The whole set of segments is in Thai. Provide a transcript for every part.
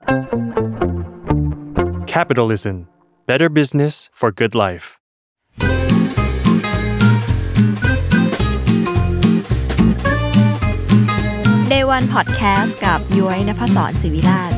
Capitalism. Better business for good life. Day One Podcast กับย้อยณภศร ศิวิราช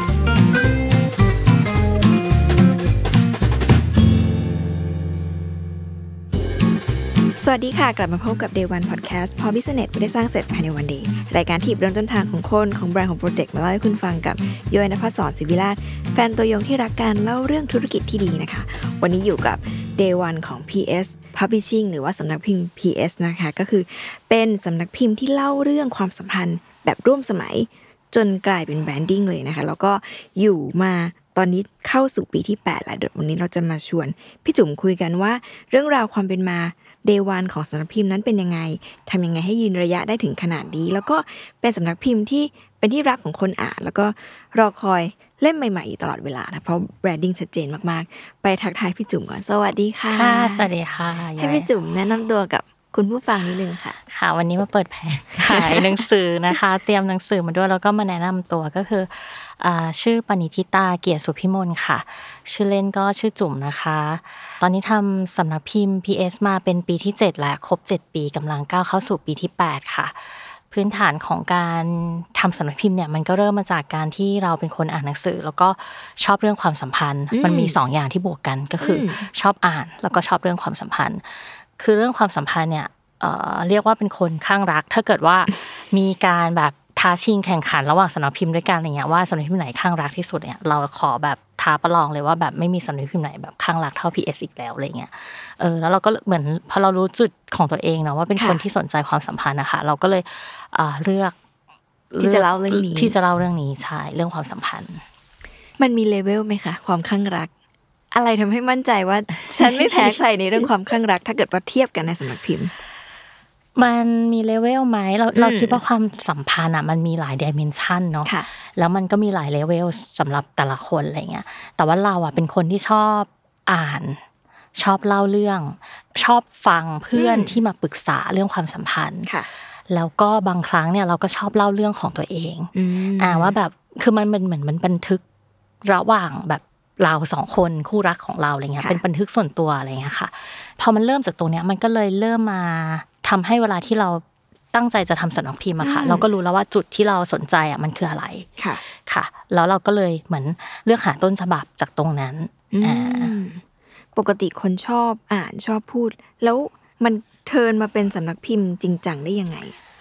สวัสดีค่ะกลับมาพบกับ Day One Podcast พอ Business ไม่ได้สร้างเสร็จภายในวันเดียวรายการที่เริ่มต้นทางของคนของแบรนด์ของโปรเจกต์มาเล่าให้คุณฟังกับย้อยณภศร ศิวิราชแฟนตัวยงที่รักการเล่าเรื่องธุรกิจที่ดีนะคะวันนี้อยู่กับ Day One ของ PS Publishing หรือว่าสำนักพิมพ์ PS นะคะก็คือเป็นสำนักพิมพ์ที่เล่าเรื่องความสัมพันธ์แบบร่วมสมัยจนกลายเป็นแบรนดิ้งเลยนะคะแล้วก็อยู่มาตอนนี้เข้าสู่ปีที่8แล้วเดี๋ยววันนี้เราจะมาชวนพี่จุ๋มคุยกันว่าเรื่องราวความเป็นมาDay One ของสำนักพิมพ์นั้นเป็นยังไงทำยังไงให้ยืนระยะได้ถึงขนาดนี้แล้วก็เป็นสำนักพิมพ์ที่เป็นที่รักของคนอ่านแล้วก็รอคอยเล่มใหม่ๆอยู่ตลอดเวลานะเพราะแบรนดิ้งชัดเจนมากๆไปทักทายพี่จุ๋มก่อนสวัสดีค่ะค่ะสวัสดีค่ะให้พี่จุ๋มแนะนำตัวกับคุณผู้ฟังนิดนึงค่ะค่ะวันนี้มาเปิดแผงขายหนังสือนะคะเตรียมหนังสือมาด้วยแล้วก็มาแนะนำตัวก็คือชื่อปณิธิตาเกียรติสุพิมลค่ะชื่อเล่นก็ชื่อจุ๋มนะคะตอนนี้ทำสำนักพิมพ์ PS มาเป็นปีที่7แล้วครบ7ปีกำลังก้าวเข้าสู่ปีที่8ค่ะพื้นฐานของการทำสำนักพิมพ์เนี่ยมันก็เริ่มมาจากการที่เราเป็นคนอ่านหนังสือแล้วก็ชอบเรื่องความสัมพันธ์มันมี2อย่างที่บวกกันก็คือชอบอ่านแล้วก็ชอบเรื่องความสัมพันธ์คือเรื่องความสัมพันธ์เนี่ยเรียกว่าเป็นคนข้างรักถ้าเกิดว่ามีการแบบท้าชิงแข่งขันระหว่างสำนักพิมพ์ด้วยกันอะไรเงี้ยว่าสำนักพิมพ์ไหนข้างรักที่สุดเนี่ยเราขอแบบท้าประลองเลยว่าแบบไม่มีสำนักพิมพ์ไหนแบบข้างรักเท่า PS อีกแล้วอะไรเงี้ยแล้วเราก็เหมือนพอเรารู้จุดของตัวเองเนาะว่าเป็นคนที่สนใจความสัมพันธ์นะคะเราก็เลยเลือกที่จะเล่าเรื่องนี้ใช่เรื่องความสัมพันธ์มันมีเลเวลไหมคะความข้างรักอะไรทำให้มั่นใจว่าฉันไม่แพ้ใครในเรื่องความข้างรักถ้าเกิดว่าเทียบกันในสำนักพิมพ์มันมีเลเวลไหมเราคิดว่าความสัมพันธ์อ่ะมันมีหลายดิเมนชันเนาะแล้วมันก็มีหลายเลเวลสำหรับแต่ละคนอะไรเงี้ยแต่ว่าเราอ่ะเป็นคนที่ชอบอ่านชอบเล่าเรื่องชอบฟังเพื่อนที่มาปรึกษาเรื่องความสัมพันธ์แล้วก็บางครั้งเนี่ยเราก็ชอบเล่าเรื่องของตัวเองว่าแบบคือมันเหมือนมันบันทึกระหว่างแบบเรา2คนคู่รักของเราอะไรเงี้ยเป็นบันทึกส่วนตัวอะไรเงี้ยค่ะพอมันเริ่มจากตรงเนี้ยมันก็เลยเริ่มมาทำให้เวลาที่เราตั้งใจจะทำสำนักพิมพ์อะค่ะเราก็รู้แล้วว่าจุดที่เราสนใจอะมันคืออะไรค่ะแล้วเราก็เลยเหมือนเลือกหาต้นฉบับจากตรงนั้นปกติคนชอบอ่านชอบพูดแล้วมันเทิร์นมาเป็นสำนักพิมพ์จริงจังได้ยังไง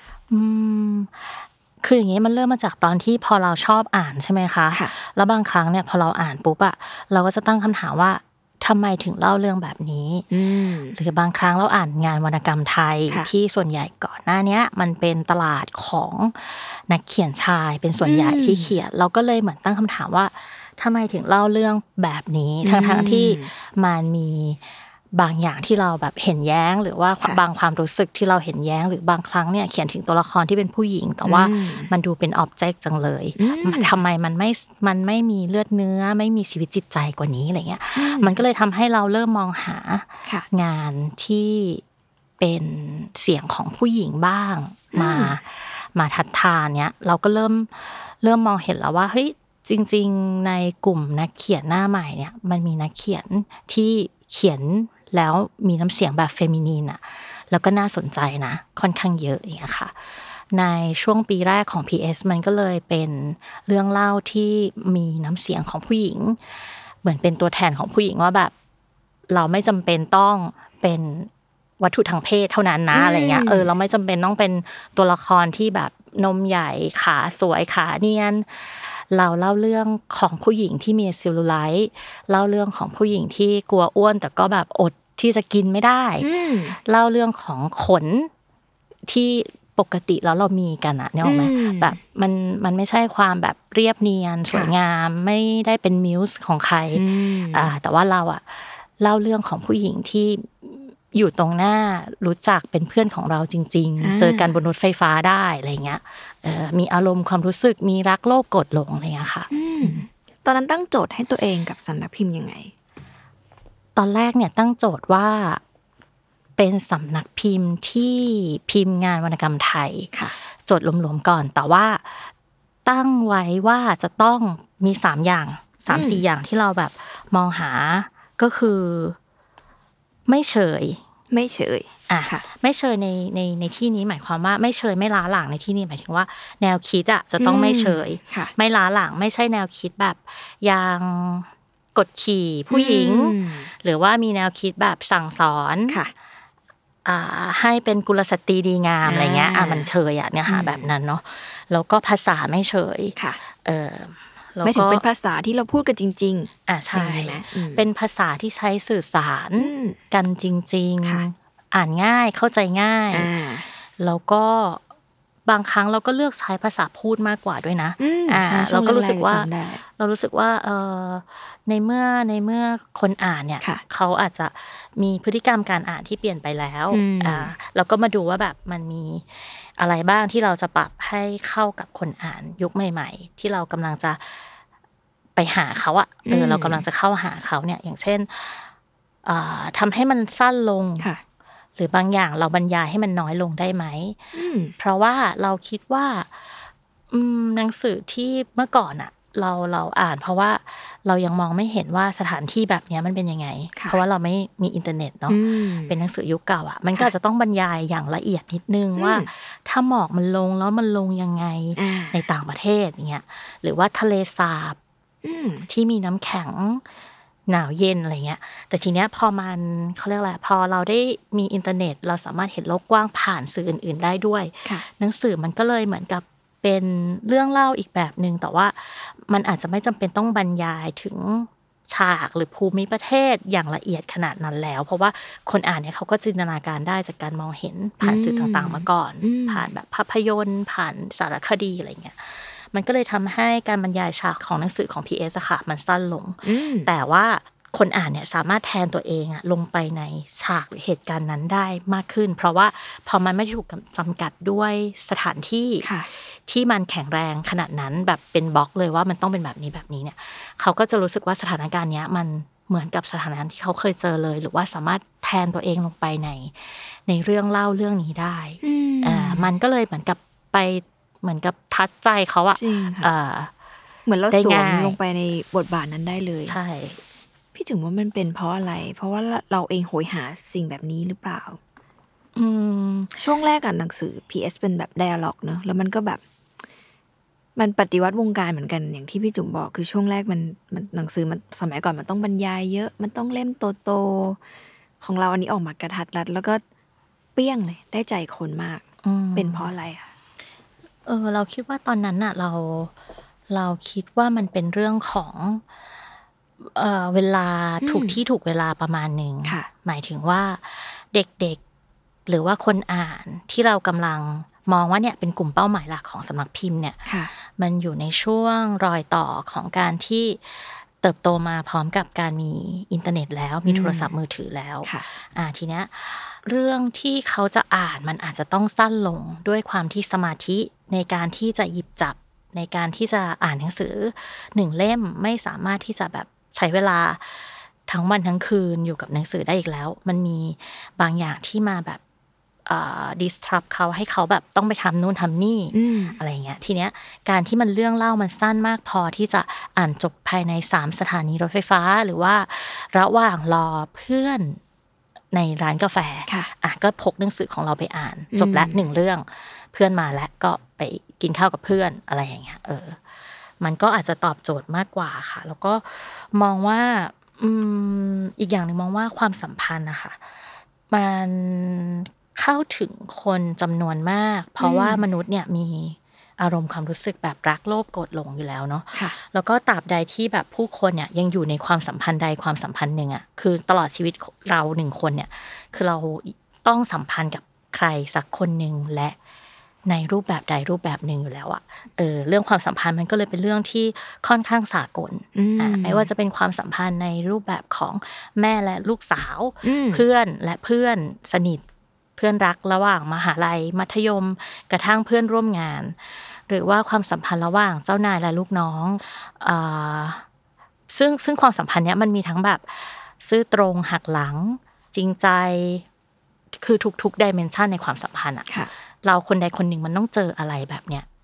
คืออย่างงี้มันเริ่มมาจากตอนที่พอเราชอบอ่านใช่ไหมคะแล้วบางครั้งเนี่ยพอเราอ่านปุ๊บอะเราก็จะตั้งคำถามว่าทำไมถึงเล่าเรื่องแบบนี้หรือบางครั้งเราอ่านงานวรรณกรรมไทยที่ส่วนใหญ่ก่อนหน้านี้มันเป็นตลาดของนักเขียนชายเป็นส่วนใหญ่ที่เขียนเราก็เลยเหมือนตั้งคำถามว่าทำไมถึงเล่าเรื่องแบบนี้ทั้งที่มันมีบางอย่างที่เราแบบเห็นแย้งหรือว่าบางความรู้สึกที่เราเห็นแย้งหรือบางครั้งเนี่ยเขียนถึงตัวละครที่เป็นผู้หญิงแต่ว่ามันดูเป็นอ็อบเจกต์จังเลยทำไมมันไม่มีเลือดเนื้อไม่มีชีวิตจิตใจกว่านี้อะไรเงี้ยมันก็เลยทำให้เราเริ่มมองหางานที่เป็นเสียงของผู้หญิงบ้างมาทัดทานเนี้ยเราก็เริ่มมองเห็นแล้วว่าเฮ้ยจริงๆในกลุ่มนักเขียนหน้าใหม่เนี่ยมันมีนักเขียนที่เขียนแล้วมีน้ำเสียงแบบเฟมินีนอะแล้วก็น่าสนใจนะค่อนข้างเยอะอย่างเงี้ยค่ะในช่วงปีแรกของ PS มันก็เลยเป็นเรื่องเล่าที่มีน้ำเสียงของผู้หญิงเหมือนเป็นตัวแทนของผู้หญิงว่าแบบเราไม่จำเป็นต้องเป็นวัตถุทางเพศเท่านั้นนะอะไรเงี้ยเราไม่จำเป็นต้องเป็นตัวละครที่แบบนมใหญ่ขาสวยขาเนียนเราเล่าเรื่องของผู้หญิงที่มีเซลลูไลท์เล่าเรื่องของผู้หญิงที่กลัวอ้วนแต่ก็แบบอดที่จะกินไม่ได้เล่าเรื่องของขนที่ปกติแล้วเรามีกันอะเนี่ยหรอไหมแบบมันไม่ใช่ความแบบเรียบเนียนสวยงามไม่ได้เป็นมิวส์ของใครแต่ว่าเราอะเล่าเรื่องของผู้หญิงที่อยู่ตรงหน้ารู้จักเป็นเพื่อนของเราจริงๆเจอกันบนรถไฟฟ้าได้อะไรเงี้ยมีอารมณ์ความรู้สึกมีรักโลภโกรธหลงอะไรเงี้ยค่ะตอนนั้นตั้งโจทย์ให้ตัวเองกับสำนักพิมพ์ยังไงตอนแรกเนี่ยตั้งโจทย์ว่าเป็นสำนักพิมพ์ที่พิมพ์งานวรรณกรรมไทยโจทย์รวมๆก่อนแต่ว่าตั้งไว้ว่าจะต้องมี3อย่าง3-4อย่างที่เราแบบมองหาก็คือไม่เฉยไม่ค่ะไม่เชยในที่นี้หมายความว่าไม่เชยไม่ล้าหลังในที่นี้หมายถึงว่าแนวคิดอ่ะจะต้องไม่เชยไม่ล้าหลังไม่ใช่แนวคิดแบบยังกดขี่ผู้หญิงหรือว่ามีแนวคิดแบบสั่งสอนให้เป็นกุลสตรีดีงามอะไรเงี้ยมันเชยเนี่ยค่ะแบบนั้นเนาะแล้วก็ภาษาไม่เชยไม่ถึงเป็นภาษาที่เราพูดกันจริงๆใช่เป็นภาษาที่ใช้สื่อสารกันจริงๆอ่านง่ายเข้าใจง่ายแล้วก็บางครั้งเราก็เลือกใช้ภาษาพูดมากกว่าด้วยนะเราก็รู้สึกว่าในเมื่อคนอ่านเนี่ยเขาอาจจะมีพฤติกรรมการอ่านที่เปลี่ยนไปแล้วเราก็มาดูว่าแบบมันมีอะไรบ้างที่เราจะปรับให้เข้ากับคนอ่านยุคใหม่ๆที่เรากำลังจะไปหาเขาเรากำลังจะเข้าหาเขาเนี่ยอย่างเช่นทำให้มันสั้นลงหรือบางอย่างเราบรรยายให้มันน้อยลงได้ไหมเพราะว่าเราคิดว่าหนังสือที่เมื่อก่อนเราอ่านเพราะว่าเรายังมองไม่เห็นว่าสถานที่แบบนี้มันเป็นยังไงเพราะว่าเราไม่มีอินเทอร์เน็ตเนาะเป็นหนังสือยุคเก่ามันก็จะต้องบรรยายอย่างละเอียดนิดนึงว่าถ้าหมอกมันลงแล้วมันลงยังไงในต่างประเทศอย่างเงี้ยหรือว่าทะเลสาบที่มีน้ำแข็งหนาวเย็นอะไรเงี้ยแต่ทีเนี้ยพอมันเขาเรียกอะไรพอเราได้มีอินเทอร์เน็ตเราสามารถเห็นโลกกว้างผ่านสื่ออื่นๆได้ด้วยหนังสือมันก็เลยเหมือนกับเป็นเรื่องเล่าอีกแบบนึงแต่ว่ามันอาจจะไม่จำเป็นต้องบรรยายถึงฉากหรือภูมิประเทศอย่างละเอียดขนาดนั้นแล้วเพราะว่าคนอ่านเนี่ยเขาก็จินตนาการได้จากการมองเห็นผ่านสื่อต่างๆมาก่อนผ่านแบบภาพยนตร์ผ่านสารคดีอะไรเงี้ยมันก็เลยทำให้การบรรยายฉากของหนังสือของ PS อะค่ะมันสั้นลงแต่ว่าคนอ่านเนี่ยสามารถแทนตัวเองลงไปในฉากหรือเหตุการณ์นั้นได้มากขึ้นเพราะว่าพอมันไม่ถูกจำกัดด้วยสถานที่ที่มันแข็งแรงขนาดนั้นแบบเป็นบล็อกเลยว่ามันต้องเป็นแบบนี้แบบนี้เนี่ยเขาก็จะรู้สึกว่าสถานการณ์เนี้ยมันเหมือนกับสถานการณ์ที่เขาเคยเจอเลยหรือว่าสามารถแทนตัวเองลงไปในเรื่องเล่าเรื่องนี้ได้มันก็เลยเหมือนกับไปเหมือนกับทัดใจเขาเหมือนเราสวมลงไปในบทบาทนั้นได้เลยใช่พี่ถึงว่ามันเป็นเพราะอะไรเพราะว่าเราเองโหยหาสิ่งแบบนี้หรือเปล่าช่วงแรกหนังสือ PS เป็นแบบไดอะล็อกเนอะแล้วมันก็แบบมันปฏิวัติวงการเหมือนกันอย่างที่พี่จุ๋มบอกคือช่วงแรกมันหนังสือมันสมัยก่อนมันต้องบรรยายเยอะมันต้องเล่มโตๆของเราอันนี้ออกมากระทัดรัดแล้วก็เปี้ยงเลยได้ใจคนมากเป็นเพราะอะไรคะเราคิดว่าตอนนั้นเราคิดว่ามันเป็นเรื่องของเวลาถูกที่ถูกเวลาประมาณนึงหมายถึงว่าเด็กๆหรือว่าคนอ่านที่เรากำลังมองว่าเนี่ยเป็นกลุ่มเป้าหมายหลักของสำนักพิมพ์เนี่ยมันอยู่ในช่วงรอยต่อของการที่เติบโตมาพร้อมกับการมีอินเทอร์เน็ตแล้วมีโทรศัพท์มือถือแล้วทีเนี้ยเรื่องที่เขาจะอ่านมันอาจจะต้องสั้นลงด้วยความที่สมาธิในการที่จะหยิบจับในการที่จะอ่านหนังสือ1เล่มไม่สามารถที่จะแบบใช้เวลาทั้งวันทั้งคืนอยู่กับหนังสือได้อีกแล้วมันมีบางอย่างที่มาแบบdisrupt เขาให้เขาแบบต้องไปทำนู่นทำนี่อะไรเงี้ยทีเนี้ยการที่มันเรื่องเล่ามันสั้นมากพอที่จะอ่านจบภายใน3สถานีรถไฟฟ้าหรือว่าระหว่างรอเพื่อนในร้านกาแฟก็พกหนังสือของเราไปอ่านจบละ1เรื่องเพื่อนมาแล้วก็ไปกินข้าวกับเพื่อนอะไรอย่างเงี้ยมันก็อาจจะตอบโจทย์มากกว่าค่ะแล้วก็มองว่าอีกอย่างนึงมองว่าความสัมพันธ์นะคะมันเข้าถึงคนจำนวนมากเพราะว่ามนุษย์เนี่ยมีอารมณ์ความรู้สึกแบบรักโลภโกรธหลงอยู่แล้วเนาะแล้วก็ตราบใดที่แบบผู้คนเนี่ยยังอยู่ในความสัมพันธ์ใดความสัมพันธ์หนึ่งคือตลอดชีวิตเรา1คนเนี่ยคือเราต้องสัมพันธ์กับใครสักคนนึงและในรูปแบบใดรูปแบบหนึ่งอยู่แล้วเรื่องความสัมพันธ์มันก็เลยเป็นเรื่องที่ค่อนข้างสากลไม่ว่าจะเป็นความสัมพันธ์ในรูปแบบของแม่และลูกสาวเพื่อนและเพื่อนสนิทเพื่อนรักระหว่างมหาลัยมัธยมกระทั่งเพื่อนร่วมงานหรือว่าความสัมพันธ์ระหว่างเจ้านายและลูกน้องซึ่งความสัมพันธ์เนี้ยมันมีทั้งแบบซื่อตรงหักหลังจริงใจคือทุกๆ dimension ในความสัมพันธ์เราคนใดคนหนึ่งมันต้องเจออะไรแบบเนี้ย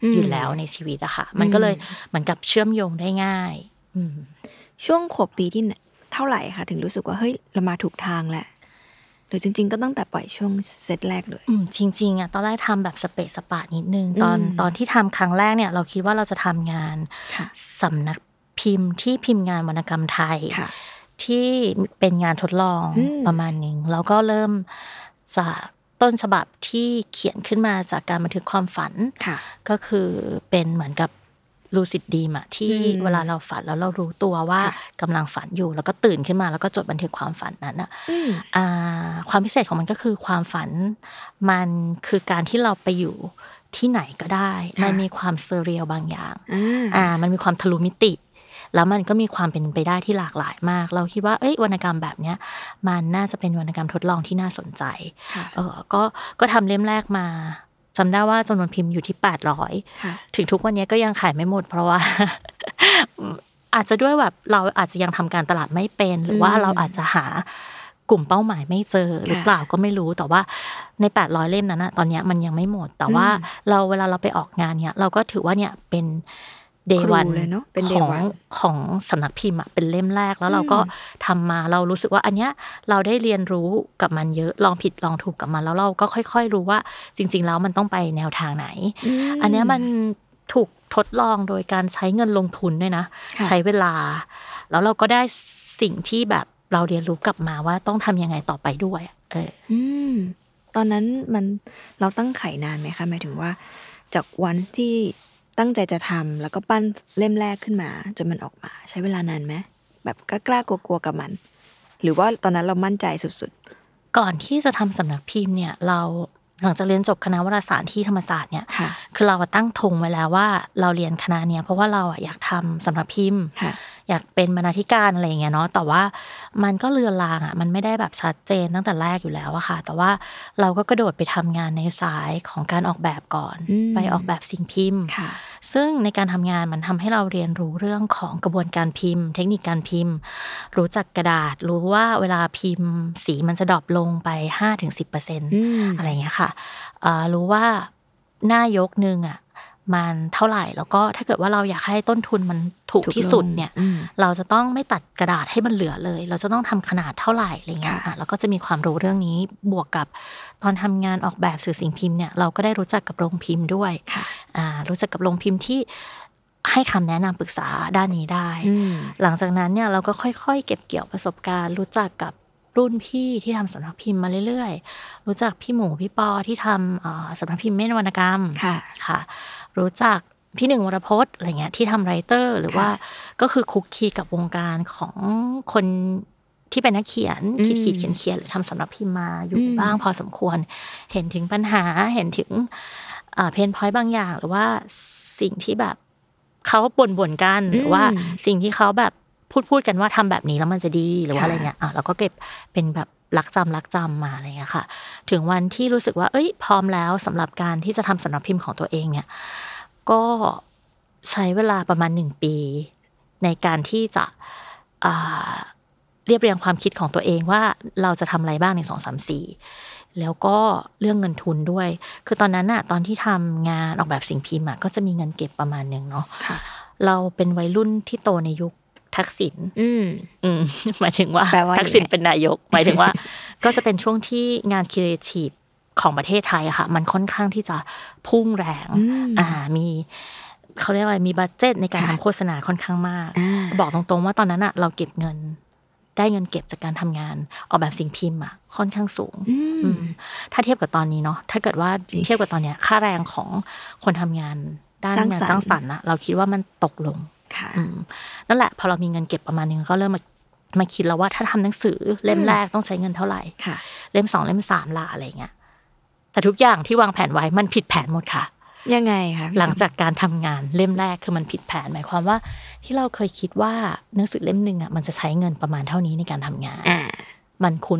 อยู่แล้วในชีวิตอะค่ะมันก็เลยเหมือนกับเชื่อมโยงได้ง่ายช่วงขวบปีที่เท่าไหร่คะถึงรู้สึกว่าเฮ้ยเรามาถูกทางแหละหรือจริงๆก็ตั้งแต่ปล่อยช่วงเซตแรกเลยจริงๆอะตอนแรกทำแบบสเปซสปะนิดนึงตอนที่ทำครั้งแรกเนี่ยเราคิดว่าเราจะทำงานสำนักพิมพ์ที่พิมพ์งานวรรณกรรมไทยที่เป็นงานทดลองประมาณนึงแล้วก็เริ่มจากต้นฉบับที่เขียนขึ้นมาจากการบันทึกความฝันก็คือเป็นเหมือนกับลูซิดดรีมอะที่เวลาเราฝันแล้วเรารู้ตัวว่ากำลังฝันอยู่แล้วก็ตื่นขึ้นมาแล้วก็จดบันทึกความฝันนั้นอะความพิเศษของมันก็คือความฝันมันคือการที่เราไปอยู่ที่ไหนก็ได้มันมีความเซเรียลบางอย่างมันมีความทะลุมิติแล้วมันก็มีความเป็นไปได้ที่หลากหลายมากเราคิดว่าวรรณกรรมแบบเนี้ยมันน่าจะเป็นวรรณกรรมทดลองที่น่าสนใจก็ทำเล่มแรกมาจำได้ว่าจำนวนพิมพ์อยู่ที่800ถึงทุกวันนี้ก็ยังขายไม่หมดเพราะว่า อาจจะด้วยแบบเราอาจจะยังทำการตลาดไม่เป็นหรือว่าเราอาจจะหากลุ่มเป้าหมายไม่เจอหรือเปล่าก็ไม่รู้แต่ว่าใน800เล่มนั้นนะตอนนี้มันยังไม่หมดแต่ว่าเวลาเราไปออกงานเนี่ยเราก็ถือว่าเนี่ยเป็นDay 1เลยเนาะเป็นของสำนักพิมพ์เป็นเล่มแรกแล้วเราก็ทำมาเรารู้สึกว่าอันเนี้ยเราได้เรียนรู้กับมันเยอะลองผิดลองถูกกับมันแล้วเราก็ค่อยๆรู้ว่าจริงๆแล้วมันต้องไปแนวทางไหนอันเนี้ยมันถูกทดลองโดยการใช้เงินลงทุนด้วยนะใช้เวลาแล้วเราก็ได้สิ่งที่แบบเราเรียนรู้กลับมาว่าต้องทำยังไงต่อไปด้วยตอนนั้นเราตั้งไขนานไหมคะหมายถึงว่าจากวันที่ตั้งใจจะทำแล้วก็ปั้นเล่มแรกขึ้นมาจนมันออกมาใช้เวลานานไหมแบบกล้ากลัวๆกับมันหรือว่าตอนนั้นเรามั่นใจสุดๆก่อนที่จะทำสำนักพิมพ์เนี่ยเราหลังจากเรียนจบคณะวารสารที่ธรรมศาสตร์เนี่ยคือเราตั้งธงไว้แล้วว่าเราเรียนคณะเนี้ยเพราะว่าเราอยากทำสำนักพิมพ์อยากเป็นบรรณาธิการอะไรอย่างเงี้ยเนาะแต่ว่ามันก็เลือนลางมันไม่ได้แบบชัดเจนตั้งแต่แรกอยู่แล้วอะค่ะแต่ว่าเราก็กระโดดไปทำงานในสายของการออกแบบก่อนไปออกแบบสิ่งพิมพ์ซึ่งในการทำงานมันทำให้เราเรียนรู้เรื่องของกระบวนการพิมพ์เทคนิคการพิมพ์รู้จักกระดาษรู้ว่าเวลาพิมพ์สีมันจะดรอปลงไป 5-10% อะไรอย่างเงี้ยค่ะรู้ว่าหน้ายกนึงอะมันเท่าไหร่แล้วก็ถ้าเกิดว่าเราอยากให้ต้นทุนมันถูกที่สุดเนี่ยเราจะต้องไม่ตัดกระดาษให้มันเหลือเลยเราจะต้องทำขนาดเท่าไหร่อะไรเงี้ยแล้วก็จะมีความรู้เรื่องนี้บวกกับตอนทำงานออกแบบสื่อสิ่งพิมพ์เนี่ยเราก็ได้รู้จักกับโรงพิมพ์ด้วยรู้จักกับโรงพิมพ์ที่ให้คำแนะนำปรึกษาด้านนี้ได้หลังจากนั้นเนี่ยเราก็ค่อยๆเก็บเกี่ยวประสบการณ์รู้จักกับรุ่นพี่ที่ทำสำนักพิมพ์มาเรื่อยๆรู้จักพี่หมูพี่ปอที่ทำสำนักพิมพ์เม่นวรรณกรรมค่ะรู้จักพี่หนึ่งวรพจน์อะไรเงี้ยที่ทำไรเตอร์หรือว่าก็คือคุกคีกับวงการของคนที่เป็นนักเขียนเขียนหรือทำสำนักพิมพ์มาอยู่บ้างพอสมควรเห็นถึงปัญหาเห็นถึงเพนพอยต์บางอย่างหรือว่าสิ่งที่แบบเขาบ่นกันหรือว่าสิ่งที่เขาแบบพูดกันว่าทำแบบนี้แล้วมันจะดีหรือว่าอะไรเงี้ยเราก็เก็บเป็นแบบรักจำมาอะไรเงี้ยค่ะถึงวันที่รู้สึกว่าพร้อมแล้วสำหรับการที่จะทำสำนักพิมพ์ของตัวเองเนี่ยก็ใช้เวลาประมาณ1 ปีในการที่จะเรียบเรียงความคิดของตัวเองว่าเราจะทำอะไรบ้างใน2 3 4แล้วก็เรื่องเงินทุนด้วยคือตอนนั้นตอนที่ทำงานออกแบบสิ่งพิมพ์ก็จะมีเงินเก็บประมาณนึงเนาะเราเป็นวัยรุ่นที่โตในยุคทักษิณหมายถึงว่าทักษิณเป็นนายกหมายถึงว่าก็จะเป็นช่วงที่งานครีเอทีฟของประเทศไทยอะค่ะมันค่อนข้างที่จะพุ่งแรงมีเขาเรียกว่ามีบัดเจ็ตในการทำโฆษณาค่อนข้างมากบอกตรงๆว่าตอนนั้นเราเก็บเงินได้เงินเก็บจากการทำงานออกแบบสิ่งพิมพ์ค่อนข้างสูงถ้าเทียบกับตอนนี้เนาะถ้าเกิดว่าเทียบกับตอนเนี้ยค่าแรงของคนทำงานด้านงานสร้างสรรค์เราคิดว่ามันตกลงนั่นแหละพอเรามีเงินเก็บประมาณนึงก็เริ่มมาคิดแล้วว่าถ้าทำหนังสือเล่มแรกต้องใช้เงินเท่าไหร่เล่ม2เล่ม3ล่ะอะไรเงี้ยแต่ทุกอย่างที่วางแผนไว้มันผิดแผนหมดค่ะยังไงคะหลังจากการทำงานเล่มแรกคือมันผิดแผนหมายความว่าที่เราเคยคิดว่าหนังสือเล่มนึงมันจะใช้เงินประมาณเท่านี้ในการทำงานมันคูณ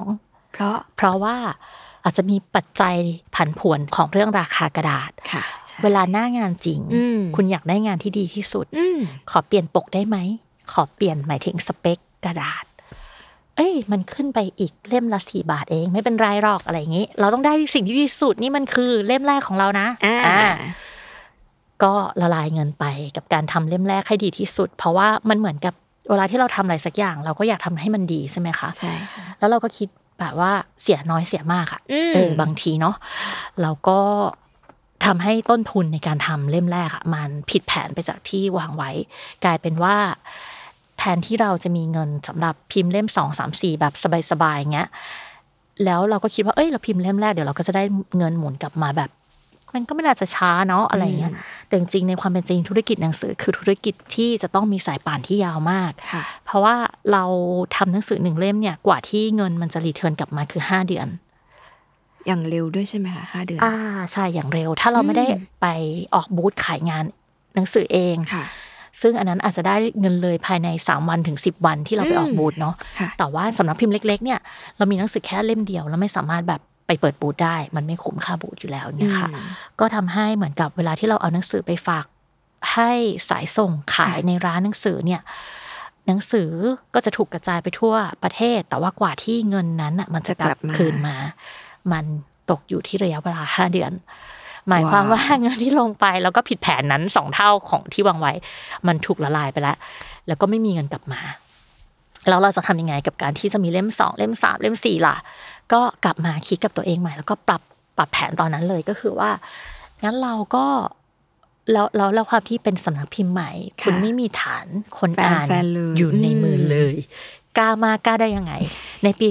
2เพราะว่าอาจจะมีปัจจัยผันผวนของเรื่องราคากระดาษเวลาหน้างานจริงคุณอยากได้งานที่ดีที่สุดขอเปลี่ยนปกได้ไหมขอเปลี่ยนหมายถึงสเปคกระดาษมันขึ้นไปอีกเล่มละ4 บาทเองไม่เป็นไรหรอกอะไรอย่างนี้เราต้องได้สิ่งที่ดีสุดนี่มันคือเล่มแรกของเรานะก็ละลายเงินไปกับการทำเล่มแรกให้ดีที่สุดเพราะว่ามันเหมือนกับเวลาที่เราทำอะไรสักอย่างเราก็อยากทำให้มันดีใช่ไหมคะใช่แล้วเราก็คิดแบบว่าเสียน้อยเสียมากอ่ะบางทีเนาะเราก็ทำให้ต้นทุนในการทำเล่มแรกอ่ะมันผิดแผนไปจากที่วางไว้กลายเป็นว่าแทนที่เราจะมีเงินสำหรับพิมพ์เล่ม2 3 4แบบสบายๆเงี้ยแล้วเราก็คิดว่าเราพิมพ์เล่มแรกเดี๋ยวเราก็จะได้เงินหมุนกลับมาแบบมันก็ไม่น่าจะช้าเนาะอะไรเงี้ยแต่จริงๆในความเป็นจริงธุรกิจหนังสือคือธุรกิจที่จะต้องมีสายป่านที่ยาวมากเพราะว่าเราทำหนังสือ1เล่มเนี่ยกว่าที่เงินมันจะรีเทิร์นกลับมาคือ5 เดือนอย่างเร็วด้วยใช่ไหมคะ5 เดือนใช่อย่างเร็วถ้าเราไม่ได้ไปออกบูธขายงานหนังสือเองซึ่งอันนั้นอาจจะได้เงินเลยภายใน3 วันถึง10 วันที่เราไปออกบูธเนาะแต่ว่าสำนักพิมพ์เล็กๆเนี่ยเรามีหนังสือแค่เล่มเดียวแล้วไม่สามารถแบบไปเปิดบูธได้มันไม่คุ้มค่าบูธอยู่แล้วเนี่ยค่ะก็ทำให้เหมือนกับเวลาที่เราเอาหนังสือไปฝากให้สายส่งขายในร้านหนังสือเนี่ยหนังสือก็จะถูกกระจายไปทั่วประเทศแต่ว่ากว่าที่เงินนั้นมันจะกลับคืนมามันตกอยู่ที่ระยะเวลา5 เดือนหมายความว่าเงินที่ลงไปแล้วก็ผิดแผนนั้น2 เท่าของที่วางไว้มันถูกละลายไปแล้วก็ไม่มีเงินกลับมาแล้วเราจะทำยังไงกับการที่จะมีเล่ม2เล่ม3เล่ม4ล่ะก็กลับมาคิดกับตัวเองใหม่แล้วก็ปรับแผนตอนนั้นเลยก็คือว่างั้นเราก็แล้วความที่เป็นสำนักพิมพ์ใหม่คุณไม่มีฐานคนอ่านอยู่ในมือเลยกล้าได้ยังไงในปี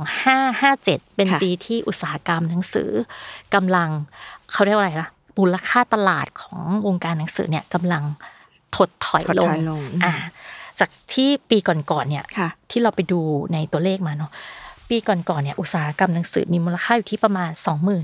2557เป็นปีที่อุตสาหกรรมหนังสือกำลังเขาเรียกว่าอะไรนะมูลค่าตลาดของวงการหนังสือเนี่ยกำลังถดถอยลงจากที่ปีก่อนๆเนี่ยที่เราไปดูในตัวเลขมาเนาะปีก่อนๆเนี่ยอุตสาหกรรมหนังสือมีมูลค่าอยู่ที่ประมาณ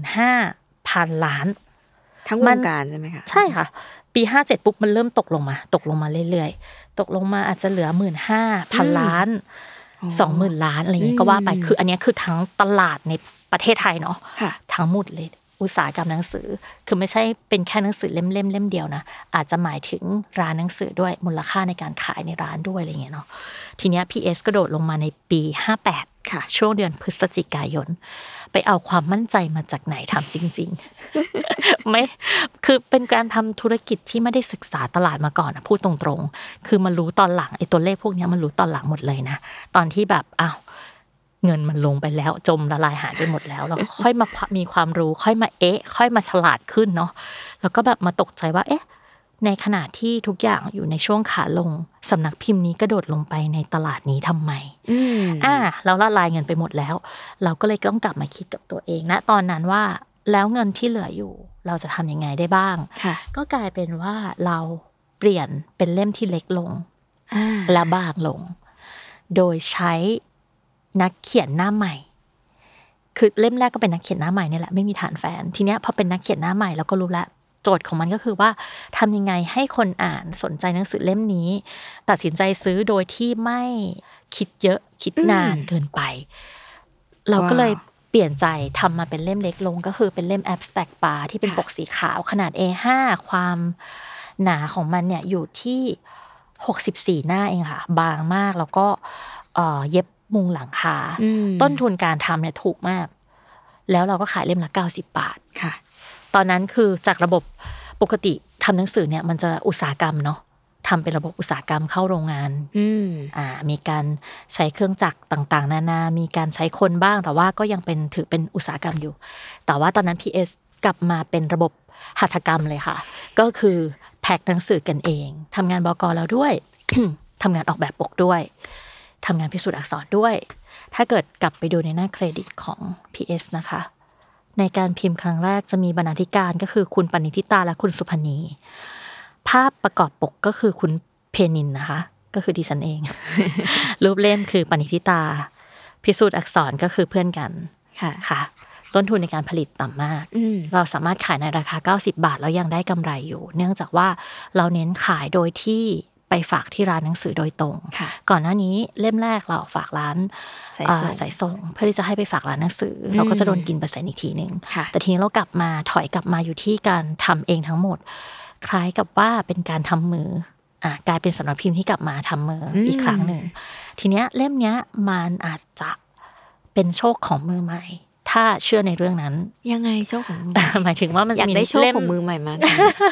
25,000 ล้านทั้งวงการใช่ไหมคะใช่ค่ะปี57ปุ๊บมันเริ่มตกลงมาเรื่อยๆตกลงมาอาจจะเหลือ 15,000 ล้าน20,000 ล้านอะไรอย่างงี้ก็ว่าไปคืออันนี้คือทั้งตลาดในประเทศไทยเนาะทั้งหมดเลยอุตสาหกรรมหนังสือคือไม่ใช่เป็นแค่หนังสือเล่มเดียวนะอาจจะหมายถึงร้านหนังสือด้วยมูลค่าในการขายในร้านด้วยอะไรอย่างเงี้ยเนาะทีเนี้ย PS กระโดดลงมาในปี58ค่ะช่วงเดือนพฤศจิกายนไปเอาความมั่นใจมาจากไหนทำจริงๆไม่คือเป็นการทำธุรกิจที่ไม่ได้ศึกษาตลาดมาก่อนนะพูดตรงๆคือมารู้ตอนหลังไอ้ตัวเลขพวกนี้มันรู้ตอนหลังหมดเลยนะตอนที่แบบเงินมันลงไปแล้วจมละลายหายไปหมดแล้วค่อยมามีความรู้ค่อยมาค่อยมาฉลาดขึ้นเนาะแล้วก็แบบมาตกใจว่าในขณะที่ทุกอย่างอยู่ในช่วงขาลงสำนักพิมพ์นี้กระโดดลงไปในตลาดนี้ทำไมเราละลายเงินไปหมดแล้วเราก็เลยต้องกลับมาคิดกับตัวเองนะตอนนั้นว่าแล้วเงินที่เหลืออยู่เราจะทำยังไงได้บ้างก็กลายเป็นว่าเราเปลี่ยนเป็นเล่มที่เล็กลงและบางลงโดยใช้นักเขียนหน้าใหม่คือเล่มแรกก็เป็นนักเขียนหน้าใหม่นี่แหละไม่มีฐานแฟนทีเนี้ยพอเป็นนักเขียนหน้าใหม่เราก็รู้แล้วโจทย์ของมันก็คือว่าทำยังไงให้คนอ่านสนใจหนังสือเล่มนี้ตัดสินใจซื้อโดยที่ไม่คิดเยอะคิดนานเกินไปเราก็เลยเปลี่ยนใจทำมาเป็นเล่มเล็กลงก็คือเป็นเล่ม Abstract Bar ที่เป็นปกสีขาวขนาด A5 ความหนาของมันเนี่ยอยู่ที่64หน้าเองค่ะบางมากแล้วก็เย็บมุงหลังคาต้นทุนการทำเนี่ยถูกมากแล้วเราก็ขายเล่มละ90 บาทค่ะตอนนั้นคือจากระบบปกติทำหนังสือเนี่ยมันจะอุตสาหกรรมเนาะทำเป็นระบบอุตสาหกรรมเข้าโรงงานมีการใช้เครื่องจักรต่างๆนานามีการใช้คนบ้างแต่ว่าก็ยังเป็นถือเป็นอุตสาหกรรมอยู่แต่ว่าตอนนั้น PS กลับมาเป็นระบบหัตถกรรมเลยค่ะก็คือแพ็คหนังสือกันเองทำงานบก.แล้วด้วย ทำงานออกแบบปกด้วยทำงานพิสูจน์อักษรด้วยถ้าเกิดกลับไปดูในหน้าเครดิตของ PS นะคะในการพิมพ์ครั้งแรกจะมีบรรณาธิการก็คือคุณปณิธิตาและคุณสุพณีภาพประกอบปกก็คือคุณเพนินนะคะก็คือดิฉันเอง รูปเล่มคือปณิธิตาพิสูจน์อักษรก็คือเพื่อนกันค่ะต้นทุนในการผลิตต่ำมากเราสามารถขายในราคา90 บาทแล้วยังได้กำไรอยู่เนื่องจากว่าเราเน้นขายโดยที่ไปฝากที่ร้านหนังสือโดยตรงก่อนหน้านี้เล่มแรกเราฝากร้านสายส่งเพื่อที่จะให้ไปฝากร้านหนังสือเราก็จะโดนกิน%อีกทีนึงแต่ทีนี้เรากลับมาถอยกลับมาอยู่ที่การทำเองทั้งหมดคล้ายกับว่าเป็นการทำมือกลายเป็นสำนักพิมพ์ที่กลับมาทำมืออีกครั้งหนึ่งทีเนี้ยเล่มเนี้ยมันอาจจะเป็นโชคของมือใหม่ถ้าเชื่อในเรื่องนั้นยังไงโชคของมือหมายถึงว่ามันจะมีโชคของมือใหม่มา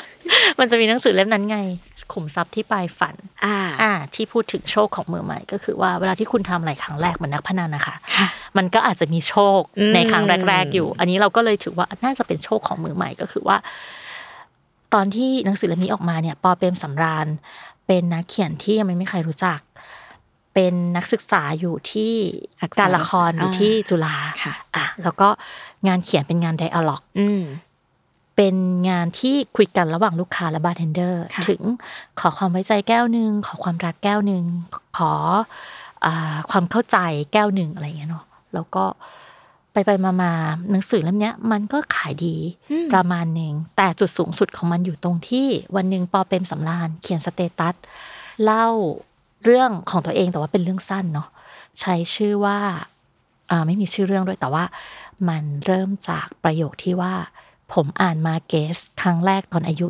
มันจะมีหนังสือเล่มนั้นไงขุมทรัพย์ที่ปลายฝันที่พูดถึงโชคของมือใหม่ก็คือว่าเวลาที่คุณทำอะไรครั้งแรกเหมือนนักพนันนะคะมันก็อาจจะมีโชคในครั้งแรกๆอยู่อันนี้เราก็เลยถือว่าน่าจะเป็นโชคของมือใหม่ก็คือว่าตอนที่หนังสือเล่มนี้ออกมาเนี่ยป.เปรมสำราญเป็นนักเขียนที่ยังไม่มีใครรู้จักเป็นนักศึกษาอยู่ที่การละครอยู่ที่จุฬาแล้วก็งานเขียนเป็นงานไดอะล็อกเป็นงานที่คุยกันระหว่างลูกค้าและบาร์เทนเดอร์ถึงขอความไว้ใจแก้วนึงขอความรักแก้วนึงขอความเข้าใจแก้วนึงอะไรอย่างเงี้ยเนาะแล้วก็ไปมาหนังสือเล่มนี้มันก็ขายดีประมาณนึงแต่จุดสูงสุดของมันอยู่ตรงที่วันนึงป.เปรมสำราญเขียนสเตตัสเล่าเรื่องของตัวเองแต่ว่าเป็นเรื่องสั้นเนาะใช้ชื่อว่าไม่มีชื่อเรื่องด้วยแต่ว่ามันเริ่มจากประโยคที่ว่าผมอ่านมาเกสครั้งแรกตอนอายุ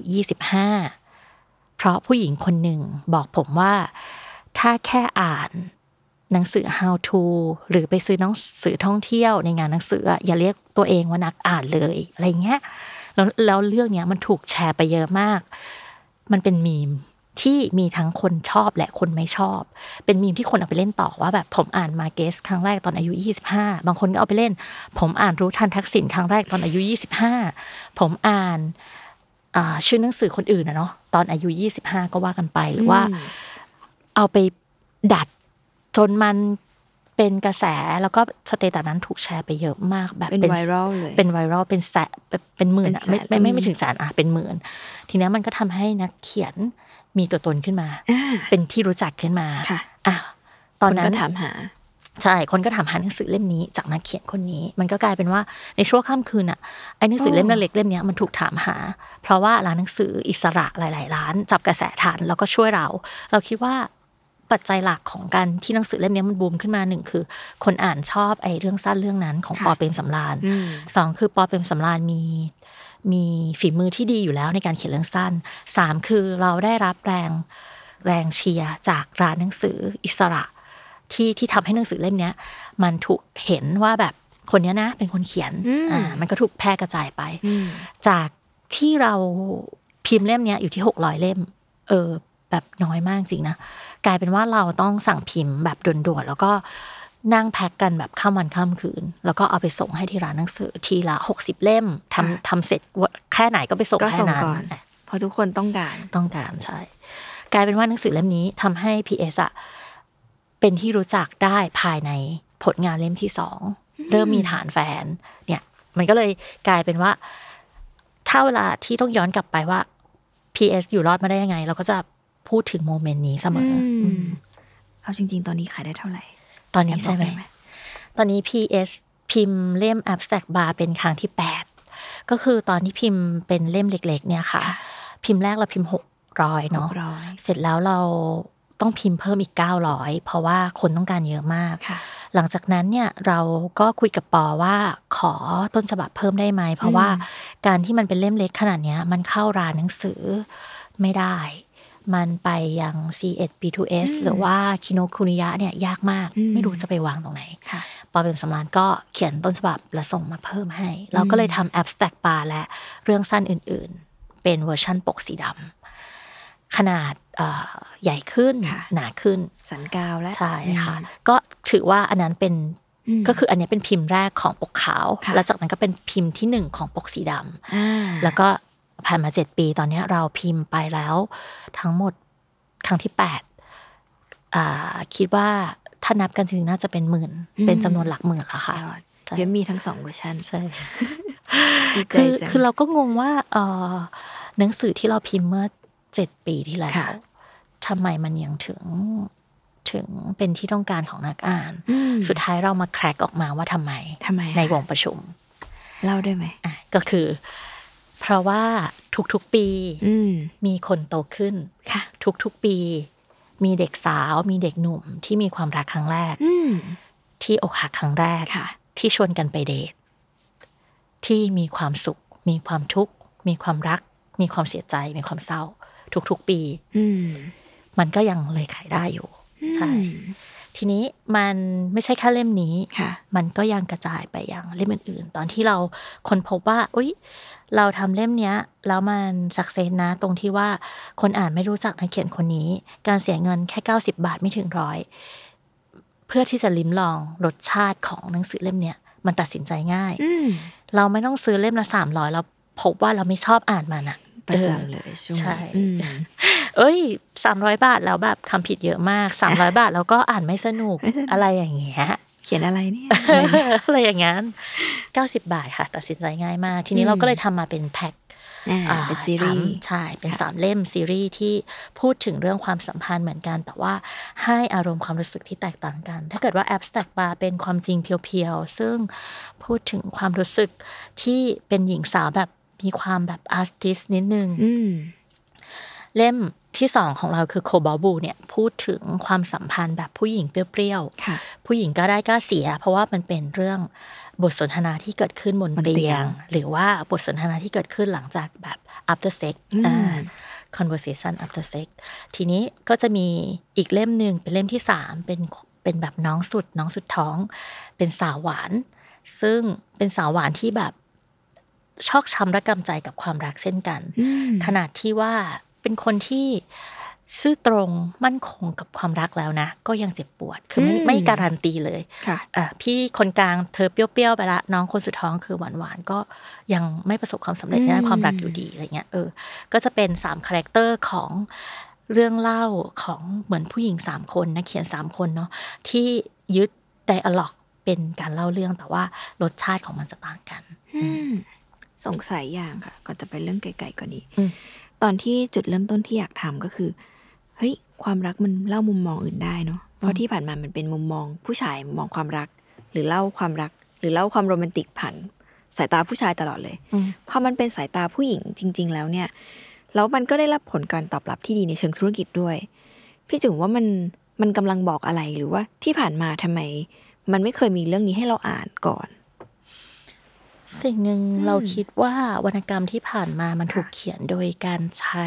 25เพราะผู้หญิงคนหนึ่งบอกผมว่าถ้าแค่อ่านหนังสือ how to หรือไปซื้อหนังสือท่องเที่ยวในงานหนังสืออย่าเรียกตัวเองว่านักอ่านเลยอะไรเงี้ยแล้วเรื่องนี้มันถูกแชร์ไปเยอะมากมันเป็นมีมที่มีทั้งคนชอบและคนไม่ชอบเป็นมีมที่คนเอาไปเล่นต่อว่าแบบผมอ่านมาเกสครั้งแรกตอนอายุ25บางคนก็เอาไปเล่นผมอ่านรู้ทันทักษิณครั้งแรกตอนอายุ25ผมอ่านชื่อหนังสือคนอื่นนะเนาะตอนอายุ25ก็ว่ากันไปหรือว่าเอาไปดัดจนมันเป็นกระแสแล้วก็สเตตัสนั้นถูกแชร์ไปเยอะมากแบบเป็นไวรัลเลยเป็นไวรัลเป็นแสนเป็นหมื่นอ่ะไม่ถึงแสนเป็นหมื่นทีนี้มันก็ทำให้นักเขียนมีตัวตนขึ้นมาเป็นที่รู้จักขึ้นมาตอนนั้นคนก็ถามหาใช่คนก็ถามหาหนังสือเล่มนี้จากนักเขียนคนนี้มันก็กลายเป็นว่าในช่วงค่ำคืนอ่ะไอ้หนังสือเล่มเล็กๆเล่มนี้มันถูกถามหาเพราะว่าร้านหนังสืออิสระหลายๆร้านจับกระแสทันแล้วก็ช่วยเราคิดว่าปัจจัยหลักของการที่หนังสือเล่มนี้มันบูมขึ้นมา1คือคนอ่านชอบไอ้เรื่องสั้นเรื่องนั้นของป.เปรมสำราญ2คือป.เปรมสำราญมีฝีมือที่ดีอยู่แล้วในการเขียนเรื่องสั้น3คือเราได้รับแรงเชียร์จากร้านหนังสืออิสระที่ทำให้หนังสือเล่มนี้มันถูกเห็นว่าแบบคนนี้นะเป็นคนเขียนมันก็ถูกแพร่กระจายไปจากที่เราพิมพ์เล่มนี้อยู่ที่600เล่มแบบน้อยมากจริงนะกลายเป็นว่าเราต้องสั่งพิมพ์แบบด่วนๆแล้วก็นั่งแพ็คกันแบบข้ามวันข้ามคืนแล้วก็เอาไปส่งให้ที่ร้านหนังสือทีละ60เล่มทำเสร็จแค่ไหนก็ไปส่งแค่นั้นเพราะทุกคนต้องการใช่กลายเป็นว่าหนังสือเล่มนี้ทำให้ PS อ่ะเป็นที่รู้จักได้ภายในผลงานเล่มที่2เริ่มมีฐานแฟนเนี่ยมันก็เลยกลายเป็นว่าถ้าเวลาที่ต้องย้อนกลับไปว่า PS อยู่รอดมาได้ยังไงเราก็จะพูดถึงโมเมนต์นี้เสมอเอาจริงๆตอนนี้ขายได้เท่าไหร่ตอนนี้ใช่ไหมตอนนี้ PS พิมพ์เล่ม Abstract Bar เป็นครั้งที่8ก็คือตอนที่พิมพ์เป็นเล่มเล็กๆเนี่ยค่ะพิมพ์แรกเราพิมพ์600เนาะเสร็จแล้วเราต้องพิมพ์เพิ่มอีก900เพราะว่าคนต้องการเยอะมากหลังจากนั้นเนี่ยเราก็คุยกับปอว่าขอต้นฉบับเพิ่มได้ไหมเพราะว่าการที่มันเป็นเล่มเล็กขนาดนี้มันเข้าร้านหนังสือไม่ได้มันไปยัง C1 B2S หรือว่าคิโนคุนิยะเนี่ยยากมากไม่รู้จะไปวางตรงไหนปอเปรมสำราญก็เขียนต้นฉบับและส่งมาเพิ่มให้เราก็เลยทำ Abstract Bar และเรื่องสั้นอื่นๆเป็นเวอร์ชั่นปกสีดำขนาดใหญ่ขึ้นหนาขึ้นสันกาวและใช่ค่ะก็ถือว่าอันนั้นเป็นก็คืออันนี้เป็นพิมพ์แรกของปกขาวแล้วจากนั้นก็เป็นพิมพ์ที่1ของปกสีดำแล้วก็ผ่านมา7ปีตอนนี้เราพิมพ์ไปแล้วทั้งหมดครั้งที่8คิดว่าถ้านับกันจริงๆน่าจะเป็นหมื่นเป็นจำนวนหลักหมื่นแล้วค่ะเดี๋ยวมีทั้ง2เวอร์ชันใช่คือเราก็งงว่าหนังสือที่เราพิมพ์เมื่อ7ปีที่แล้วทำไมมันยังถึงเป็นที่ต้องการของนักอ่านสุดท้ายเรามาแคร็กออกมาว่าทำไมในวงประชุมเล่าได้ไหมก็คือเพราะว่าทุกๆปีมีคนโตขึ้นทุกๆปีมีเด็กสาวมีเด็กหนุ่มที่มีความรักครั้งแรกที่อกหักครั้งแรกที่ชวนกันไปเดทที่มีความสุขมีความทุกข์มีความรักมีความเสียใจมีความเศร้าทุกๆปีมันก็ยังเลยขายได้อยู่ใช่ทีนี้มันไม่ใช่แค่เล่มนี้มันก็ยังกระจายไปยังเล่มอื่นๆตอนที่เราค้นพบว่าอุ๊ยเราทำเล่มเนี้ยแล้วมันสักเซสนะตรงที่ว่าคนอ่านไม่รู้จักนักเขียนคนนี้การเสียเงินแค่90 บาทไม่ถึง100เพื่อที่จะลิ้มลองรสชาติของหนังสือเล่มเนี้ยมันตัดสินใจง่ายเราไม่ต้องซื้อเล่มละ300เราพบว่าเราไม่ชอบอ่านมันอะประจำเลยใช่300 บาทแล้วแบบคำผิดเยอะมาก300 บาทแล้วก็อ่านไม่สนุกอะไรอย่างเงี้ยเขียนอะไรเนี่ยอะไรอย่างงั้น90 บาทค่ะตัดสินใจง่ายมากทีนี้เราก็เลยทำมาเป็นแพ็คเป็นซีรีส์ใช่เป็น3 เล่มซีรีส์ที่พูดถึงเรื่องความสัมพันธ์เหมือนกันแต่ว่าให้อารมณ์ความรู้สึกที่แตกต่างกันถ้าเกิดว่า Abstract Bar เป็นความจริงเพียวๆซึ่งพูดถึงความรู้สึกที่เป็นหญิงสาวแบบมีความแบบอาร์ติสนิดนึงเล่มที่2ของเราคือโคบอลบูเนี่ยพูดถึงความสัมพันธ์แบบผู้หญิงเปรี้ยวๆผู้หญิงก็ได้ก็เสียเพราะว่ามันเป็นเรื่องบทสนทนาที่เกิดขึ้นบนเตียงหรือว่าบทสนทนาที่เกิดขึ้นหลังจากแบบ after sex conversation after sex ทีนี้ก็จะมีอีกเล่มนึงเป็นเล่มที่3เป็นแบบน้องสุดท้องเป็นสาวหวานซึ่งเป็นสาวหวานที่แบบชอกช้ำระกำใจกับความรักเช่นกันขนาดที่ว่าเป็นคนที่ซื่อตรงมั่นคงกับความรักแล้วนะก็ยังเจ็บปวดคือไม่การันตีเลยพี่คนกลางเธอเปรี้ยวๆไปละน้องคนสุดท้องคือหวานๆก็ยังไม่ประสบความสำเร็จในด้านความรักอยู่ดีอะไรเงี้ยก็จะเป็น3คาแรคเตอร์ของเรื่องเล่าของเหมือนผู้หญิง3คนนักเขียน3คนเนาะที่ยึดไดอะล็อกเป็นการเล่าเรื่องแต่ว่ารสชาติของมันจะต่างกันสงสัยอย่างค่ะก่อนจะไปเรื่องไกลๆกว่านี้ตอนที่จุดเริ่มต้นที่อยากทำก็คือเฮ้ยความรักมันเล่ามุมมองอื่นได้เนาะเพราะที่ผ่านมามันเป็นมุมมองผู้ชายมองความรักหรือเล่าความรักหรือเล่าความโรแมนติกผ่านสายตาผู้ชายตลอดเลยพอมันเป็นสายตาผู้หญิงจริงๆแล้วเนี่ยแล้วมันก็ได้รับผลการตอบรับที่ดีในเชิงธุรกิจด้วยพี่จุ๋มว่ามันกำลังบอกอะไรหรือว่าที่ผ่านมาทำไมมันไม่เคยมีเรื่องนี้ให้เราอ่านก่อนสิ่งหนึ่งเราคิดว่าวรรณกรรมที่ผ่านมามันถูกเขียนโดยการใช้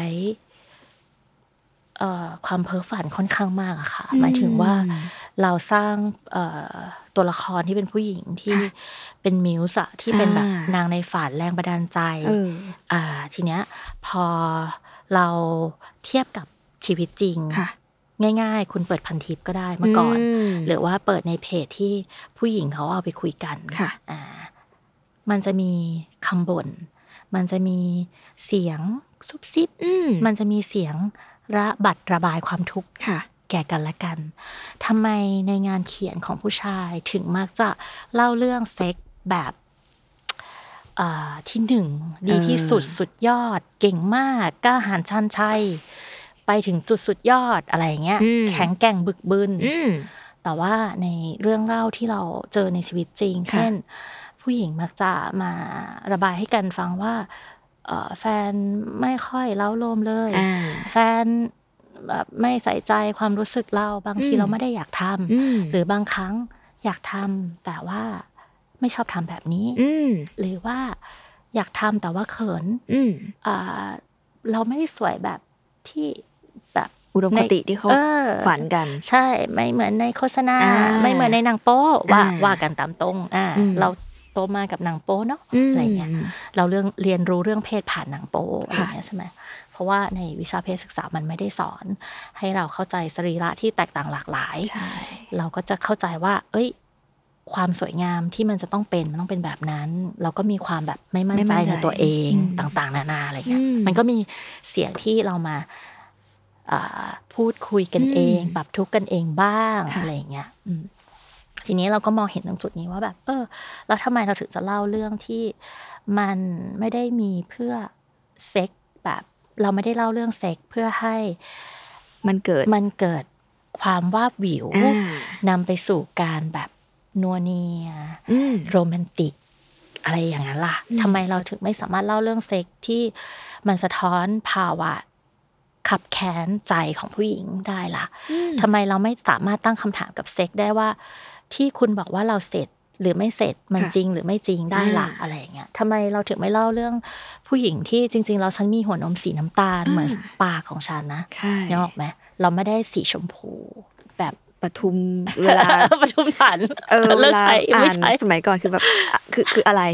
ความเพ้อฝันค่อนข้างมากอะค่ะหมายถึงว่าเราสร้างตัวละครที่เป็นผู้หญิงที่เป็นมิวส์ที่เป็นแบบนางในฝันแรงบันดาลใจทีเนี้ยพอเราเทียบกับชีวิตจริงง่ายๆคุณเปิดพันทิปก็ได้เมื่อก่อนหรือว่าเปิดในเพจที่ผู้หญิงเขาเอาไปคุยกันมันจะมีคำบ่นมันจะมีเสียงซุบซิบมันจะมีเสียงระบายความทุกข์แก่กันและกันทำไมในงานเขียนของผู้ชายถึงมักจะเล่าเรื่องเซ็กแบบที่1ดีที่สุดสุดยอดเก่งมากกล้าหาญชันชัยไปถึงจุดสุดยอดอะไรอย่างเงี้ยแข็งแกร่งบึกบึนแต่ว่าในเรื่องเล่าที่เราเจอในชีวิตจริงเช่นผู้หญิงมักจะมาระบายให้กันฟังว่าแฟนไม่ค่อยเล้าโลมเลยแฟนแบบไม่ใส่ใจความรู้สึกเราบางทีเราไม่ได้อยากทำหรือบางครั้งอยากทำแต่ว่าไม่ชอบทำแบบนี้หรือว่าอยากทำแต่ว่าเขินเราไม่ได้สวยแบบที่แบบอุดมคติที่เขาฝันกันใช่ไม่เหมือนในโฆษณาไม่เหมือนในหนังโป๊ว่ากันตามตรงเราโตมากับหนังโป๊เนาะอะไรเงี้ยเราเรียนรู้เรื่องเพศผ่านหนังโป๊อะไรเงี้ยใช่ไหมเพราะว่าในวิชาเพศศึกษามันไม่ได้สอนให้เราเข้าใจสรีระที่แตกต่างหลากหลายเราก็จะเข้าใจว่าความสวยงามที่มันจะต้องเป็นมันต้องเป็นแบบนั้นเราก็มีความแบบไม่มั่นใจในตัวเองต่างๆนานาอะไรเงี้ยมันก็มีเสียงที่เรามาพูดคุยกันเองปรับทุกข์กันเองบ้างอะไรเงี้ยทีนี้เราก็มองเห็นตรงจุดนี้ว่าแบบแล้วทำไมเราถึงจะเล่าเรื่องที่มันไม่ได้มีเพื่อเซ็กแบบเราไม่ได้เล่าเรื่องเซ็กเพื่อให้มันเกิดความวาบหวิวนำไปสู่การแบบนัวเนียโรแมนติกอะไรอย่างนั้นล่ะทำไมเราถึงไม่สามารถเล่าเรื่องเซ็กที่มันสะท้อนภาวะขับแค้นใจของผู้หญิงได้ล่ะทำไมเราไม่สามารถตั้งคำถามกับเซ็กได้ว่าที่คุณบอกว่าเราเสร็จหรือไม่เสร็จมันจริงหรือไม่จริงได้ล่ะอะไรอย่างเงี้ยทำไมเราถึงไม่เล่าเรื่องผู้หญิงที่จริงๆเราฉันมีหัวนมสีน้ำตาลเหมือนปากของฉันนะนึกออกไหมเราไม่ได้สีชมพูแบบปทุมเวลาปทุมฐานเลิกใช้ไม่ใช้สมัยก่อนคือแบบคืออะไร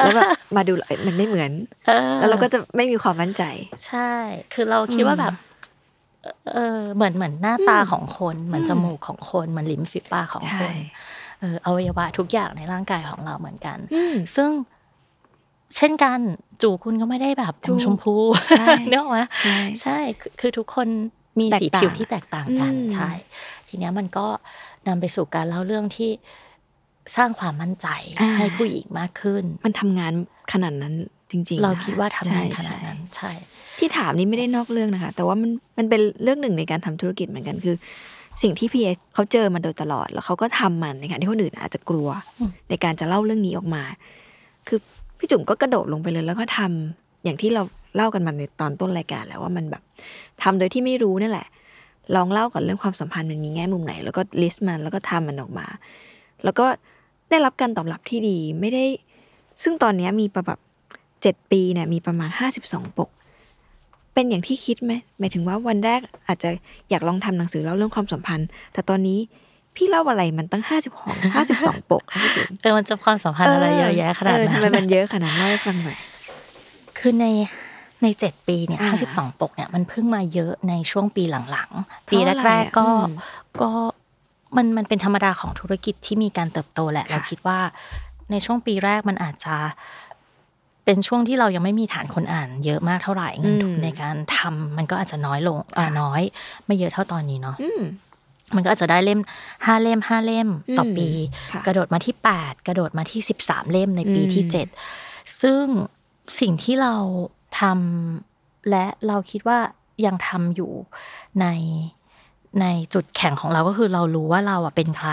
แล้วแบบมาดูมันไม่เหมือนแล้วเราก็จะไม่มีความมั่นใจใช่คือเราคิดว่าแบบเหมือนหน้าตาของคนเหมือนจมูกของคนเหมือนลิ้นฝีปากของคนอวัยวะทุกอย่างในร่างกายของเราเหมือนกันซึ่งเช่นกันจูคุณก็ไม่ได้แบบชมพูเนอะวะใช่คือทุกคนมีสีผิวที่แตกต่างกันใช่ทีเนี้ยมันก็นำไปสู่การเล่าเรื่องที่สร้างความมั่นใจให้ผู้หญิงมากขึ้นมันทำงานขนาดนั้นจริงๆเราคิดว่าทำงานขนาดนั้นใช่ที่ถามนี่ไม่ได้นอกเรื่องนะคะแต่ว่ามันเป็นเรื่องหนึ่งในการทำธุรกิจเหมือนกันคือสิ่งที่พีเอสเขาเจอมาโดยตลอดแล้วเขาก็ทำมันในขณะที่คนอื่นอาจจะกลัวในการจะเล่าเรื่องนี้ออกมาคือพี่จุ๋มก็กระโดดลงไปเลยแล้วก็ทำอย่างที่เราเล่ากันมาในตอนต้นรายการแล้วว่ามันแบบทำโดยที่ไม่รู้นั่นแหละลองเล่าก่อนเรื่องความสัมพันธ์มันมีแง่มุมไหนแล้วก็ลิสต์มันแล้วก็ทำมันออกมาแล้วก็ได้รับการตอบรับที่ดีไม่ได้ซึ่งตอนนี้มีประมาณ7 ปีเนี่ยมีประมาณ52 ปกเป็นอย่างที่คิดไหมหมายถึงว่าวันแรกอาจจะอยากลองทำหนังสือเล่าเรื่องความสัมพันธ์แต่ตอนนี้พี่เล่าอะไรมันตั้ง52 ปกพี่จุ๋มมันจะความสัมพันธ์อะไรเยอะแยะขนาดนั้นทำไมมันเยอะขนาดนั้นเล่าให้ฟังหน่อยคือใน7 ปีเนี่ย52 ปกเนี่ยมันเพิ่งมาเยอะในช่วงปีหลังๆปีแรกๆก็มันเป็นธรรมดาของธุรกิจที่มีการเติบโตแหละเราคิดว่าในช่วงปีแรกมันอาจจะเป็นช่วงที่เรายังไม่มีฐานคนอ่านเยอะมากเท่าไหร่เงินทุนในการทำมันก็อาจจะน้อยลงน้อยไม่เยอะเท่าตอนนี้เนาะมันก็อาจจะได้5 เล่มต่อปีกระโดดมาที่8กระโดดมาที่13 เล่มในปีที่7ซึ่งสิ่งที่เราทำและเราคิดว่ายังทำอยู่ในจุดแข็งของเราก็คือเรารู้ว่าเราเป็นใคร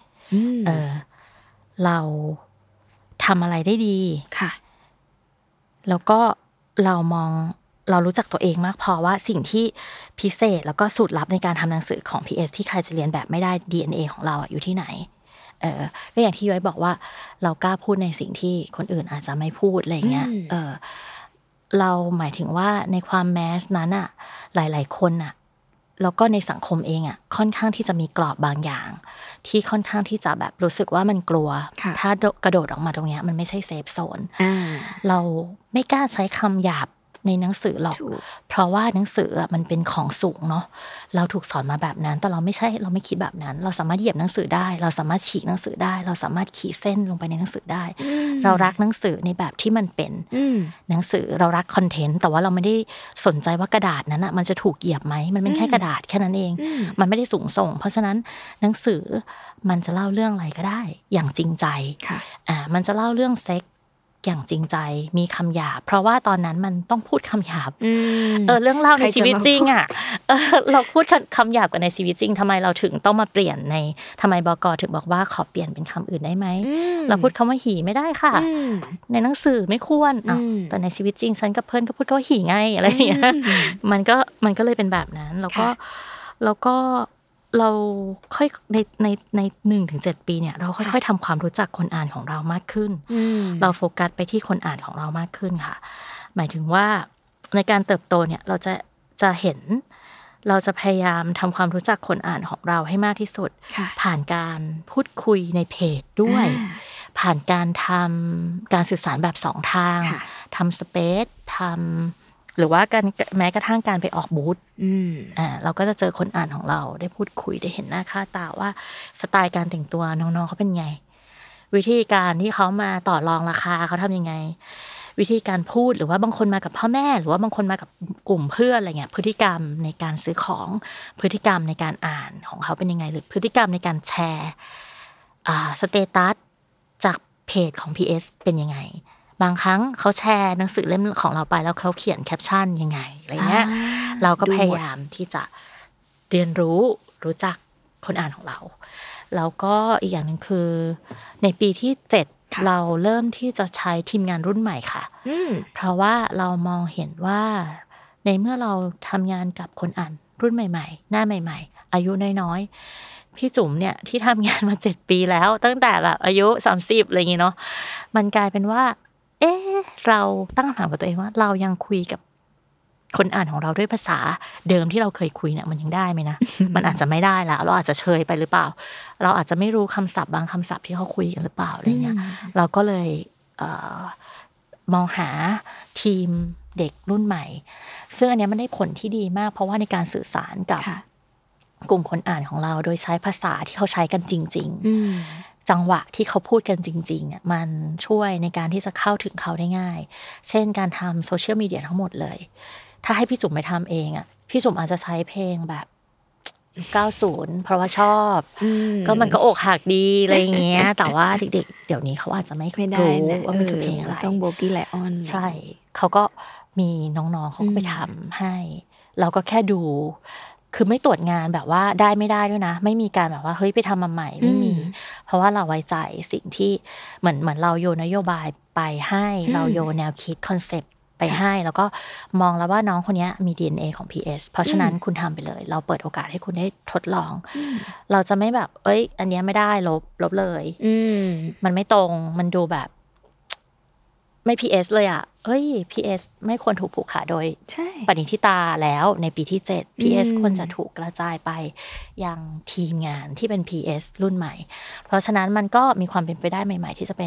เราทำอะไรได้ดีค่ะแล้วก็เรารู้จักตัวเองมากพอว่าสิ่งที่พิเศษแล้วก็สูตรลับในการทำหนังสือของ PS ที่ใครจะเรียนแบบไม่ได้ DNA ของเราอยู่ที่ไหนก็อย่างที่ย้อยบอกว่าเรากล้าพูดในสิ่งที่คนอื่นอาจจะไม่พูดอะไรเงี้ยเราหมายถึงว่าในความแมสนั้นอ่ะหลายๆคนอ่ะแล้วก็ในสังคมเองอ่ะค่อนข้างที่จะมีกรอบบางอย่างที่ค่อนข้างที่จะแบบรู้สึกว่ามันกลัวถ้ากระโดดออกมาตรงเนี้ยมันไม่ใช่เซฟโซนเราไม่กล้าใช้คำหยาบในหนังสือหรอกเพราะว่าหนังสือมันเป็นของสูงเนาะเราถูกสอนมาแบบนั้นแต่เราไม่คิดแบบนั้นเราสามารถเหยียบหนังสือได้เราสามารถฉีกหนังสือได้เราสามารถขีดเส้นลงไปในหนังสือได้เรารักหนังสือในแบบที่มันเป็นหนังสือเรารักคอนเทนต์แต่ว่าเราไม่ได้สนใจว่ากระดาษนั้นมันจะถูกเหยียบไหมมันเป็นแค่กระดาษแค่นั้นเองมันไม่ได้สูงส่งเพราะฉะนั้นหนังสือมันจะเล่าเรื่องอะไรก็ได้อย่างจริงใจมันจะเล่าเรื่องเซ็กอย่างจริงใจมีคำหยาบเพราะว่าตอนนั้นมันต้องพูดคำหยาบเรื่องเล่าในชีวิตจริงเราพูดคำหยาบกันในชีวิตจริงทำไมเราถึงต้องมาเปลี่ยนในทำไมบก.ถึงบอกว่าขอเปลี่ยนเป็นคำอื่นได้ไหมเราพูดคำว่าหี่ไม่ได้ค่ะในหนังสือไม่ควรแต่ในชีวิตจริงฉันกับเพื่อนก็พูดว่าหี่ไงอะไรอย่างเงี้ยมันก็เลยเป็นแบบนั้นแล้วก็เราค่อยใน1-7 ปีเนี่ยเราค่อยๆทำความรู้จักคนอ่านของเรามากขึ้นเราโฟกัสไปที่คนอ่านของเรามากขึ้นค่ะหมายถึงว่าในการเติบโตเนี่ยเราจะเห็นเราจะพยายามทำความรู้จักคนอ่านของเราให้มากที่สุดผ่านการพูดคุยในเพจด้วยผ่านการสื่อสารแบบ2 ทางทำสเปซหรือว่าแม้กระทั่งการไปออกบูธเราก็จะเจอคนอ่านของเราได้พูดคุยได้เห็นหน้าค่าตาว่าสไตล์การแต่งตัวน้องๆเขาเป็นไงวิธีการที่เขามาต่อรองราคาเขาทำยังไงวิธีการพูดหรือว่าบางคนมากับพ่อแม่หรือว่าบางคนมากับกลุ่มเพื่อนอะไรเงี้ยพฤติกรรมในการซื้อของพฤติกรรมในการอ่านของเขาเป็นยังไงหรือพฤติกรรมในการแชร์สเตตัสจากเพจของ PS เป็นยังไงบางครั้งเขาแชร์หนังสือเล่มของเราไปแล้วเขาเขียนแคปชั่นยังไงอะไรเงี้ยเราก็พยายามที่จะเรียนรู้จักคนอ่านของเราแล้วก็อีกอย่างนึงคือในปีที่7เราเริ่มที่จะใช้ทีมงานรุ่นใหม่ค่ะเพราะว่าเรามองเห็นว่าในเมื่อเราทำงานกับคนอ่านรุ่นใหม่ๆหน้าใหม่ๆอายุน้อยๆพี่จุ๋มเนี่ยที่ทำงานมา7 ปีแล้วตั้งแต่แบบอายุ30อะไรอย่างงี้เนาะมันกลายเป็นว่าเราตั้งคำถามกับตัวเองว่าเรายังคุยกับคนอ่านของเราด้วยภาษาเดิมที่เราเคยคุยเนี่ยมันยังได้ไหมนะ มันอาจจะไม่ได้ละเราอาจจะเชยไปหรือเปล่าเราอาจจะไม่รู้คำศัพท์บางคำศัพท์ที่เขาคุยกันหรือเปล่าอะไรเงี้ยเราก็เลยมองหาทีมเด็กรุ่นใหม่ซึ่งอันนี้มันได้ผลที่ดีมากเพราะว่าในการสื่อสารกับกลุ่มคนอ่านของเราโดยใช้ภาษาที่เขาใช้กันจริงๆจังหวะที่เขาพูดกันจริงๆมันช่วยในการที่จะเข้าถึงเขาได้ง่ายเช่นการทำโซเชียลมีเดียทั้งหมดเลยถ้าให้พี่จุ๋มไปทำเองพี่จุ๋มอาจจะใช้เพลงแบบ90เพราะว่าชอบก็มันก็อกหักดีอะไรเงี้ยแต่ว่าเด็กๆเดี๋ยวนี้เขาอาจจะไม่รู้ว่ามันคือเพลงอะไรต้องโบกี้ไลออนใช่เขาก็มีน้องๆเขาก็ไปทำให้เราก็แค่ดูคือไม่ตรวจงานแบบว่าได้ไม่ได้ด้วยนะไม่มีการแบบว่าเฮ้ยไปทำมาใหม่ไม่มีเพราะว่าเราไว้ใจสิ่งที่เหมือนเราโยนนโยบายไปให้เราโยนแนวคิดคอนเซปต์ไปให้แล้วก็มองแล้วว่าน้องคนนี้มี DNA ของ PS เพราะฉะนั้นคุณทำไปเลยเราเปิดโอกาสให้คุณได้ทดลองเราจะไม่แบบเอ้ยอันนี้ไม่ได้ลบเลยมันไม่ตรงมันดูแบบไม่ PS เลยเฮ้ย PS ไม่ควรถูกผูกขาดโดยปณิธิตาแล้วในปีที่7 PS ควรจะถูกกระจายไปยังทีมงานที่เป็น PS รุ่นใหม่เพราะฉะนั้นมันก็มีความเป็นไปได้ใหม่ๆที่จะเป็น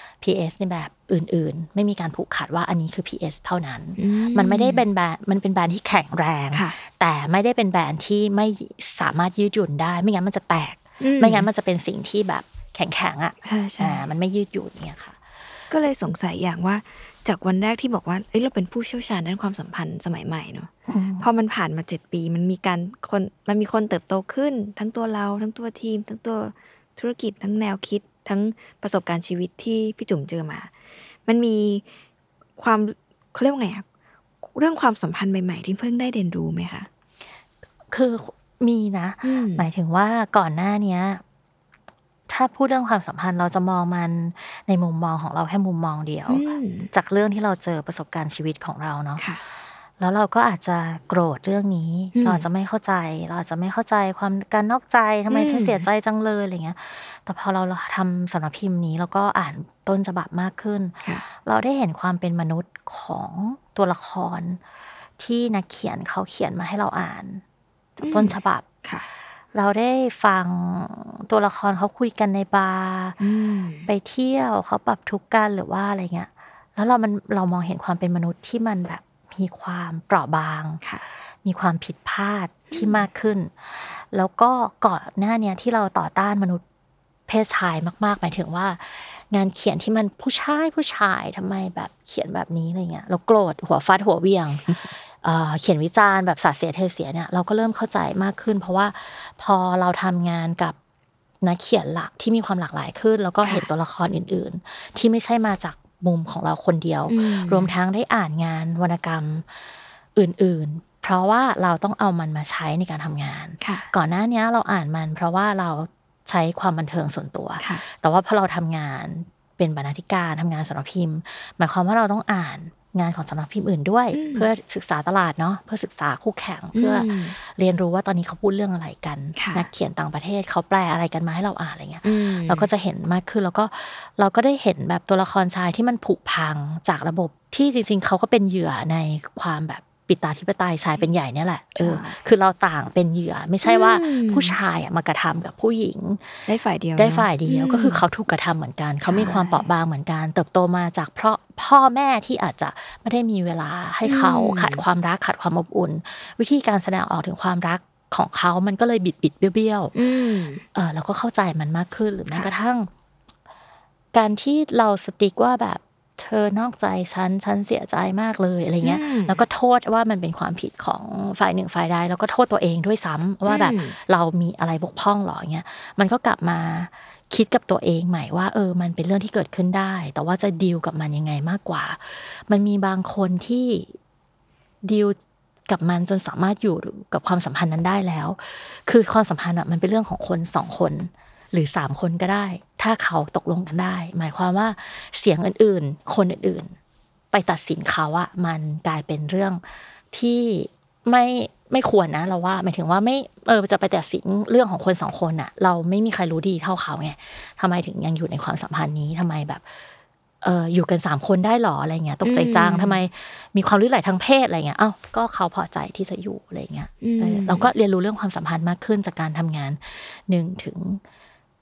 PS ในแบบอื่นๆไม่มีการผูกขาดว่าอันนี้คือ PS เท่านั้นมันไม่ได้เป็นแบรนด์มันเป็นแบรนด์ที่แข็งแรงแต่ไม่ได้เป็นแบรนด์ที่ไม่สามารถยืดหยุ่นได้ไม่งั้นมันจะแตกไม่งั้นมันจะเป็นสิ่งที่แบบแข็งๆมันไม่ยืดหยุ่นเนี่ยค่ะก็เลยสงสัยอย่างว่าจากวันแรกที่บอกว่าเราเป็นผู้เชี่ยวชาญด้านความสัมพันธ์สมัยใหม่เนาะพอมันผ่านมา7ปีมันมีคนเติบโตขึ้นทั้งตัวเราทั้งตัวทีมทั้งตัวธุรกิจทั้งแนวคิดทั้งประสบการณ์ชีวิตที่พี่จุ๋มเจอมามันมีความเขาเรียกว่าไงเรื่องความสัมพันธ์ใหม่ๆที่เพิ่งได้เรียนรู้ไหมคะคือมีนะหมายถึงว่าก่อนหน้านี้ถ้าพูดเรื่องความสัมพันธ์เราจะมองมันในมุมมองของเราแค่มุมมองเดียวจากเรื่องที่เราเจอประสบการณ์ชีวิตของเราเนาะแล้วเราก็อาจจะโกรธเรื่องนี้เราอาจจะไม่เข้าใจเราอาจจะไม่เข้าใจความการนอกใจทำไมฉันเสียใจจังเลยอะไรเงี้ยแต่พอเราทำสำนักพิมพ์นี้แล้วก็อ่านต้นฉบับมากขึ้นเราได้เห็นความเป็นมนุษย์ของตัวละครที่นักเขียนเขาเขียนมาให้เราอ่านต้นฉบับเราได้ฟังตัวละครเขาคุยกันในบาร์ไปเที่ยวเขาปรับทุกข์กันหรือว่าอะไรเงี้ยแล้วเรามองเห็นความเป็นมนุษย์ที่มันแบบมีความเปราะบางมีความผิดพลาดที่มากขึ้นแล้วก็ก่อนหน้านี้ที่เราต่อต้านมนุษย์เพศชายมากๆหมายถึงว่างานเขียนที่มันผู้ชายทำไมแบบเขียนแบบนี้อะไรเงี้ยเราโกรธหัวฟาดหัวเวียงเขียนวิจารณ์แบบสาดเสียเทเสียเนี่ยเราก็เริ่มเข้าใจมากขึ้นเพราะว่าพอเราทำงานกับนักเขียนหลักที่มีความหลากหลายขึ้นแล้วก็เห็นตัวละครอื่นๆที่ไม่ใช่มาจากมุมของเราคนเดียวรวมทั้งได้อ่านงานวรรณกรรมอื่นๆเพราะว่าเราต้องเอามันมาใช้ในการทำงานก่อนหน้านี้เราอ่านมันเพราะว่าเราใช้ความบันเทิงส่วนตัวแต่ว่าพอเราทำงานเป็นบรรณาธิการทำงานสำนักพิมพ์หมายความว่าเราต้องอ่านงานของสำนักพิมพ์อื่นด้วยเพื่อศึกษาตลาดเนาะเพื่อศึกษาคู่แข่งเพื่อเรียนรู้ว่าตอนนี้เขาพูดเรื่องอะไรกันนักเขียนต่างประเทศเขาแปลอะไรกันมาให้เราอ่านอะไรเงี้ยเราก็จะเห็นมากขึ้นแล้วก็เราก็ได้เห็นแบบตัวละครชายที่มันผุพังจากระบบที่จริงๆเขาก็เป็นเหยื่อในความแบบปิตาธิปไตยชายเป็นใหญ่เนี่ยแหละคือเราต่างเป็นเหยื่อไม่ใช่ว่าผู้ชายมากระทำกับผู้หญิงได้ฝ่ายเดียวก็คือเขาถูกกระทำเหมือนกันเขามีความเปราะบางเหมือนกันเติบโตมาจากเพราะพ่อแม่ที่อาจจะไม่ได้มีเวลาให้เขาขาดความรักขาดความอบอุ่นวิธีการแสดงออกถึงความรักของเขามันก็เลยบิดเบี้ยวเราก็เข้าใจมันมากขึ้นหรือแม้กระทั่งการที่เราสติ๊กว่าแบบเธอนอกใจฉันเสียใจมากเลยอะไรเงี้ยแล้วก็โทษว่ามันเป็นความผิดของฝ่ายหนึ่งฝ่ายใดแล้วก็โทษตัวเองด้วยซ้ำว่าแบบเรามีอะไรบกพร่องหรอเงี้ยมันก็กลับมาคิดกับตัวเองใหม่ว่ามันเป็นเรื่องที่เกิดขึ้นได้แต่ว่าจะดีลกับมันยังไงมากกว่ามันมีบางคนที่ดีลกับมันจนสามารถอยู่กับความสัมพันธ์นั้นได้แล้วคือความสัมพันธ์มันเป็นเรื่องของคน2คนหรือ3คนก็ได้ถ้าเขาตกลงกันได้หมายความว่าเสียงอื่นๆคนอื่นๆไปตัดสินเขามันกลายเป็นเรื่องที่ไม่ควรนะเราว่าหมายถึงว่าไม่จะไปตัดสินเรื่องของคน2คนเราไม่มีใครรู้ดีเท่าเขาไงทำไมถึงยังอยู่ในความสัมพันธ์นี้ทำไมแบบอยู่กัน3คนได้หรออะไรเงี้ยตกใจจังทำไมมีความลื่นไหลทางเพศอะไรเงี้ยก็เขาพอใจที่จะอยู่อะไรเงี้ยเราก็เรียนรู้เรื่องความสัมพันธ์มากขึ้นจากการทำงาน1 ถึง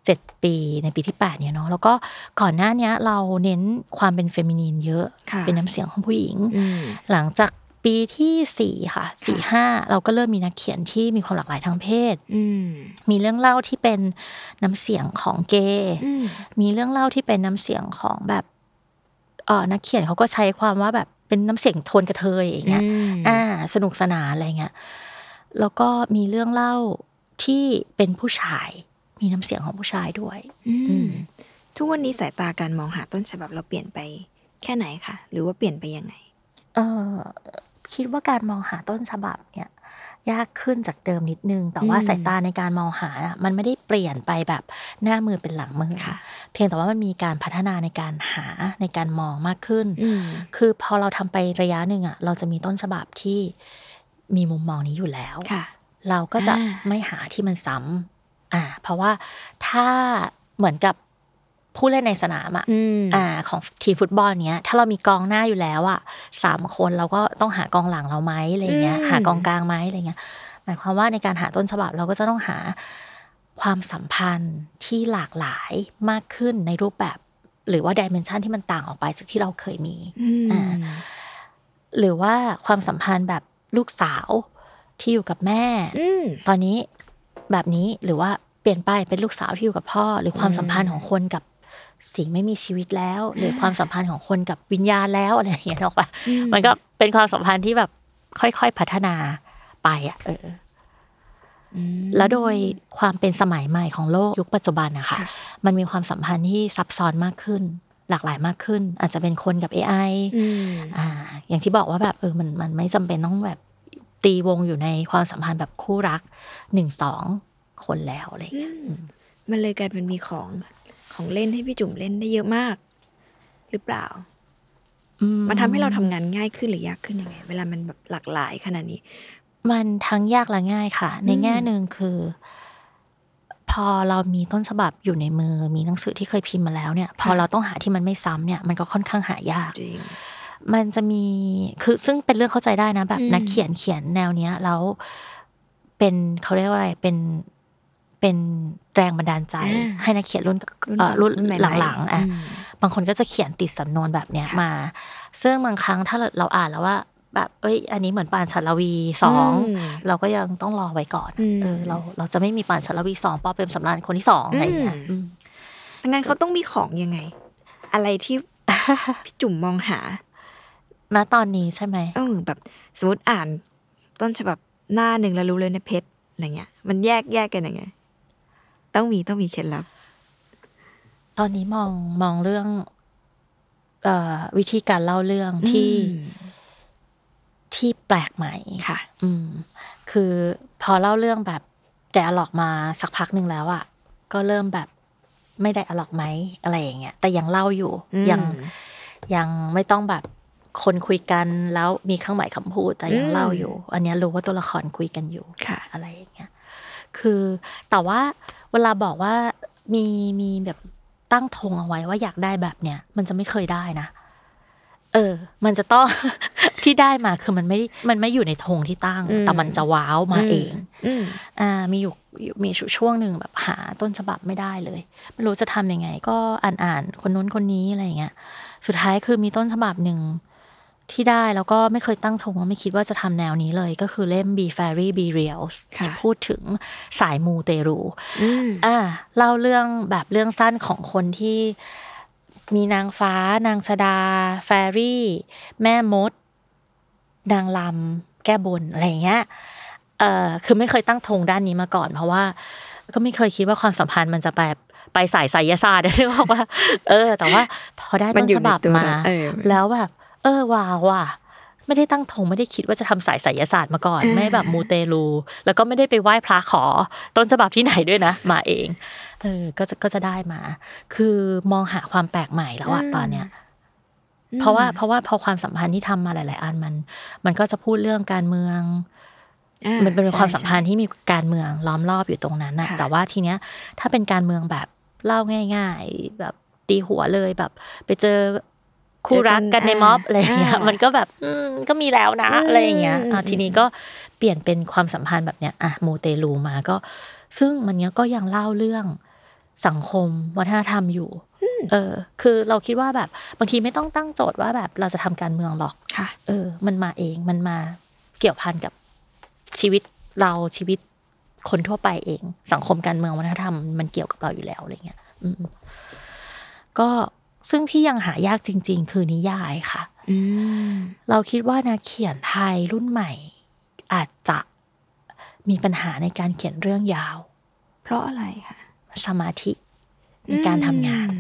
7 ปีในปีที่8เนี่ยเนาะแล้วก็ก่อนหน้านี้เราเน้นความเป็นเฟมินีนเยอะเป็นน้ำเสียงของผู้หญิงหลังจากปีที่4ค่ะ4-5เราก็เริ่มมีนักเขียนที่มีความหลากหลายทางเพศมีเรื่องเล่าที่เป็นน้ำเสียงของเกย์มีเรื่องเล่าที่เป็นน้ำเสียงของแบบนักเขียนเขาก็ใช้ความว่าแบบเป็นน้ำเสียงโทนกระเทยอย่างเงี้ยสนุกสนานอะไรเงี้ยแล้วก็มีเรื่องเล่าที่เป็นผู้ชายมีน้ำเสียงของผู้ชายด้วยทุกวันนี้สายตาการมองหาต้นฉบับเราเปลี่ยนไปแค่ไหนคะหรือว่าเปลี่ยนไปยังไงคิดว่าการมองหาต้นฉบับเนี่ยยากขึ้นจากเดิมนิดนึงแต่ว่าสายตาในการมองหาอ่ะมันไม่ได้เปลี่ยนไปแบบหน้ามือเป็นหลังมือเพียงแต่ว่ามันมีการพัฒนาในการหาในการมองมากขึ้นคือพอเราทำไประยะนึงอ่ะเราจะมีต้นฉบับที่มีมุมมองนี้อยู่แล้วเราก็จะไม่หาที่มันซ้ำเพราะว่าถ้าเหมือนกับผู้เล่นในสนามของทีมฟุตบอลเนี้ยถ้าเรามีกองหน้าอยู่แล้ว3 คนเราก็ต้องหากองหลังเราไหมอะไรเงี้ยหากองกลางไหมอะไรเงี้ยหมายความว่าในการหาต้นฉบับเราก็จะต้องหาความสัมพันธ์ที่หลากหลายมากขึ้นในรูปแบบหรือว่าดิเมนชันที่มันต่างออกไปจากที่เราเคยมีหรือว่าความสัมพันธ์แบบลูกสาวที่อยู่กับแม่ตอนนี้แบบนี้หรือว่าเปลี่ยนไปเป็นลูกสาวที่อยู่กับพ่อหรือความสัมพันธ์ของคนกับสิ่งไม่มีชีวิตแล้วหรือความสัมพันธ์ของคนกับวิญญาณแล้วอะไรอย่างเงี้ยหรอกป่ะมันก็เป็นความสัมพันธ์ที่แบบค่อยๆพัฒนาไปแล้วโดยความเป็นสมัยใหม่ของโลกยุคปัจจุบันนะคะมันมีความสัมพันธ์ที่ซับซ้อนมากขึ้นหลากหลายมากขึ้นอาจจะเป็นคนกับ AI อย่างที่บอกว่าแบบมันไม่จำเป็นต้องแบบตีวงอยู่ในความสัมพันธ์แบบคู่รัก 1-2 คนแล้วอะไรอย่างเงี้ยมันเลยกลายเป็นมีของเล่นให้พี่จุ๋มเล่นได้เยอะมากหรือเปล่ามันทำให้เราทำงานง่ายขึ้นหรือยากขึ้นยังไงเวลามันแบบหลากหลายขนาดนี้มันทั้งยากและง่ายค่ะในแง่นึงคือพอเรามีต้นฉบับอยู่ในมือมีหนังสือที่เคยพิมพ์มาแล้วเนี่ยพอเราต้องหาที่มันไม่ซ้ำเนี่ยมันก็ค่อนข้างหายากมันจะมีคือซึ่งเป็นเรื่องเข้าใจได้นะแบบนักเขียนแนวเนี้ยแล้วเป็นเขาเรียกว่าอะไรเป็นแรงบันดาลใจให้นักเขียนรุ่นหลังๆบางคนก็จะเขียนติดสำนวนแบบเนี้ยมาซึ่งบางครั้งถ้าเราอ่านแล้วว่าแบบอันนี้เหมือนปานฉัตรลวี2เราก็ยังต้องรอไว้ก่อนเราจะไม่มีปานฉัตรลวี2ปอเปรมสำราญคนที่2อะไรอย่างเงี้ยงั้นเขาต้องมีของยังไงอะไรที่ พี่จุ๋มมองหาณตอนนี้ใช่ไหมแบบสมมติอ่านต้นฉบับหน้านึงแล้วรู้เลยนะเพชรอะไรเงี้ยมันแยกกันยังไงต้องมีเคล็ดลับตอนนี้มองเรื่องวิธีการเล่าเรื่องที่แปลกใหม่ค่ะคือพอเล่าเรื่องแบบแต่อะล็อกมาสักพักนึงแล้วก็เริ่มแบบไม่ได้อะล็อกไหมอะไรอย่างเงี้ยแต่ยังเล่าอยู่ยังไม่ต้องแบบคนคุยกันแล้วมีเครื่องหมายคำพูดแต่ยังเล่าอยู่อันนี้รู้ว่าตัวละครคุยกันอยู่อะไรอย่างเงี้ยคือแต่ว่าเวลาบอกว่ามีแบบตั้งธงเอาไว้ว่าอยากได้แบบเนี้ยมันจะไม่เคยได้นะมันจะต้อง ที่ได้มาคือมันไม่อยู่ในธงที่ตั้งแต่มันจะว้าวมาเองมีช่วงหนึ่งแบบหาต้นฉบับไม่ได้เลยไม่รู้จะทำยังไงก็อ่านคนนู้นคนนี้อะไรอย่างเงี้ยสุดท้ายคือมีต้นฉบับหนึ่งที่ได้แล้วก็ไม่เคยตั้งธงว่าไม่คิดว่าจะทำแนวนี้เลยก็คือเล่ม Be Fairy Be Real จะพูดถึงสายมูเตรูเล่าเรื่องแบบเรื่องสั้นของคนที่มีนางฟ้านางชดาแฟรี่แม่มดนางลำแก้บนอะไรเงี้ยคือไม่เคยตั้งธงด้านนี้มาก่อนเพราะว่าก็ไม่เคยคิดว่าความสัมพันธ์มันจะไปสายไสยศาสตร์ได้บอกว่าแต่ว่าพอได้ต้นฉบับมาแล้วแบบว้าวว่ะไม่ได้ตั้งธงไม่ได้คิดว่าจะทำสายไสยศาสตร์มาก่อนไม่แบบมูเตลูแล้วก็ไม่ได้ไปไหว้พระขอต้นฉบับที่ไหนด้วยนะมาเองก็จะได้มาคือมองหาความแปลกใหม่แล้วตอนเนี้ยเพราะว่าพอความสัมพันธ์ที่ทำมาหลายๆอันมันก็จะพูดเรื่องการเมืองมันเป็นความสัมพันธ์ที่มีการเมืองล้อมรอบอยู่ตรงนั้นแต่ว่าทีเนี้ยถ้าเป็นการเมืองแบบเล่าง่ายๆแบบตีหัวเลยแบบไปเจอคู่รักกันในม็อบอะไรอย่างเงี้ยมันก็แบบก็มีแล้วนะอะไรอย่างเงี้ยทีนี้ก็เปลี่ยนเป็นความสัมพันธ์แบบเนี้ยมูเตลูมาก็ซึ่งมันเนี้ยก็ยังเล่าเรื่องสังคมวัฒนธรรมอยู่คือเราคิดว่าแบบบางทีไม่ต้องตั้งโจทย์ว่าแบบเราจะทำการเมืองหรอกมันมาเองมันมาเกี่ยวพันกับชีวิตเราชีวิตคนทั่วไปเองสังคมการเมืองวัฒนธรรมมันเกี่ยวกับเราอยู่แล้วอะไรเงี้ยก็ซึ่งที่ยังหายากจริงๆคือนิยายค่ะเราคิดว่านักเขียนไทยรุ่นใหม่อาจจะมีปัญหาในการเขียนเรื่องยาวเพราะอะไรคะสมาธิในการทำงาน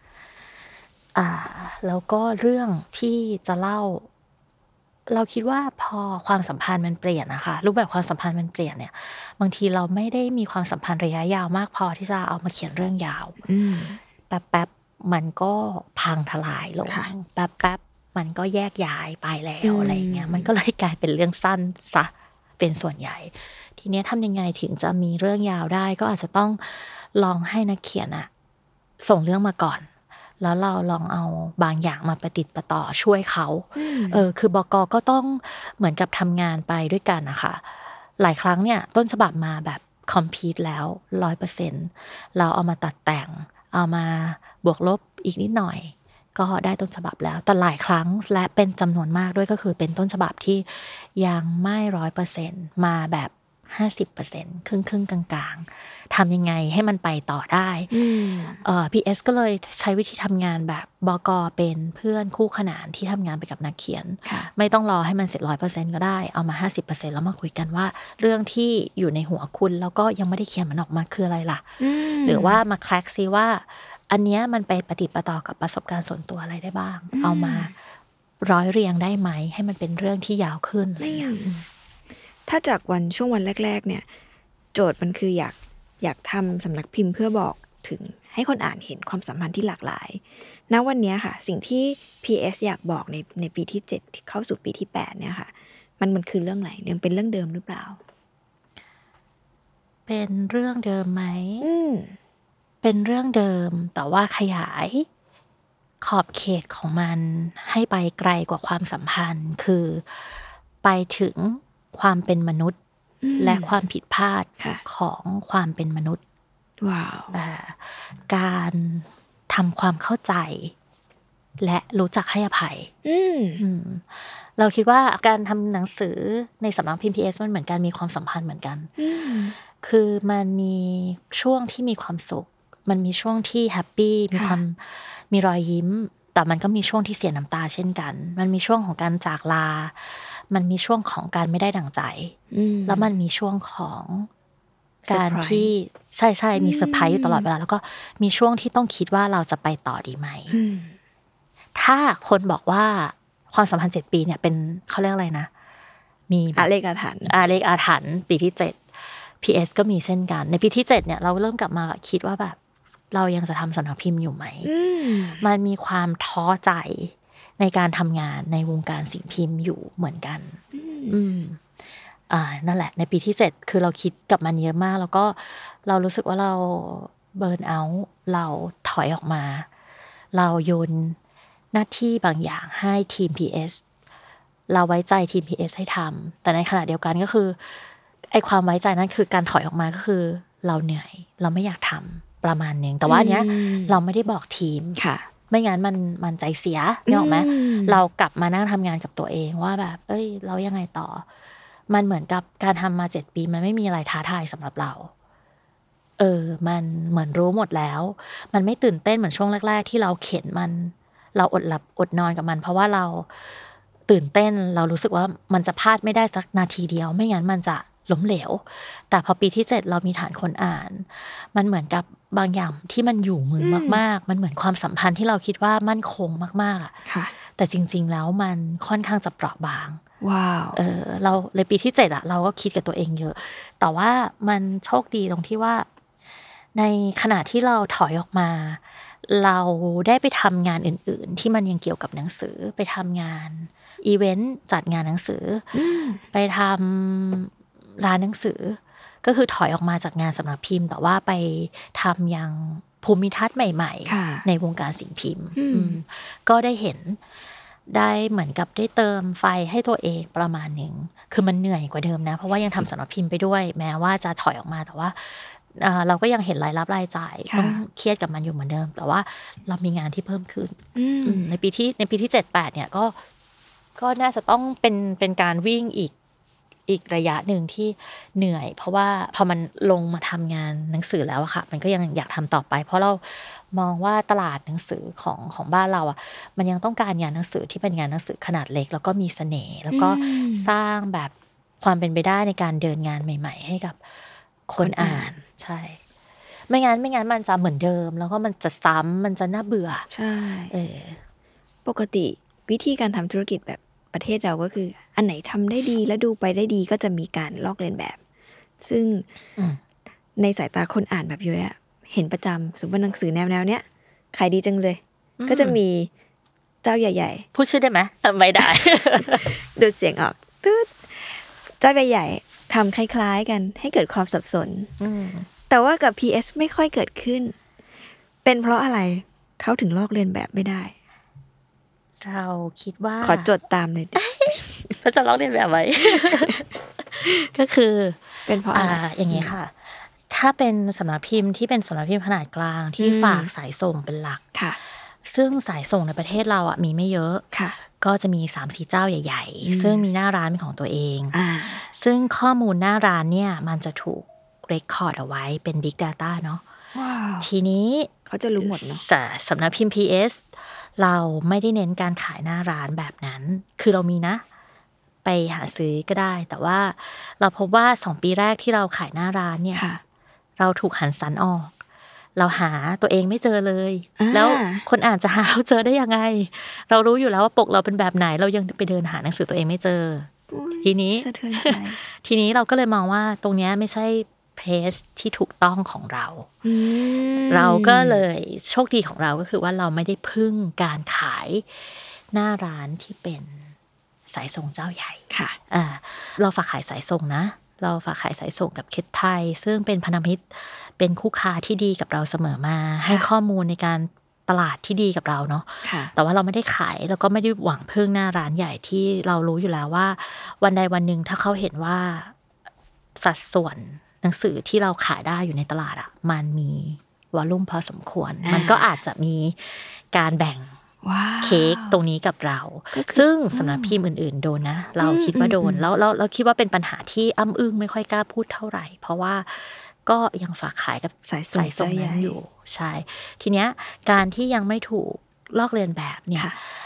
แล้วก็เรื่องที่จะเล่าเราคิดว่าพอความสัมพันธ์มันเปลี่ยนนะคะรูปแบบความสัมพันธ์มันเปลี่ยนเนี่ยบางทีเราไม่ได้มีความสัมพันธ์ระยะยาวมากพอที่จะเอามาเขียนเรื่องยาวแป๊บๆมันก็พังทลายลงแป๊บๆมันก็แยกย้ายไปแล้วอะไรเงี้ยมันก็เลยกลายเป็นเรื่องสั้นซะเป็นส่วนใหญ่ทีนี้ทำยังไงถึงจะมีเรื่องยาวได้ก็อาจจะต้องลองให้นักเขียนส่งเรื่องมาก่อนแล้วเราลองเอาบางอย่างมาประติดประต่อช่วยเขาคือบก.ก็ต้องเหมือนกับทำงานไปด้วยกันนะคะหลายครั้งเนี่ยต้นฉบับมาแบบคอมพลีทแล้ว 100% เราเอามาตัดแต่งเอามาบวกลบอีกนิดหน่อยก็ได้ต้นฉบับแล้วแต่หลายครั้งและเป็นจำนวนมากด้วยก็คือเป็นต้นฉบับที่ยังไม่ 100% มาแบบ50% ครึ่งกลางๆทำยังไงให้มันไปต่อได้PS ก็เลยใช้วิธีทำงานแบบบก.เป็นเพื่อนคู่ขนานที่ทำงานไปกับนักเขียนไม่ต้องรอให้มันเสร็จ 100% ก็ได้เอามา 50% แล้วมาคุยกันว่าเรื่องที่อยู่ในหัวคุณแล้วก็ยังไม่ได้เขียนมันออกมาคืออะไรล่ะหรือว่ามาแคร็กซิว่าอันเนี้ยมันไปปฏิปต่อกับประสบการณ์ส่วนตัวอะไรได้บ้างเอามาร้อยเรียงได้ไหมให้มันเป็นเรื่องที่ยาวขึ้นอะไรอย่างเงี้ยถ้าจากช่วงวันแรกๆเนี่ยโจทย์มันคืออยากทำสำนักพิมพ์เพื่อบอกถึงให้คนอ่านเห็นความสัมพันธ์ที่หลากหลายณวันนี้ค่ะสิ่งที่ PS อยากบอกในปีที่7ที่เข้าสู่ปีที่8เนี่ยค่ะมันคือเรื่องไหนยังเป็นเรื่องเดิมหรือเปล่าเป็นเรื่องเดิมไหมเป็นเรื่องเดิมแต่ว่าขยายขอบเขตของมันให้ไปไกลกว่าความสัมพันธ์คือไปถึงความเป็นมนุษย์และความผิดพลาดของความเป็นมนุษย์การทำความเข้าใจและรู้จักให้อภัยเราคิดว่าการทำหนังสือในสำนักพิมพ์ PS มันเหมือนกันมีความสัมพันธ์เหมือนกันคือมันมีช่วงที่มีความสุขมันมีช่วงที่แฮปปี้มีรอยยิ้มแต่มันก็มีช่วงที่เสียน้ำตาเช่นกันมันมีช่วงของการจากลามันมีช่วงของการไม่ได้ดั่งใจแล้วมันมีช่วงของการที่ใช่ๆมีเซอร์ไพรส์อยู่ตลอดเวลาแล้วก็มีช่วงที่ต้องคิดว่าเราจะไปต่อดีไหมถ้าคนบอกว่าความสัมพันธ์7 ปีเนี่ยเป็นเขาเรียกอะไรนะมีเลขอาถรรพ์เลขอาถรรพ์ปีที่7 PS ก็มีเช่นกันในปีที่7เนี่ยเราเริ่มกลับมาคิดว่าแบบเรายังจะทำสำนักพิมพ์อยู่ไหมมันมีความท้อใจในการทำงานในวงการสิ่งพิมพ์อยู่เหมือนกันนั่นแหละในปีที่7คือเราคิดกับมันเยอะมากแล้วก็เรารู้สึกว่าเราเบิร์นเอาท์เราถอยออกมาเราโยนหน้าที่บางอย่างให้ทีม PS เราไว้ใจทีม PS ให้ทำแต่ในขณะเดียวกันก็คือไอ้ความไว้ใจนั้นคือการถอยออกมาก็คือเราเหนื่อยเราไม่อยากทำประมาณนึงแต่ว่าอันเนี้ยเราไม่ได้บอกทีมไม่งั้นมันใจเสียนึกออกไหมเรากลับมานั่งทำงานกับตัวเองว่าแบบเรายังไงต่อมันเหมือนกับการทำมา7 ปีมันไม่มีอะไรท้าทายสำหรับเรามันเหมือนรู้หมดแล้วมันไม่ตื่นเต้นเหมือนช่วงแรกๆที่เราเข็นมันเราอดหลับอดนอนกับมันเพราะว่าเราตื่นเต้นเรารู้สึกว่ามันจะพลาดไม่ได้สักนาทีเดียวไม่งั้นมันจะล้มเหลวแต่พอปีที่7เรามีฐานคนอ่านมันเหมือนกับบางอย่างที่มันอยู่มือมากๆมันเหมือนความสัมพันธ์ที่เราคิดว่ามั่นคงมากๆอ่ะแต่จริงๆแล้วมันค่อนข้างจะเปราะบางว้าวเราในปีที่7อ่ะเราก็คิดกับตัวเองเยอะแต่ว่ามันโชคดีตรงที่ว่าในขณะที่เราถอยออกมาเราได้ไปทำงานอื่นๆที่มันยังเกี่ยวกับหนังสือไปทำงานอีเวนต์จัดงานหนังสือไปทำร้านหนังสือก็คือถอยออกมาจากงานสำนักพิมพ์แต่ว่าไปทำยังภูมิทัศน์ใหม่ๆในวงการสิ่งพิมพ์ก็ได้เห็นได้เหมือนกับได้เติมไฟให้ตัวเองประมาณนึงคือมันเหนื่อยกว่าเดิมนะเพราะว่ายังทำสำนักพิมพ์ไปด้วยแม้ว่าจะถอยออกมาแต่ว่าเราก็ยังเห็นรายรับรายจ่ายต้องเครียดกับมันอยู่เหมือนเดิมแต่ว่าเรามีงานที่เพิ่มขึ้นในปีที่7-8เนี่ยก็น่าจะต้องเป็นการวิ่งอีกระยะหนึ่งที่เหนื่อยเพราะว่าพอมันลงมาทำงานหนังสือแล้วอะค่ะมันก็ยังอยากทำต่อไปเพราะเรามองว่าตลาดหนังสือของบ้านเราอะมันยังต้องการงานหนังสือที่เป็นงานหนังสือขนาดเล็กแล้วก็มีเสน่ห์แล้วก็สร้างแบบความเป็นไปได้ในการเดินงานใหม่ๆให้กับคนอ่านใช่ไม่งั้นมันจะเหมือนเดิมแล้วก็มันจะซ้ำมันจะน่าเบื่อใช่ปกติวิธีการทำธุรกิจแบบประเทศเราก็คืออันไหนทำได้ดีและดูไปได้ดีก็จะมีการลอกเลียนแบบซึ่งในสายตาคนอ่านแบบย้อยอะเห็นประจำสมมติหนังสือแนวเนี้ยขายดีจังเลยก็จะมีเจ้าใหญ่ๆพูดชื่อได้ไหมไม่ได้ดูเสียงออกตืดเจ้าใหญ่ๆทำคล้ายๆกันให้เกิดความสับสนแต่ว่ากับ PS ไม่ค่อยเกิดขึ้นเป็นเพราะอะไรเขาถึงลอกเลียนแบบไม่ได้เราคิดว่าขอจดตามเลยเขาจะลอกเลียนแบบไว้ ก็คือเป็นเพราะอะไรอย่างนี้ค่ะถ้าเป็นสำนักพิมพ์ที่เป็นสำนักพิมพ์ขนาดกลางที่ฝากสายส่งเป็นหลักค่ะซึ่งสายส่งในประเทศเราอ่ะมีไม่เยอะก็จะมี 3-4 เจ้าใหญ่ๆซึ่งมีหน้าร้านเป็นของตัวเองซึ่งข้อมูลหน้าร้านเนี่ยมันจะถูกเรคคอร์ดเอาไว้เป็น Big Data เนาะทีนี้เขาจะรู้หมดเนาะสำนักพิมพ์ PS เราไม่ได้เน้นการขายหน้าร้านแบบนั้นคือเรามีนะไปหาซื้อก็ได้แต่ว่าเราพบว่า2 ปีแรกที่เราขายหน้าร้านเนี่ยเราถูกหันสันออกเราหาตัวเองไม่เจอเลยแล้วคนอ่านจะหาเราเจอได้ยังไงเรารู้อยู่แล้วว่าปกเราเป็นแบบไหนเรายังไปเดินหาหนังสือตัวเองไม่เจอทีนี้เราก็เลยมองว่าตรงนี้ไม่ใช่เพจที่ถูกต้องของเราเราก็เลยโชคดีของเราก็คือว่าเราไม่ได้พึ่งการขายหน้าร้านที่เป็นสายส่งเจ้าใหญ่ค่ะเราฝากขายสายส่งนะเราฝากขายสายส่งกับเคสไทยซึ่งเป็นพันธมิตรเป็นคู่ค้าที่ดีกับเราเสมอมาให้ข้อมูลในการตลาดที่ดีกับเราเนาะแต่ว่าเราไม่ได้ขายแล้วก็ไม่ได้หวังพึ่งหน้าร้านใหญ่ที่เรารู้อยู่แล้วว่าวันใดวันหนึ่งถ้าเขาเห็นว่าสัดส่วนหนังสือที่เราขายได้อยู่ในตลาดอ่ะมันมีวอลลุ่มพอสมควรมันก็อาจจะมีการแบ่งเค้กตรงนี้กับเราซึ่งสำนักพิมพ์อื่นๆโดนนะเราคิดว่าโดนแล้วเราคิดว่าเป็นปัญหาที่อ้ำอึ้งไม่ค่อยกล้าพูดเท่าไหร่เพราะว่าก็ยังฝากขายกับสายส่งนั้นอยู่ใช่ทีเนี้ยการที่ยังไม่ถูกลอกเลียนแบบเนี่ย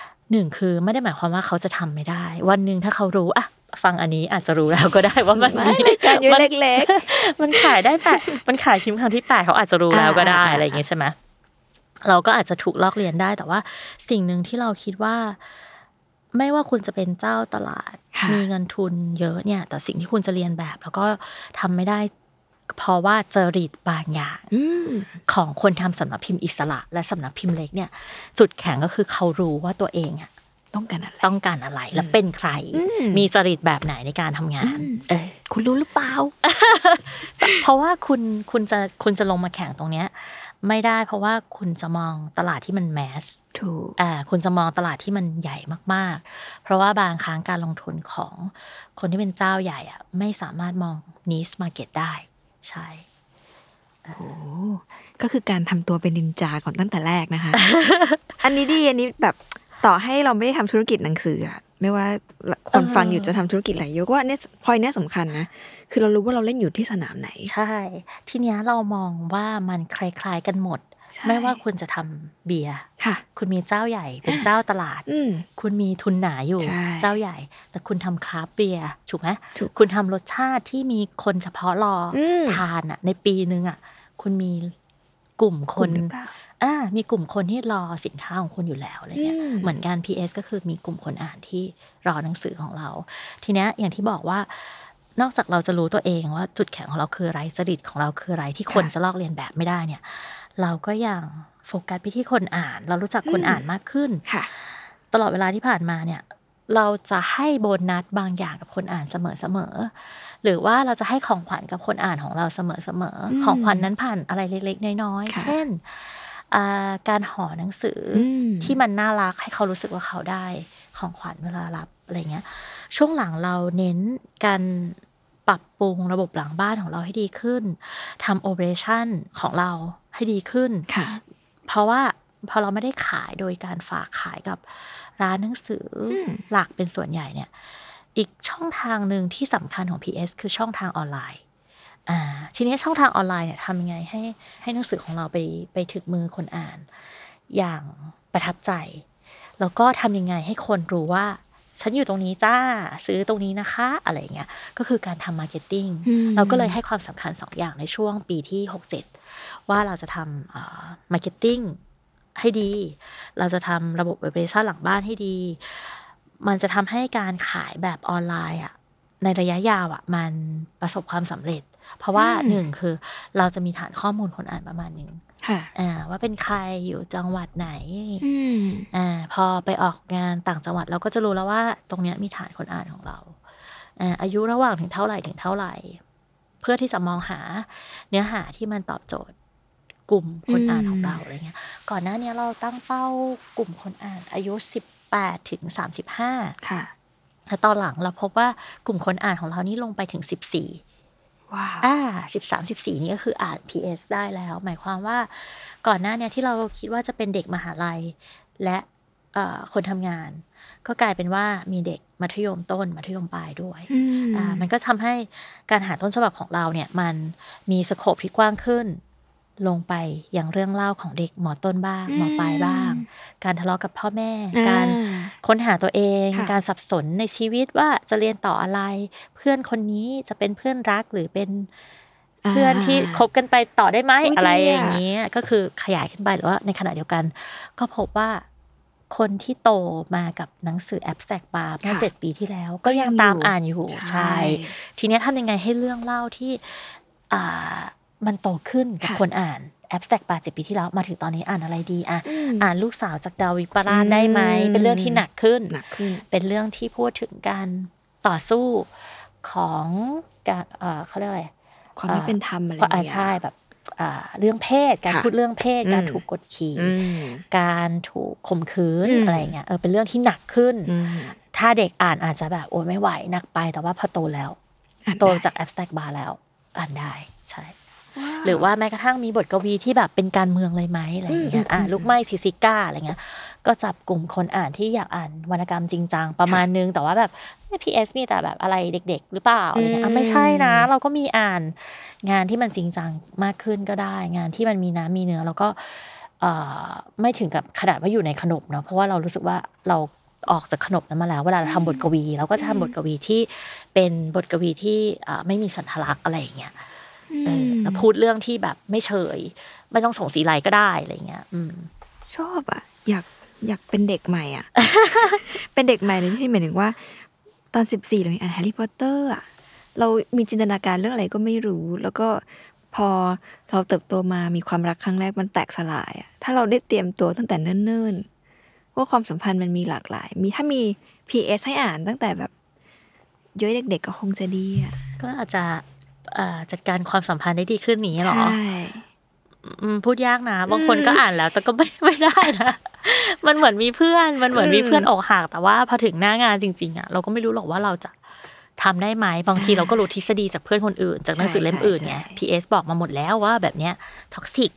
1คือไม่ได้หมายความว่าเขาจะทำไม่ได้วันนึงถ้าเขารู้อะฟังอันนี้อาจจะรู้แล้วก็ได้ว่ามันมีการอยู่เล็กๆมันขายได้แต่มันขายพิมพ์ครั้งที่8เขาอาจจะรู้แล้วก็ได้อะไรอย่างเงี้ยใช่ไหมเราก็อาจจะถูกลอกเลียนได้แต่ว่าสิ่งหนึ่งที่เราคิดว่าไม่ว่าคุณจะเป็นเจ้าตลาดมีเงินทุนเยอะเนี่ยแต่สิ่งที่คุณจะเรียนแบบแล้วก็ทำไม่ได้เพราะว่าจริตบางอย่างของคนทำสำนักพิมพ์อิสระและสำนักพิมพ์เล็กเนี่ยจุดแข็งก็คือเขารู้ว่าตัวเองอะต้องการอะไรและเป็นใครมีจริตแบบไหนในการทำงานคุณรู้หรือเปล่าเพราะว่าคุณจะลงมาแข่งตรงเนี้ยไม่ได้เพราะว่าคุณจะมองตลาดที่มันแมสถูกคุณจะมองตลาดที่มันใหญ่มากๆเพราะว่าบางครั้งการลงทุนของคนที่เป็นเจ้าใหญ่อ่ะไม่สามารถมองนิชมาร์เก็ตได้ใช่ก็คือการทำตัวเป็นนินจาก่อนตั้งแต่แรกนะคะ อันนี้ดีอันนี้แบบต่อให้เราไม่ได้ทำธุรกิจหนังสือไม่ว่าคนฟังอยู่จะทำธุรกิจอะไรเยอะก็ว่าเนี่ยพอยเนี่ยสำคัญนะคือเรารู้ว่าเราเล่นอยู่ที่สนามไหนใช่ทีเนี้ยเรามองว่ามันคล้ายๆกันหมดไม่ว่าคุณจะทำเบียร์คุณมีเจ้าใหญ่เป็นเจ้าตลาดคุณมีทุนหนาอยู่เจ้าใหญ่แต่คุณทำคราฟต์เบียร์ถูกไหมคุณทำรสชาติที่มีคนเฉพาะรอทานอ่ะในปีนึงอ่ะคุณมีกลุ่มคนมีกลุ่มคนที่รอสินค้าของคุณอยู่แล้วอะไรเงี้ยเหมือนกัน PS ก็คือมีกลุ่มคนอ่านที่รอหนังสือของเราทีเนี้ยอย่างที่บอกว่านอกจากเราจะรู้ตัวเองว่าจุดแข็งของเราคืออะไรจริตของเราคืออะไรที่คนจะลอกเลียนแบบไม่ได้เนี่ยเราก็ยังโฟกัสไปที่คนอ่านเรารู้จักคนอ่านมากขึ้นตลอดเวลาที่ผ่านมาเนี่ยเราจะให้โบนัสบางอย่างกับคนอ่านเสมอหรือว่าเราจะให้ของขวัญกับคนอ่านของเราเสมอของขวัญนั้นผ่านอะไรเล็กๆน้อยๆเช่นการห่อหนังสือที่มันน่ารักให้เขารู้สึกว่าเขาได้ของขวัญเวลารับอะไรเงี้ยช่วงหลังเราเน้นการปรับปรุงระบบหลังบ้านของเราให้ดีขึ้นทำโอเปอเรชั่นของเราให้ดีขึ้นเพราะว่าพอเราไม่ได้ขายโดยการฝากขายกับร้านหนังสือหลักเป็นส่วนใหญ่เนี่ยอีกช่องทางนึงที่สำคัญของ PS คือช่องทางออนไลน์ทีนี้ช่องทางออนไลน์เนี่ยทำยังไงให้หนังสือของเราไปถึงมือคนอ่านอย่างประทับใจแล้วก็ทำยังไงให้คนรู้ว่าฉันอยู่ตรงนี้จ้าซื้อตรงนี้นะคะอะไรเงี้ยก็คือการทำมาร์เก็ตติ้งเราก็เลยให้ความสำคัญ2อย่างในช่วงปีที่67ว่าเราจะทำมาร์เก็ตติ้งให้ดีเราจะทำระบบโอเปอเรชั่นหลังบ้านให้ดีมันจะทำให้การขายแบบออนไลน์ในระยะยาวมันประสบความสำเร็จเพราะว่า1คือเราจะมีฐานข้อมูลคนอ่านประมาณนึงว่าเป็นใครอยู่จังหวัดไหนพอไปออกงานต่างจังหวัดเราก็จะรู้แล้วว่าตรงเนี้ยมีฐานคนอ่านของเราอายุระหว่างถึงเท่าไหร่เพื่อที่จะมองหาเนื้อหาที่มันตอบโจทย์กลุ่มคนอ่านของเราอะไรเงี้ยก่อนหน้านี้เราตั้งเป้ากลุ่มคนอ่านอายุ18ถึง35ค่ะแล้วตอนหลังเราพบว่ากลุ่มคนอ่านของเรานี่ลงไปถึง14ว้าว13-14นี่ก็คืออ่าน PS ได้แล้วหมายความว่าก่อนหน้านี้ที่เราคิดว่าจะเป็นเด็กมหาลัยและคนทำงานก็กลายเป็นว่ามีเด็กมัธยมต้นมัธยมปลายด้วยมันก็ทำให้การหาต้นฉบับของเราเนี่ยมันมีสโคปที่กว้างขึ้นลงไปอย่างเรื่องเล่าของเด็กม.ต้นบ้างม.ปลายบ้างการทะเลาะกับพ่อแม่การค้นหาตัวเองการสับสนในชีวิตว่าจะเรียนต่ออะไรเพื่อนคนนี้จะเป็นเพื่อนรักหรือเป็นเพื่อนที่คบกันไปต่อได้ไหมอะไรอย่างนี้ก็คือขยายขึ้นไปหรือว่าในขณะเดียวกันก็พบว่าคนที่โตมากับหนังสือ Abstract Bar เมื่อ7 ปีที่แล้วก็ยังตามอ่านอยู่ใช่ทีนี้ทำยังไงให้เรื่องเล่าที่มันโตขึ้นกับคนอ่าน Abstract Bar 7 ปีที่แล้วมาถึงตอนนี้อ่านอะไรดีอ่านลูกสาวจากดาวิปราชได้ไหมเป็นเรื่องที่หนักขึ้นเป็นเรื่องที่พูดถึงการต่อสู้ของการเขาเรียกอะไรความไม่เป็นธรรมอะไรใช่แบบเรื่องเพศการพูดเรื่องเพศการถูกกดขี่การถูกข่มขืนอะไรเงี้ยเป็นเรื่องที่หนักขึ้นถ้าเด็กอ่านอาจจะแบบโอ้ไม่ไหวหนักไปแต่ว่าพอโตแล้วโตจาก Abstract Bar แล้วอ่านได้ใช่หรือว่าแม้กระทั่งมีบทกวีที่แบบเป็นการเมืองเลยไหมอะไรอย่างเงี้ยลูกไม้ซิซิก้าอะไรเงี้ยก็จับกลุ่มคนอ่านที่อยากอ่านวรรณกรรมจริงจังประมาณนึงแต่ว่าแบบ PS มีแต่แบบอะไรเด็กๆหรือเปล่าอะไรเงี้ยไม่ใช่นะเราก็มีอ่านงานที่มันจริงจังมากขึ้นก็ได้งานที่มันมีน้ำมีเนื้อแล้วก็ไม่ถึงกับขนาดว่าอยู่ในขนบเนาะเพราะว่าเรารู้สึกว่าเราออกจากขนบนั้นมาแล้วเวลาเราทำบทกวีเราก็จะทำบทกวีที่เป็นบทกวีที่ไม่มีสันทลักษณ์อะไรอย่างเงี้ยแล้วพูดเรื่องที่แบบไม่เฉยไม่ต้องส่งสีไลก็ได้อะไรเงี้ยชอบอยากเป็นเด็กใหม่เป็นเด็กใหม่ในที่หมายถึงว่าตอน14เราอ่านแฮร์รี่พอตเตอร์เรามีจินตนาการเรื่องอะไรก็ไม่รู้แล้วก็พอเราเติบโตมามีความรักครั้งแรกมันแตกสลายถ้าเราได้เตรียมตัวตั้งแต่เนิ่นๆว่าความสัมพันธ์มันมีหลากหลายถ้ามี PS ให้อ่านตั้งแต่แบบเยอะเด็กๆก็คงจะดีก็อาจจะจัดการความสัมพันธ์ได้ดีขึ้นนี้หรอใช่พูดยากนะบางคนก็อ่านแล้วแต่ก็ไม่ได้นะมันเหมือนมีเพื่อนอกหักแต่ว่าพอถึงหน้างานจริงๆเราก็ไม่รู้หรอกว่าเราจะทำได้ไหมบางทีเราก็รู้ทฤษฎีจากเพื่อนคนอื่นจากหนังสือเล่มอื่นไง PS บอกมาหมดแล้วว่าแบบเนี้ยท็อกซิก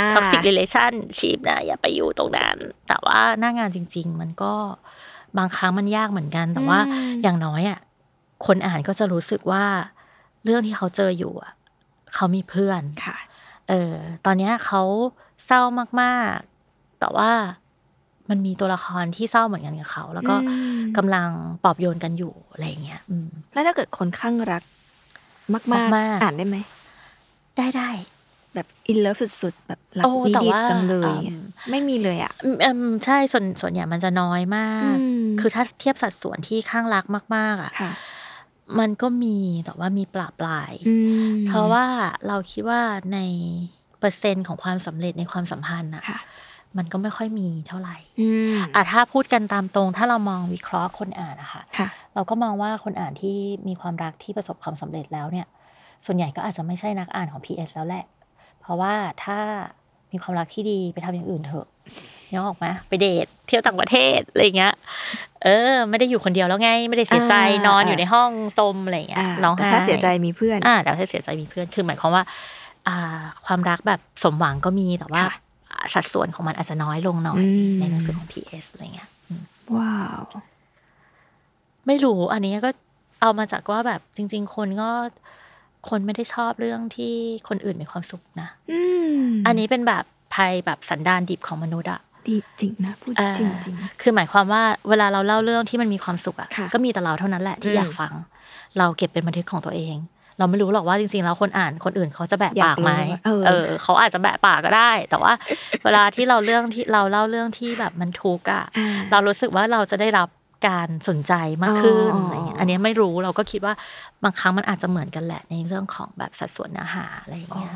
relationship นะอย่าไปอยู่ตรงนั้นแต่ว่าหน้างานจริงๆมันก็บางครั้งมันยากเหมือนกันแต่ว่าอย่างน้อยคนอ่านก็จะรู้สึกว่าเรื่องที่เขาเจออยู่เขามีเพื่อนค่ะตอนนี้เขาเศร้ามากๆแต่ว่ามันมีตัวละครที่เศร้าเหมือนกันกับเขาแล้วก็กำลังปลอบโยนกันอยู่อะไรอย่างเงี้ยแล้วถ้าเกิดคนข้างรักมากๆอ่านได้ไหมได้แบบอินเลิฟสุดๆแบบรักดีๆจังเลยไม่มีเลยใช่ส่วนใหญ่มันจะน้อยมากคือถ้าเทียบสัดส่วนที่ข้างรักมากๆมันก็มีแต่ว่ามีปลาปลายเพราะว่าเราคิดว่าในเปอร์เซ็นต์ของความสำเร็จในความสัมพันธ์มันก็ไม่ค่อยมีเท่าไหร่ถ้าพูดกันตามตรงถ้าเรามองวิเคราะห์คนอ่านนะคะเราก็มองว่าคนอ่านที่มีความรักที่ประสบความสำเร็จแล้วเนี่ยส่วนใหญ่ก็อาจจะไม่ใช่นักอ่านของ PS แล้วแหละเพราะว่าถ้ามีความรักที่ดีไปทำอย่างอื่นเถอะนึกออกมั้ยไปเดทเที่ยวต่างประเทศอะไรเงี้ยไม่ได้อยู่คนเดียวแล้วไงไม่ได้เสียใจนอนอยู่ในห้องซมอะไรเงี้ยร้องไห้แต่ถ้าเสียใจมีเพื่อนแต่ถ้าเสียใจมีเพื่อนคือหมายความว่าความรักแบบสมหวังก็มีแต่ว่าสัดส่วนของมันอาจจะน้อยลงหน่อยในหนังสือของ PS อะไรเงี้ยว้าวไม่รู้อันนี้ก็เอามาจากว่าแบบจริงๆคนไม่ได้ชอบเรื่องที่คนอื่นมีความสุขนะอันนี้เป็นแบบภัยแบบสันดานดิบของมนุษย์อะดีจริงนะพูดจริงๆคือหมายความว่าเวลาเราเล่าเรื่องที่มันมีความสุขอะก็มีแต่เราเท่านั้นแหละที่อยากฟังเราเก็บเป็นบันทึกของตัวเองเราไม่รู้หรอกว่าจริงๆแล้วคนอ่านคนอื่นเขาจะแบะปากไหมเขาอาจจะแบะปากก็ได้แต่ว่าเวลาที่เราเล่าเรื่องที่แบบมันทุกข์อะเรารู้สึกว่าเราจะได้รับการสนใจมากขึ้นอะไรเงี้ยอันนี้ไม่รู้เราก็คิดว่าบางครั้งมันอาจจะเหมือนกันแหละในเรื่องของแบบสัดส่วนเนื้อหาอะไรอย่างเงี้ย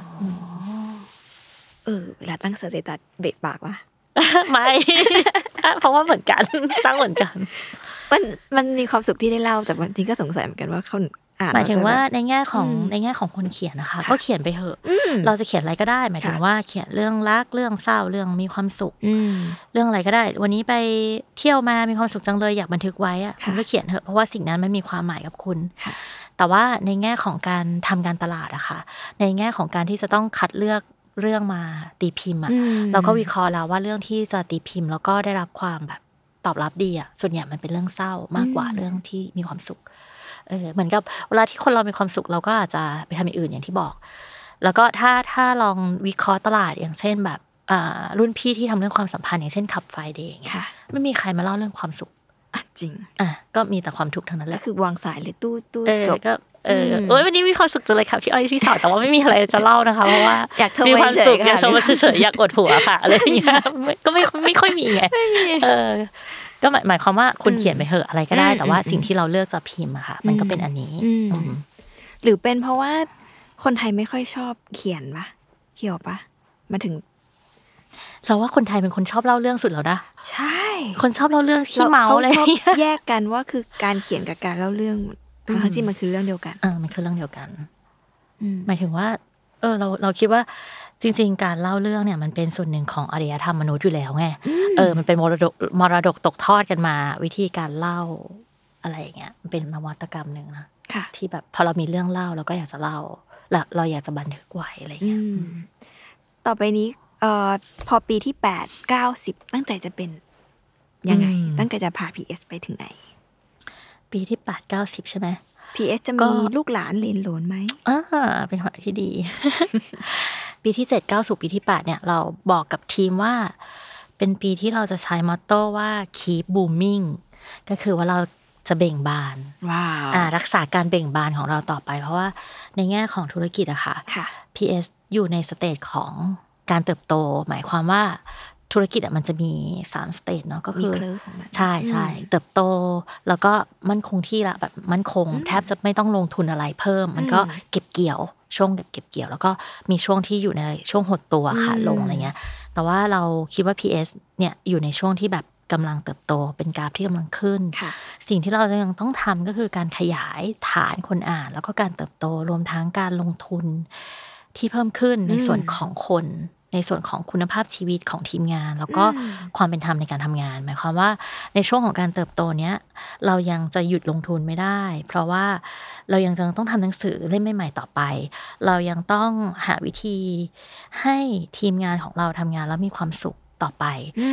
เวลาตั้งสเตตัสเบะปากวะไม่ เพราะว่าเหมือนกันตั้งเหมือนกันมันมีความสุขที่ได้เล่าแต่บางทีก็สงสัยเหมือนกันว่าเขาหมายถึงว่าในแง่ของคนเขียนนะคะก็เขียนไปเถอะเราจะเขียนอะไรก็ได้หมายถึงว่าเขียนเรื่องรักเรื่องเศร้าเรื่องมีความสุขเรื่องอะไรก็ได้วันนี้ไปเที่ยวมามีความสุขจังเลยอยากบันทึกไว้อะคุณก็เขียนเถอะเพราะว่าสิ่งนั้นมันมีความหมายกับคุณแต่ว่าในแง่ของการทำการตลาดอะค่ะในแง่ของการที่จะต้องคัดเลือกเรื่องมาตีพิมพ์อะเราก็วิเคราะห์แล้วว่าเรื่องที่จะตีพิมพ์แล้วก็ได้รับความแบบตอบรับดีอะส่วนใหญ่มันเป็นเรื่องเศร้ามากกว่าเรื่องที่มีความสุขเหมือนกับเวลาที่คนเรามีความสุขเราก็อาจจะไปทำอย่างอื่นอย่างที่บอกแล้วก็ถ้าลองวิเคราะห์ตลาดอย่างเช่นแบบรุ่นพี่ที่ทำเรื่องความสัมพันธ์อย่างเช่นขับไฟเดย์อย่างเงี้ยไม่มีใครมาเล่าเรื่องความสุขจริงก็มีแต่ความทุกข์ทั้งนั้นแหละก็คือวางสายเลยตู้จบก็วันนี้มีความสุขจังเลยค่ะพี่อ้อยพี่สอนแต่ว่าไม่มีอะไรจะเล่านะคะเพราะว่ามีความสุขอยากชมเฉยๆอยากอดหัวค่ะอะไรอย่างเงี้ยก็ไม่ค่อยมีไงก็หมายความว่าคุณเขียนไปเหอะอะไรก็ได้แต่ว่าสิ่งที่เราเลือกจะพิมพ์อะค่ะมันก็เป็นอันนี้หรือเป็นเพราะว่าคนไทยไม่ค่อยชอบเขียนปะเกี่ยวปะมาถึงเราว่าคนไทยเป็นคนชอบเล่าเรื่องสุดแล้วนะใช่คนชอบเล่าเรื่องขี้เมาอะไรอย่างเงี้ยแยกกันว่าคือการเขียนกับการเล่าเรื่องทั้งที่มันคือเรื่องเดียวกันมันคือเรื่องเดียวกันหมายถึงว่าเราคิดว่าจริงๆการเล่าเรื่องเนี่ยมันเป็นส่วนหนึ่งของอารยธรรมมนุษย์อยู่แล้วไงมันเป็นมรดกตกทอดกันมาวิธีการเล่าอะไรอย่างเงี้ยมันเป็นนวัตกรรมนึงนะที่แบบพอเรามีเรื่องเล่าเราก็อยากจะเล่าแล้วเราอยากจะบันทึกไว้อะไรอย่างเงี้ยต่อไปนี้พอปีที่8 9 10ตั้งใจจะเป็นยังไงตั้งใจจะพา PS ไปถึงไหนปีที่8 9 10ใช่ไหม PS จะมีลูกหลานเลนโหลนไหมเป็นหัวที่ดี ปีที่7 9สู่ปีที่8เนี่ยเราบอกกับทีมว่าเป็นปีที่เราจะใช้มอตโต้ว่า keep booming ก็คือว่าเราจะเบ่งบานรักษาการเบ่งบานของเราต่อไปเพราะว่าในแง่ของธุรกิจอะค่ะ PS อยู่ในสเตจของการเติบโตหมายความว่าธุรกิจมันจะมี3สเตจเนาะก็คือใช่เติบโตแล้วก็มั่นคงที่ละแบบมั่นคงแทบจะไม่ต้องลงทุนอะไรเพิ่มมันก็เก็บเกี่ยวช่วงเก็บเกี่ยวแล้วก็มีช่วงที่อยู่ในช่วงหดตัวขาลงอะไรเงี้ยแต่ว่าเราคิดว่า PS เนี่ยอยู่ในช่วงที่แบบกำลังเติบโตเป็นกราฟที่กำลังขึ้นสิ่งที่เรายังต้องทำก็คือการขยายฐานคนอ่านแล้วก็การเติบโตรวมทั้งการลงทุนที่เพิ่มขึ้นในส่วนของคนในส่วนของคุณภาพชีวิตของทีมงานแล้วก็ความเป็นธรรมในการทำงานหมายความว่าในช่วงของการเติบโตเนี้ยเรายังจะหยุดลงทุนไม่ได้เพราะว่าเรายังต้องทำหนังสือเล่มใหม่ๆต่อไปเรายังต้องหาวิธีให้ทีมงานของเราทำงานแล้วมีความสุขต่อไป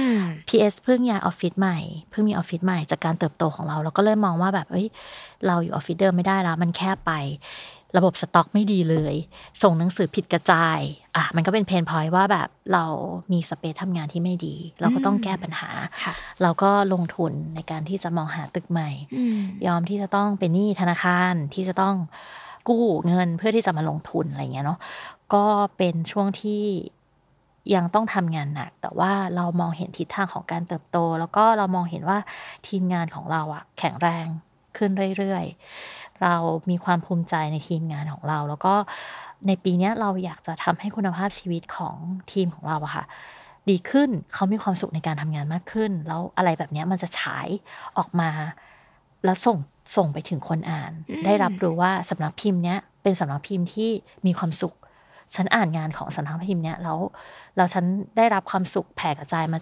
PS เพิ่งย้ายออฟฟิศใหม่เพิ่งมีออฟฟิศใหม่จากการเติบโตของเราก็เริ่มมองว่าแบบเราอยู่ออฟฟิศเดิมไม่ได้แล้วมันแคบไประบบสต็อกไม่ดีเลยส่งหนังสือผิดกระจายมันก็เป็นเพนพอยต์ว่าแบบเรามีสเปซทำงานที่ไม่ดีเราก็ต้องแก้ปัญหาเราก็ลงทุนในการที่จะมองหาตึกใหม่ยอมที่จะต้องเป็นหนี้ธนาคารที่จะต้องกู้เงินเพื่อที่จะมาลงทุนอะไรเงี้ยเนาะก็เป็นช่วงที่ยังต้องทำงานหนักแต่ว่าเรามองเห็นทิศทางของการเติบโตแล้วก็เรามองเห็นว่าทีมงานของเราแข็งแรงขึ้นเรื่อยๆเรามีความภูมิใจในทีมงานของเราแล้วก็ในปีนี้เราอยากจะทำให้คุณภาพชีวิตของทีมของเราค่ะดีขึ้นเขามีความสุขในการทำงานมากขึ้นแล้วอะไรแบบนี้มันจะฉายออกมาแล้วส่งไปถึงคนอ่านได้รับรู้ว่าสำนักพิมพ์เนี้ยเป็นสำนักพิมพ์ที่มีความสุขฉันอ่านงานของสำนักพิมพ์เนี้ยแล้วฉันได้รับความสุขแผ่กระจายมาจาก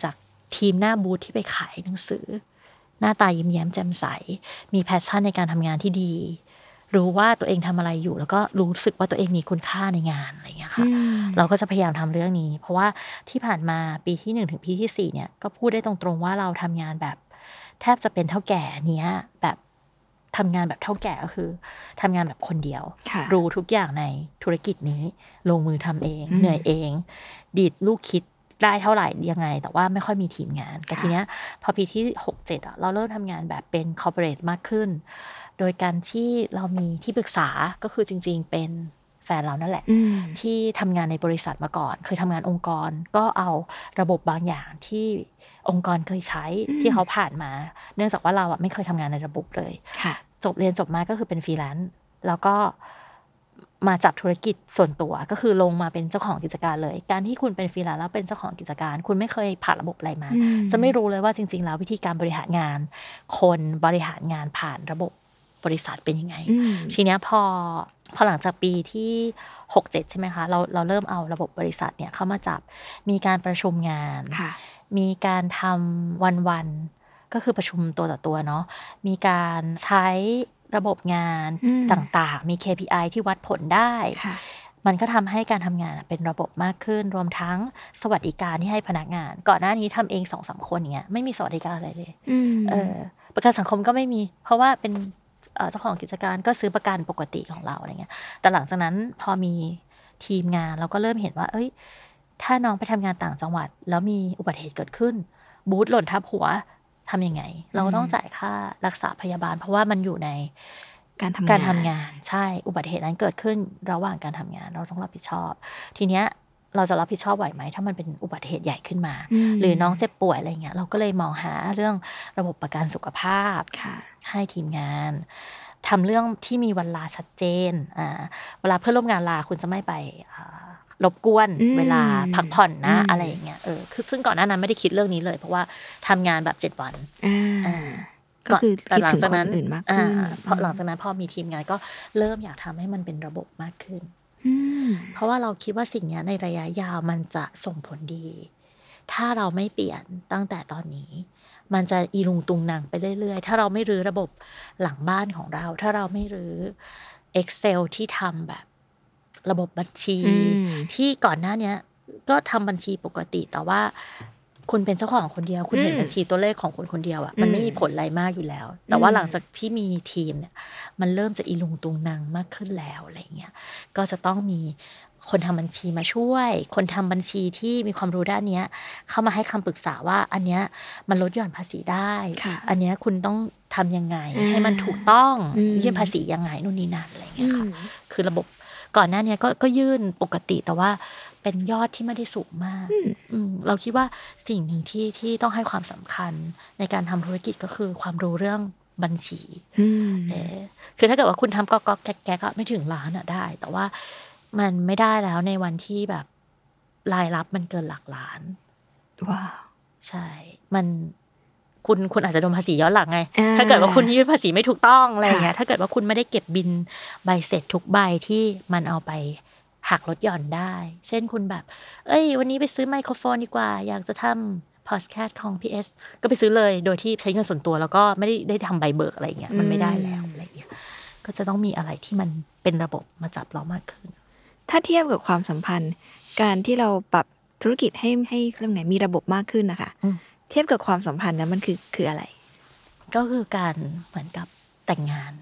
ทีมหน้าบูธที่ไปขายหนังสือหน้าตายิ้มแย้มแจ่มใสมีแพชชั่นในการทำงานที่ดีรู้ว่าตัวเองทำอะไรอยู่แล้วก็รู้สึกว่าตัวเองมีคุณค่าในงานอะไรอย่างเงี้ยค่ะเราก็จะพยายามทำเรื่องนี้เพราะว่าที่ผ่านมาปีที่1ถึงปีที่4เนี่ยก็พูดได้ตรงๆว่าเราทำงานแบบแทบจะเป็นเท่าแก่เนี้ยแบบทำงานแบบเท่าแก่ก็คือทำงานแบบคนเดียวรู้ทุกอย่างในธุรกิจนี้ลงมือทำเองเหนื่อยเองดีดลูกคิดได้เท่าไหร่ยังไงแต่ว่าไม่ค่อยมีทีมงานแต่ทีเนี้ยพอปีที่6-7เราเริ่มทำงานแบบเป็นคอร์ปอเรทมากขึ้นโดยการที่เรามีที่ปรึกษาก็คือจริงๆเป็นแฟนเรานั่นแหละที่ทำงานในบริษัทมาก่อนเคยทำงานองค์กรก็เอาระบบบางอย่างที่องค์กรเคยใช้ที่เขาผ่านมาเนื่องจากว่าเราไม่เคยทำงานในระบบเลยจบเรียนจบมาก็คือเป็นฟรีแลนซ์แล้วก็มาจับธุรกิจส่วนตัวก็คือลงมาเป็นเจ้าของกิจการเลยการที่คุณเป็นฟรีแลนซ์แล้วเป็นเจ้าของกิจการคุณไม่เคยผ่านระบบอะไรมาจะไม่รู้เลยว่าจริงๆแล้ววิธีการบริหารงานคนบริหารงานผ่านระบบบริษัทเป็นยังไงทีเนี้ยพอหลังจากปีที่6-7ใช่ไหมคะเราเริ่มเอาระบบบริษัทเนี่ยเข้ามาจับมีการประชุมงานมีการทำวันๆก็คือประชุมตัวต่อตัวเนาะมีการใช้ระบบงานต่างๆมี KPI ที่วัดผลได้มันก็ทำให้การทำงานเป็นระบบมากขึ้นรวมทั้งสวัสดิการที่ให้พนักงานก่อนหน้านี้ทำเอง 2-3 คนอย่างเงี้ยไม่มีสวัสดิการอะไรเลยประกันสังคมก็ไม่มีเพราะว่าเป็นเจ้าของกิจการก็ซื้อประกันปกติของเราอะไรเงี้ยแต่หลังจากนั้นพอมีทีมงานเราก็เริ่มเห็นว่าถ้าน้องไปทำงานต่างจังหวัดแล้วมีอุบัติเหตุเกิดขึ้นบูธหล่นทับหัวทำยังไงเราต้องจ่ายค่ารักษาพยาบาลเพราะว่ามันอยู่ในการทำงานใช่อุบัติเหตุนั้นเกิดขึ้นระหว่างการทำงานเราต้องรับผิดชอบทีเนี้ยเราจะรับผิดชอบไหวไหมถ้ามันเป็นอุบัติเหตุใหญ่ขึ้นมาหรือน้องเจ็บป่วยอะไรเงี้ยเราก็เลยมองหาเรื่องระบบประกันสุขภาพให้ทีมงานทำเรื่องที่มีวันลาชัดเจนเวลาเพื่อนร่วมงานลาคุณจะไม่ไปรบกวนเวลาพักผ่อนนะอะไรอย่างเงี้ยคือซึ่งก่อนหน้านั้นไม่ได้คิดเรื่องนี้เลยเพราะว่าทำงานแบบ7 วันก็คือคิดถึงคนอื่นมากขึ้นเพราะหลังจากนั้นพอมีทีมงานก็เริ่มอยากทำให้มันเป็นระบบมากขึ้นเพราะว่าเราคิดว่าสิ่งนี้ในระยะยาวมันจะส่งผลดีถ้าเราไม่เปลี่ยนตั้งแต่ตอนนี้มันจะอีลุงตุงนางไปเรื่อยๆถ้าเราไม่รื้อระบบหลังบ้านของเราถ้าเราไม่รื้อ Excel ที่ทำแบบระบบบัญชีที่ก่อนหน้านี้ก็ทำบัญชีปกติแต่ว่าคุณเป็นเจ้าของคนเดียวคุณเห็นบัญชีตัวเลขของคนเดียวมันไม่มีผลอะไรมากอยู่แล้วแต่ว่าหลังจากที่มีทีมเนี่ยมันเริ่มจะอีลุงตุงนางมากขึ้นแล้วอะไรเงี้ยก็จะต้องมีคนทำบัญชีมาช่วยคนทำบัญชีที่มีความรู้ด้านนี้เข้ามาให้คำปรึกษาว่าอันเนี้ยมันลดหย่อนภาษีได้อันเนี้ยคุณต้องทำยังไงให้มันถูกต้องยื่นภาษียังไงนู่นนี่นั่นอะไรเงี้ยค่ะคือระบบก่อนหน้านี้ก็ยื่นปกติแต่ว่าเป็นยอดที่ไม่ได้สูงมากเราคิดว่าสิ่งหนึ่งที่ต้องให้ความสำคัญในการทำธุรกิจก็คือความรู้เรื่องบัญชีคือถ้าเกิดว่าคุณทำก็แก๊กๆไม่ถึงล้านได้แต่ว่ามันไม่ได้แล้วในวันที่แบบรายรับมันเกินหลักล้านว้าวใช่มันคุณอาจจะโดนภาษีย้อนหลังไงถ้าเกิดว่าคุณยื่นภาษีไม่ถูกต้องอะไรอย่างเงี้ยถ้าเกิดว่าคุณไม่ได้เก็บบินใบเสร็จทุกใบที่มันเอาไปหักลดหย่อนได้เช่นคุณแบบวันนี้ไปซื้อไมโครโฟนดีกว่าอยากจะทำพอดแคสต์ของ PS ก็ไปซื้อเลยโดยที่ใช้เงินส่วนตัวแล้วก็ไม่ได้ทำใบเบิกอะไรอย่างเงี้ยมันไม่ได้แล้วอะไรอย่างเงี้ยก็จะต้องมีอะไรที่มันเป็นระบบมาจับเรามากขึ้นถ้าเทียบกับความสัมพันธ์การที่เราปรับธุรกิจให้เรื่องไหนมีระบบมากขึ้นนะคะเทียบกับความสัมพันธ์นั้นมันคืออะไรก็คือการเหมือนกับแต่งงาน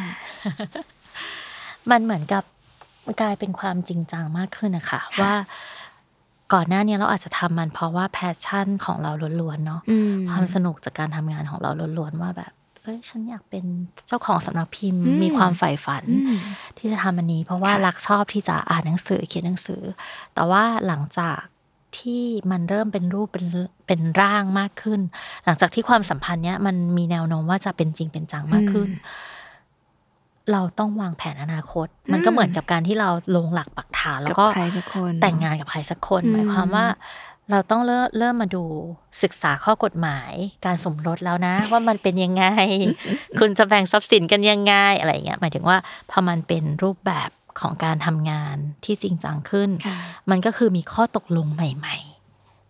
มันเหมือนกับกลายเป็นความจริงจังมากขึ้นนะคะว่าก่อนหน้านี้เราอาจจะทำมันเพราะว่าแพชชั่นของเราล้วนๆเนาะความสนุกจากการทำงานของเราล้วนๆว่าแบบฉันอยากเป็นเจ้าของสำนักพิมพ์มีความใฝ่ฝันที่จะทำอันนี้เพราะว่ารักชอบที่จะอ่านหนังสือเขียนหนังสือแต่ว่าหลังจากที่มันเริ่มเป็นรูปเป็นร่างมากขึ้นหลังจากที่ความสัมพันธ์เนี้ยมันมีแนวโน้มว่าจะเป็นจริงเป็นจังมากขึ้นเราต้องวางแผนอนาคตมันก็เหมือนกับการที่เราลงหลักปักฐานแล้วก็แต่งงานกับใครสักคนหมายความว่าเราต้องเริ่มมาดูศึกษาข้อกฎหมายการสมรสแล้วนะว่ามันเป็นยังไง คุณจะแบ่งทรัพย์สินกันยังไงอะไรเงี้ยหมายถึงว่าพอมันเป็นรูปแบบของการทำงานที่จริงจังขึ้นมันก็คือมีข้อตกลงใหม่ๆ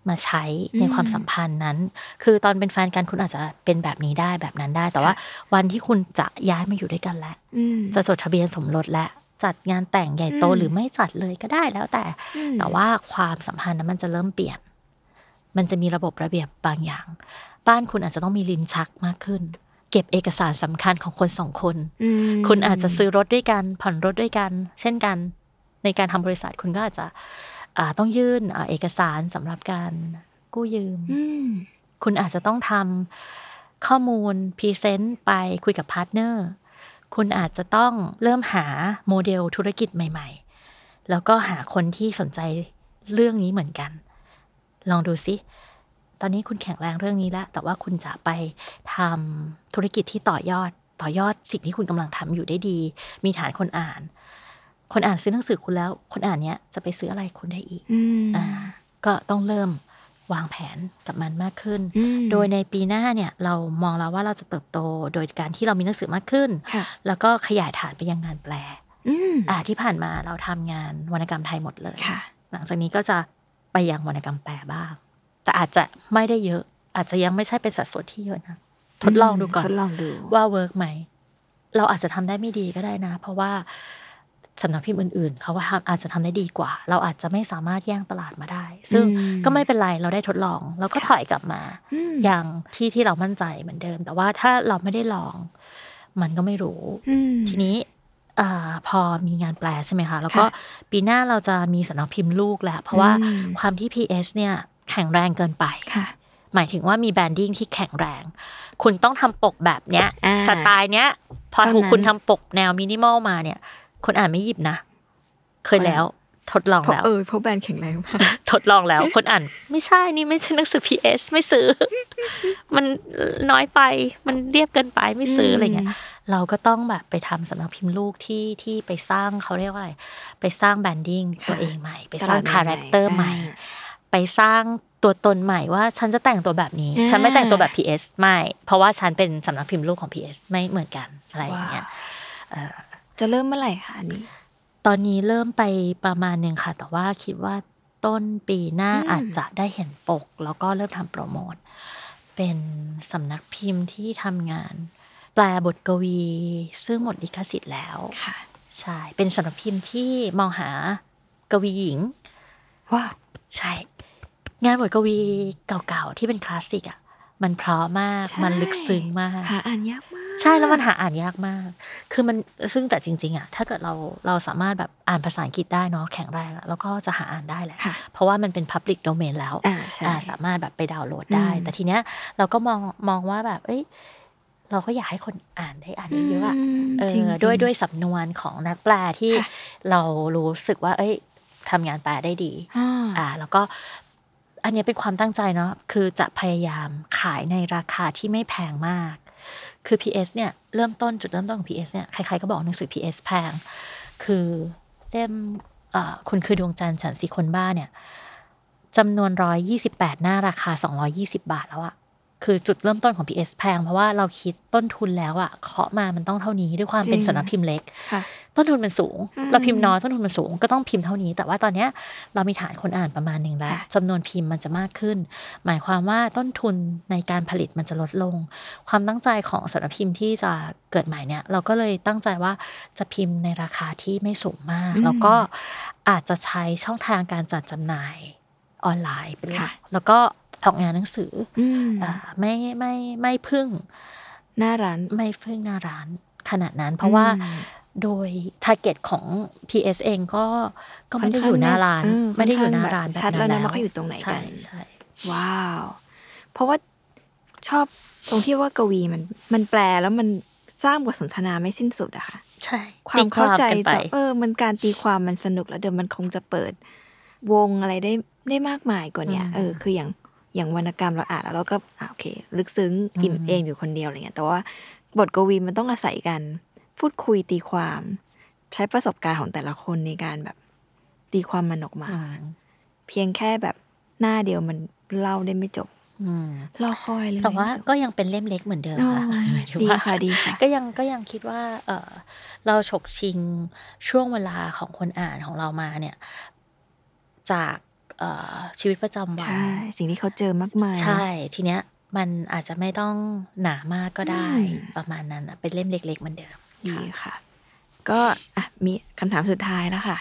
มาใช้ในความสัมพันธ์นั้นคือตอนเป็นแฟนกันคุณอาจจะเป็นแบบนี้ได้แบบนั้นได้แต่ว่าวันที่คุณจะย้ายมาอยู่ด้วยกันแล้วจะจดทะเบียนสมรสและจัดงานแต่งใหญ่โตหรือไม่จัดเลยก็ได้แล้วแต่ว่าความสัมพันธ์นั้นมันจะเริ่มเปลี่ยนมันจะมีระบบระเบียบบางอย่างบ้านคุณอาจจะต้องมีลิ้นชักมากขึ้นเก็บเอกสารสำคัญของคน2 คนคุณอาจจะซื้อรถด้วยกันผ่อนรถด้วยกันเช่นกันในการทำบริษัทคุณก็อาจจะต้องยื่นเอกสารสำหรับการกู้ยืมคุณอาจจะต้องทำข้อมูลพรีเซนต์ไปคุยกับพาร์ทเนอร์คุณอาจจะต้องเริ่มหาโมเดลธุรกิจใหม่ๆแล้วก็หาคนที่สนใจเรื่องนี้เหมือนกันลองดูซิตอนนี้คุณแข็งแรงเรื่องนี้แล้วแต่ว่าคุณจะไปทำธุรกิจที่ต่อยอดสิ่งที่คุณกำลังทำอยู่ได้ดีมีฐานคนอ่านซื้อหนังสือคุณแล้วคนอ่านเนี้ยจะไปซื้ออะไรคุณได้อีกก็ต้องเริ่มวางแผนกับมันมากขึ้นโดยในปีหน้าเนี่ยเรามองแล้วว่าเราจะเติบโตโดยการที่เรามีหนังสือมากขึ้นแล้วก็ขยายฐานไปยังงานแปลที่ผ่านมาเราทำงานวรรณกรรมไทยหมดเลยหลังจากนี้ก็จะไปยังวรรณกรรมแปลบ้างแต่อาจจะไม่ได้เยอะอาจจะยังไม่ใช่เป็นสัดส่วนที่เยอะนะทดลองดูก่อนว่าเวิร์กไหมเราอาจจะทำได้ไม่ดีก็ได้นะเพราะว่าสำนักพิมพ์อื่นๆเขาอาจจะทำได้ดีกว่าเราอาจจะไม่สามารถแย่งตลาดมาได้ซึ่งก็ไม่เป็นไรเราได้ทดลองเราก็ถอยกลับมาอย่างที่เรามั่นใจเหมือนเดิมแต่ว่าถ้าเราไม่ได้ลองมันก็ไม่รู้ทีนี้พอมีงานแปลใช่ไหมคะแล้วก็ปีหน้าเราจะมีสำนักพิมพ์ลูกแล้วเพราะว่าความที่ PS เนี่ยแข็งแรงเกินไปหมายถึงว่ามีแบรนดิ้งที่แข็งแรงคุณต้องทำปกแบบเนี้ยสไตล์เนี้ยพอคุณทำปกแนวมินิมอลมาเนี่ยคนอ่านไม่หยิบนะเคยแล้วทดลองแล้วเพราะแบรนด์แข็งแรงมากทดลองแล้วคนอ่านไม่ใช่นี่ไม่ใช่หนังสือ PS ไม่ซื้อมันน้อยไปมันเรียบเกินไปไม่ซื้ออะไรเงี้ยเราก็ต้องแบบไปทำสำนักพิมพ์ลูกที่ไปสร้างเขาเรียกว่าอะไรไปสร้างแบรนดิ้งตัวเองใหม่ไปสร้างคาแรคเตอร์ใหม่ไปสร้างตัวตนใหม่ว่าฉันจะแต่งตัวแบบนี้ฉันไม่แต่งตัวแบบ PS ไม่เพราะว่าฉันเป็นสำนักพิมพ์ลูกของ PS ไม่เหมือนกันอะไรอย่างเงี้ยจะเริ่มเมื่อไหร่คะอันนี้ตอนนี้เริ่มไปประมาณนึงค่ะแต่ว่าคิดว่าต้นปีหน้าอาจจะได้เห็นปกแล้วก็เริ่มทำโปรโมทเป็นสำนักพิมพ์ที่ทำงานแปลบทกวีซึ่งหมดลิขสิทธิ์แล้วใช่เป็นสำนักพิมพ์ที่มองหากวีหญิงว้าวใช่งานบทกวีเก่าๆที่เป็นคลาสสิกอ่ะมันเพราะมากมันลึกซึ้งมากหาอ่านยากมากใช่แล้วมันหาอ่านยากมากคือมันซึ่งแต่จริงๆอ่ะถ้าเกิดเราสามารถแบบอ่านภาษาอังกฤษได้เนาะแข็งแรงแล้วก็จะหาอ่านได้แหละเพราะว่ามันเป็น public domain แล้วสามารถแบบไปดาวน์โหลดได้แต่ทีเนี้ยเราก็มองว่าแบบเราก็อยากให้คนอ่านได้อ่านเยอะๆอ่ะด้วยสำนวนของนักแปลที่เรารู้สึกว่าทำงานแปลได้ดีแล้วก็อันนี้เป็นความตั้งใจเนาะคือจะพยายามขายในราคาที่ไม่แพงมากคือ PS เนี่ยจุดเริ่มต้นของ PS เนี่ยใครๆก็บอกหนังสือ PS แพงคือเล่มคุณคือดวงจันทร์ฉันสิคนบ้าเนี่ยจำนวน128หน้าราคา220 บาทแล้วอะคือจุดเริ่มต้นของ PS แพงเพราะว่าเราคิดต้นทุนแล้วอะเคาะมามันต้องเท่านี้ด้วยความเป็นสำนักพิมพ์เล็กต้นทุนมันสูงเราพิมพ์น้อยต้นทุนมันสูงก็ต้องพิมพ์เท่านี้แต่ว่าตอนนี้เรามีฐานคนอ่านประมาณนึงแล้วจำนวนพิมพ์มันจะมากขึ้นหมายความว่าต้นทุนในการผลิตมันจะลดลงความตั้งใจของสำนักพิมพ์ที่จะเกิดใหม่เนี่ยเราก็เลยตั้งใจว่าจะพิมพ์ในราคาที่ไม่สูงมากแล้วก็อาจจะใช้ช่องทางการจัดจำหน่ายออนไลน์เป็นหลักแล้วก็ออกงานหนังสือไม่พึ่งหน้าร้านไม่พึ่งหน้าร้านขนาดนั้นเพราะว่าโดยทาร์เก็ตของ PS เองก็ไม่ได้อยู่หน้าร้านไม่ได้อยู่หน้าร้านแบบนั้นชัดแล้วนะว่าเขาอยู่ตรงไหนกันใช่ว้าวเพราะว่าชอบตรงที่ว่ากวีมันแปลแล้วมันสร้างบทสนทนาไม่สิ้นสุดอะค่ะใช่ความเข้าใจมันการตีความมันสนุกแล้วเดี๋ยวมันคงจะเปิดวงอะไรได้มากมายกว่านี้คืออย่างวรรณกรรมเราอ่านแล้วเราก็โอเคลึกซึ้งกินเองอยู่คนเดียวอะไรเงี้ยแต่ว่าบทกวีมันต้องอาศัยกันพูดคุยตีความใช้ประสบการณ์ของแต่ละคนในการแบบตีความมันออกมาเพียงแค่แบบหน้าเดียวมันเล่าได้ไม่จบรอคอยเลยแต่ว่าก็ยังเป็นเล่มเล็กเหมือนเดิมค่ะดีค่ะดีค่ะก็ยังคิดว่าเราฉกชิงช่วงเวลาของคนอ่านของเรามาเนี่ยจากชีวิตประจำวันใช่สิ่งที่เขาเจอมากมายใช่ทีเนี้ยมันอาจจะไม่ต้องหนามากก็ได้ประมาณนั้นเป็นเล่มเล็กๆเหมือนเดิมดีค่ะก็มีคำถามสุดท้ายแล้วค่ะ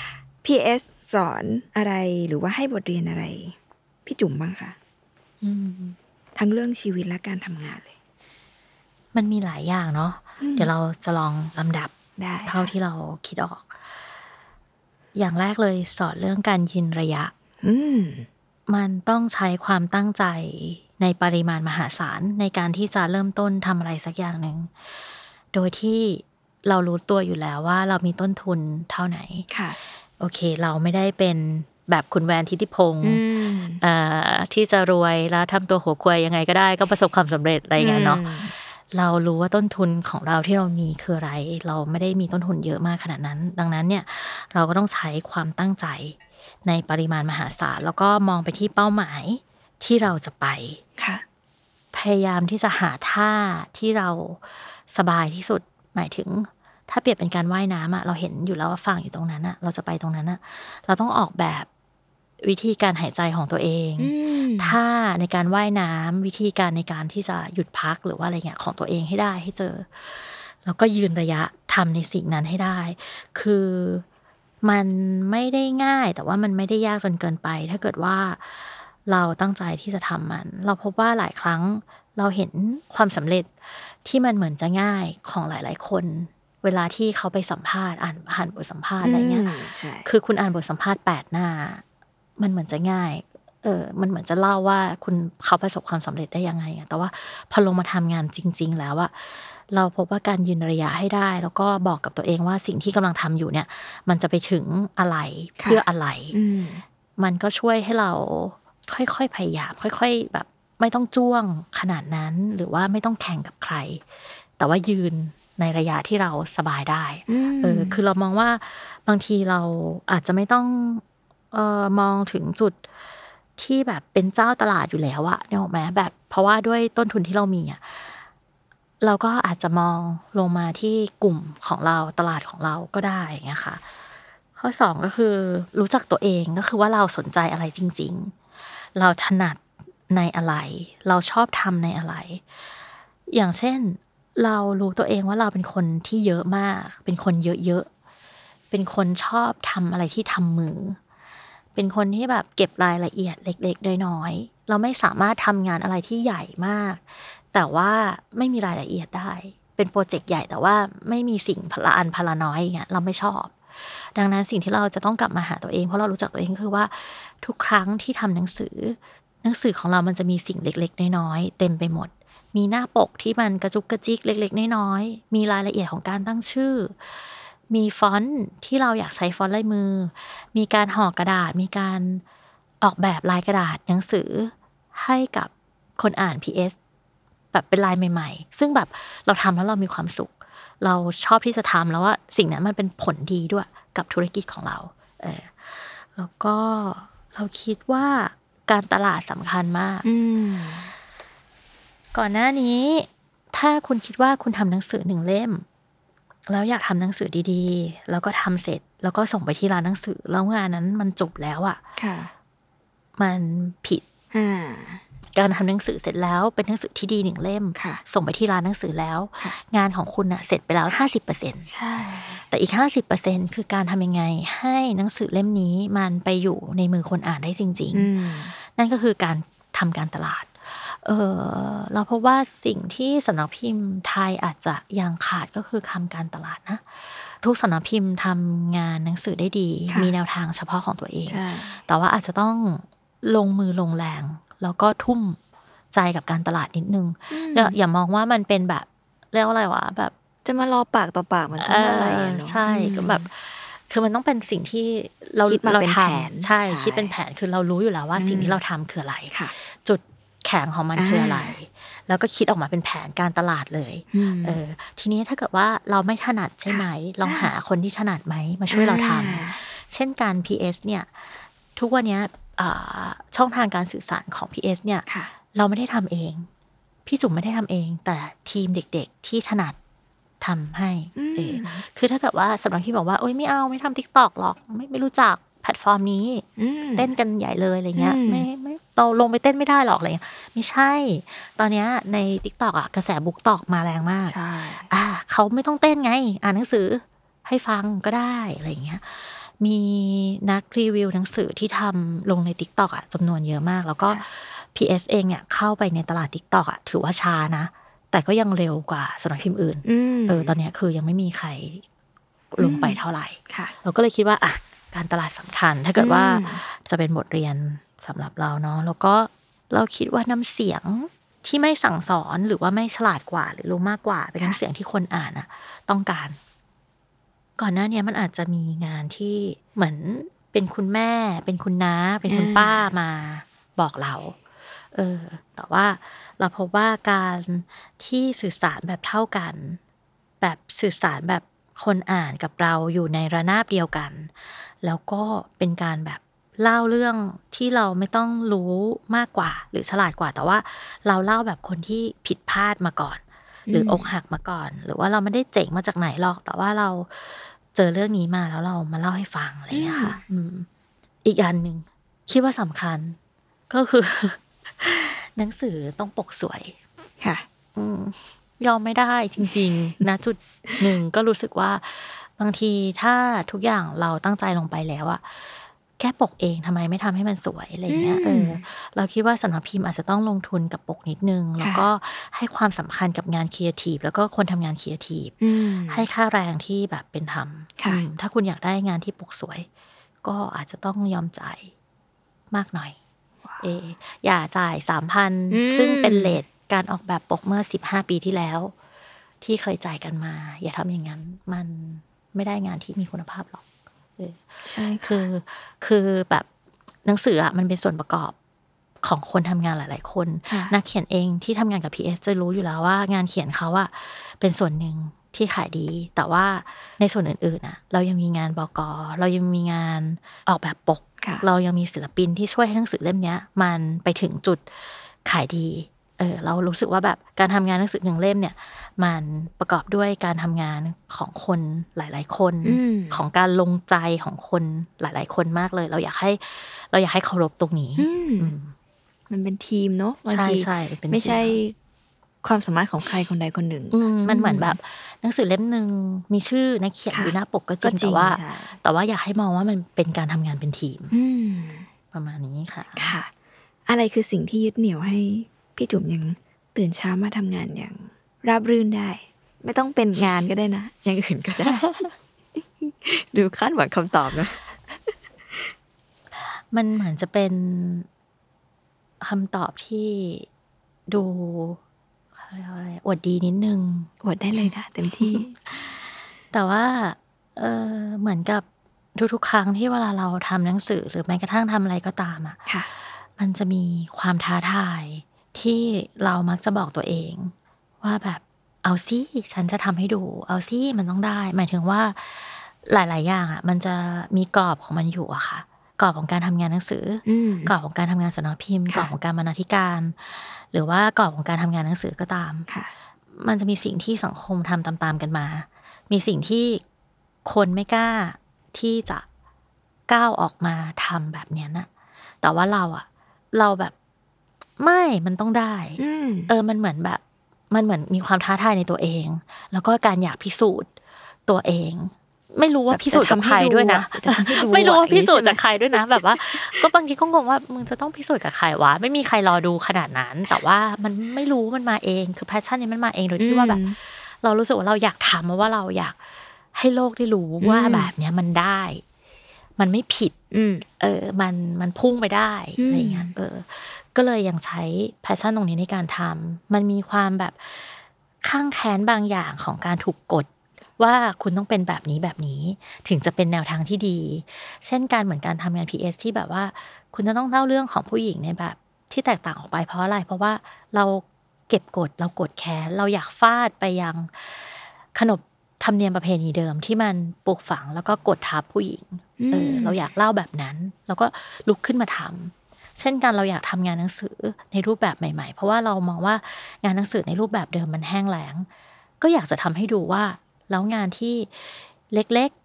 PS สอนอะไรหรือว่าให้บทเรียนอะไรพี่จุ๋มบ้างคะทั้งเรื่องชีวิตและการทำงานเลยมันมีหลายอย่างเนาะเดี๋ยวเราจะลองลำดับเท่าที่เราคิดออกอย่างแรกเลยสอนเรื่องการยืนระยะมันต้องใช้ความตั้งใจในปริมาณมหาศาลในการที่จะเริ่มต้นทำอะไรสักอย่างหนึ่งโดยที่เรารู้ตัวอยู่แล้วว่าเรามีต้นทุนเท่าไหนโอเคเราไม่ได้เป็นแบบคุณแวนทิติพงษ์ที่จะรวยแล้วทำตัวหัวควายยังไงก็ได้ก็ประสบความสำเร็จอะไรอย่างเงี้ยเนาะเรารู้ว่าต้นทุนของเราที่เรามีคืออะไรเราไม่ได้มีต้นทุนเยอะมากขนาดนั้นดังนั้นเนี่ยเราก็ต้องใช้ความตั้งใจในปริมาณมหาศาลแล้วก็มองไปที่เป้าหมายที่เราจะไปพยายามที่จะหาท่าที่เราสบายที่สุดหมายถึงถ้าเปรียบเป็นการว่ายน้ำเราเห็นอยู่แล้วว่าฝั่งอยู่ตรงนั้นเราจะไปตรงนั้นเราต้องออกแบบวิธีการหายใจของตัวเองท่าในการว่ายน้ำวิธีการในการที่จะหยุดพักหรือว่าอะไรเงี้ยของตัวเองให้ได้ให้เจอแล้วก็ยืนระยะทำในสิ่งนั้นให้ได้คือมันไม่ได้ง่ายแต่ว่ามันไม่ได้ยากจนเกินไปถ้าเกิดว่าเราตั้งใจที่จะทำมันเราพบว่าหลายครั้งเราเห็นความสำเร็จที่มันเหมือนจะง่ายของหลายๆคนเวลาที่เขาไปสัมภาษณ์อ่านบทสัมภาษณ์อะไรเงี้ยคือคุณอ่านบทสัมภาษณ์8 หน้ามันเหมือนจะง่ายมันเหมือนจะเล่าว่าเขาประสบความสำเร็จได้ยังไงแต่ว่าพอลงมาทำงานจริงๆแล้วเราพบว่าการยืนระยะให้ได้แล้วก็บอกกับตัวเองว่าสิ่งที่กำลังทำอยู่เนี่ยมันจะไปถึงอะไรเพื่ออะไรมันก็ช่วยให้เราค่อยๆพยายามค่อยๆแบบไม่ต้องจ้วงขนาดนั้นหรือว่าไม่ต้องแข่งกับใครแต่ว่ายืนในระยะที่เราสบายได้คือเรามองว่าบางทีเราอาจจะไม่ต้องมองถึงจุดที่แบบเป็นเจ้าตลาดอยู่แล้วเนี่ยหรอไหมแบบเพราะว่าด้วยต้นทุนที่เรามีเราก็อาจจะมองลงมาที่กลุ่มของเราตลาดของเราก็ได้อย่างเงี้ยค่ะข้อ2ก็คือรู้จักตัวเองก็คือว่าเราสนใจอะไรจริงๆเราถนัดในอะไรเราชอบทำในอะไรอย่างเช่นเรารู้ตัวเองว่าเราเป็นคนที่เยอะมากเป็นคนเยอะๆเป็นคนชอบทำอะไรที่ทำมือเป็นคนที่แบบเก็บรายละเอียดเล็กๆน้อยๆเราไม่สามารถทำงานอะไรที่ใหญ่มากแต่ว่าไม่มีรายละเอียดได้เป็นโปรเจกต์ใหญ่แต่ว่าไม่มีสิ่งพละอันพละน้อยอย่างเงี้ยเราไม่ชอบดังนั้นสิ่งที่เราจะต้องกลับมาหาตัวเองเพราะเรารู้จักตัวเองคือว่าทุกครั้งที่ทำหนังสือของเรามันจะมีสิ่งเล็กๆน้อยๆเต็มไปหมดมีหน้าปกที่มันกระจุกกระจิกเล็กๆน้อยๆมีรายละเอียดของการตั้งชื่อมีฟอนต์ที่เราอยากใช้ฟอนต์ลายมือมีการห่อกระดาษมีการออกแบบลายกระดาษหนังสือให้กับคนอ่าน PS แบบเป็นลายใหม่ๆซึ่งแบบเราทำแล้วเรามีความสุขเราชอบที่จะทำแล้วว่าสิ่งนั้นมันเป็นผลดีด้วยกับธุรกิจของเราแล้วก็เราคิดว่าการตลาดสำคัญมากก่อนหน้านี้ถ้าคุณคิดว่าคุณทำหนังสือ1 เล่มแล้วอยากทำหนังสือดีๆแล้วก็ทำเสร็จแล้วก็ส่งไปที่ร้านหนังสือแล้วงานนั้นมันจบแล้วมันผิดการทำหนังสือเสร็จแล้วเป็นหนังสือที่ดี1 เล่มส่งไปที่ร้านหนังสือแล้วงานของคุณเสร็จไปแล้ว 50% ใช่แต่อีก 50% คือการทำยังไงให้หนังสือเล่มนี้มันไปอยู่ในมือคนอ่านได้จริงๆนั่นก็คือการทำการตลาดเราพบว่าสิ่งที่สำนักพิมพ์ไทยอาจจะยังขาดก็คือทำการตลาดนะทุกสำนักพิมพ์ทำงานหนังสือได้ดีมีแนวทางเฉพาะของตัวเองแต่ว่าอาจจะต้องลงมือลงแรงแล้วก็ทุ่มใจกับการตลาดนิดนึงอย่ามองว่ามันเป็นแบบเรียกว่าอะไรวะแบบจะมารอปากต่อปากมันต้องอะไรเนาะใช่ก็แบบคือมันต้องเป็นสิ่งที่เราทำใช่คิดเป็นแผนคือเรารู้อยู่แล้วว่าสิ่งที่เราทำคืออะไรจุดแข็งของมันคืออะไรแล้วก็คิดออกมาเป็นแผนการตลาดเลยทีนี้ถ้าเกิดว่าเราไม่ถนัดใช่ไหมลองหาคนที่ถนัดไหมมาช่วยเราทำเช่นการ PS เนี่ยทุกวันนี้ช่องทางการสื่อสารของ PS เนี่ยเราไม่ได้ทำเองพี่จุ๋มไม่ได้ทำเองแต่ทีมเด็กๆที่ถนัดทำให้คือถ้าเกิดว่าสำหรับพี่บอกว่าโอ๊ยไม่เอาไม่ทำ TikTok หรอกไม่รู้จักแพลตฟอร์มนี้เต้นกันใหญ่เลยอะไรเงี้ยไม่เราลงไปเต้นไม่ได้หรอกอะไรเงี้ยไม่ใช่ตอนเนี้ยใน TikTok อ่ะกระแสบุ๊กตอกมาแรงมากใช่เขาไม่ต้องเต้นไงอ่านหนังสือให้ฟังก็ได้อะไรเงี้ยมีนักรีวิวหนังสือที่ทำลงใน TikTok อ่ะจำนวนเยอะมากแล้วก็ PS เองเนี่ยเข้าไปในตลาด TikTok อ่ะถือว่าช้านะแต่ก็ยังเร็วกว่าสำนักพิมพ์อื่นตอนเนี้ยคือยังไม่มีใครลงไปเท่าไหร่เราก็เลยคิดว่าอ่ะการตลาดสำคัญถ้าเกิดว่าจะเป็นบทเรียนสำหรับเราเนาะแล้วก็เราคิดว่าน้ำเสียงที่ไม่สั่งสอนหรือว่าไม่ฉลาดกว่าหรือรู้มากกว่าเป็นน้ำเสียงที่คนอ่านอ่ะต้องการก่อนหน้านี้มันอาจจะมีงานที่เหมือนเป็นคุณแม่เป็นคุณน้าเป็นคุณป้ามาบอกเราแต่ว่าเราพบว่าการที่สื่อสารแบบเท่ากันแบบสื่อสารแบบคนอ่านกับเราอยู่ในระนาบเดียวกันแล้วก็เป็นการแบบเล่าเรื่องที่เราไม่ต้องรู้มากกว่าหรือฉลาดกว่าแต่ว่าเราเล่าแบบคนที่ผิดพลาดมาก่อนหรืออกหักมาก่อนหรือว่าเราไม่ได้เจ๋งมาจากไหนหรอกแต่ว่าเราเจอเรื่องนี้มาแล้วเรามาเล่าให้ฟังอะไรอย่างเงี้ยค่ะอีกอันนึงคิดว่าสำคัญก็คือหนังสือต้องปกสวยค่ะยอมไม่ได้จริงๆนะจุดหนึ่งก็รู้สึกว่าบางทีถ้าทุกอย่างเราตั้งใจลงไปแล้วอะแค่ปกเองทำไมไม่ทำให้มันสวยอะไรเงี้ยเราคิดว่าสำนักพิมพ์อาจจะต้องลงทุนกับปกนิดนึงแล้วก็ให้ความสำคัญกับงานครีเอทีฟแล้วก็คนทำงานครีเอทีฟให้ค่าแรงที่แบบเป็นธรรมถ้าคุณอยากได้งานที่ปกสวยก็อาจจะต้องยอมจ่ายมากหน่อยอย่าจ่าย 3,000 ซึ่งเป็นเรทการออกแบบปกเมื่อ15 ปีที่แล้วที่เคยจ่ายกันมาอย่าทำอย่างนั้นมันไม่ได้งานที่มีคุณภาพหรอกใช่คือแบบหนังสือมันเป็นส่วนประกอบของคนทำงานหลายๆคนนักเขียนเองที่ทำงานกับ PS จะรู้อยู่แล้วว่างานเขียนเขาเป็นส่วนหนึ่งที่ขายดีแต่ว่าในส่วนอื่นๆเรายังมีงานบก.เรายังมีงานออกแบบปกเรายังมีศิลปินที่ช่วยให้หนังสือเล่มนี้มันไปถึงจุดขายดีเรารู้สึกว่าแบบการทำงานหนังสือหนึ่งเล่มเนี่ยมันประกอบด้วยการทำงานของคนหลายๆคนของการลงใจของคนหลายๆคนมากเลยเราอยากให้เคารพตรงนี้มันเป็นทีมเนาะใช่ไม่ใช่ความสามารถของใครคนใดคนหนึ่งมันเหมือนแบบหนังสือเล่มนึงมีชื่อนักเขียนอยู่หน้าปกก็จริงแต่ว่าอยากให้มองว่ามันเป็นการทำงานเป็นทีมประมาณนี้ค่ะอะไรคือสิ่งที่ยึดเหนี่ยวให้พี่จุ๋มยังตื่นเช้ามาทำงานอย่างราบรื่นได้ไม่ต้องเป็นงานก็ได้นะอย่างอื่นก็ได้ ดูคาดหวังคำตอบนะมันเหมือนจะเป็นคำตอบที่ดูอะไรอวดดีนิดนึงอวดได้เลยค่ะเต็มที่แต่ว่าเหมือนกับทุกๆครั้งที่เวลาเราทำหนังสือหรือแม้กระทั่งทำอะไรก็ตามมันจะมีความท้าทายที่เรามักจะบอกตัวเองว่าแบบเอาสิฉันจะทำให้ดูเอาสิมันต้องได้หมายถึงว่าหลายๆอย่างมันจะมีกรอบของมันอยู่อะค่ะกรอบของการทำงานหนังสือกรอบของการทำงานสำนักพิมพ์กรอบของการบรรณาธิการหรือว่ากรอบของการทำงานหนังสือก็ตามมันจะมีสิ่งที่สังคมทำตามๆกันมามีสิ่งที่คนไม่กล้าที่จะก้าวออกมาทำแบบนี้นะแต่ว่าเราแบบไม่มันต้องได้มันเหมือนมีความท้าทายในตัวเองแล้วก็การอยากพิสูจน์ตัวเองไม่รู้ว่าพิสูจน์กับใครด้วยนะไม่รู้ว่าพิสูจน์จากใครด้วยนะแบบว่าก็บางทีก็งงว่ามึงจะต้องพิสูจน์กับใครวะไม่มีใครรอดูขนาดนั้นแต่ว่ามันไม่รู้มันมาเองคือแพชชั่นนี้มันมาเองโดยที่ว่าแบบเรารู้สึกว่าเราอยากทำว่าเราอยากให้โลกได้รู้ว่าแบบเนี้ยมันได้มันไม่ผิดมันพุ่งไปได้อะไรเงี้ยก็เลยยังใช้แพชชั่นตรงนี้ในการทำมันมีความแบบข้างแค้นบางอย่างของการถูกกดว่าคุณต้องเป็นแบบนี้ถึงจะเป็นแนวทางที่ดีเช่นการเหมือนการทำงาน PS ที่แบบว่าคุณจะต้องเล่าเรื่องของผู้หญิงในแบบที่แตกต่างออกไปเพราะอะไรเพราะว่าเราเก็บกดเรากดแค้นเราอยากฟาดไปยังขนบธรรมเนียมประเพณีเดิมที่มันปลูกฝังแล้วก็กดทับผู้หญิงเราอยากเล่าแบบนั้นแล้วก็ลุกขึ้นมาทำเช่นกันเราอยากทำงานหนังสือในรูปแบบใหม่ๆเพราะว่าเรามองว่างานหนังสือในรูปแบบเดิมมันแห้งแล้งก็อยากจะทำให้ดูว่าแล้วงานที่เล็กๆ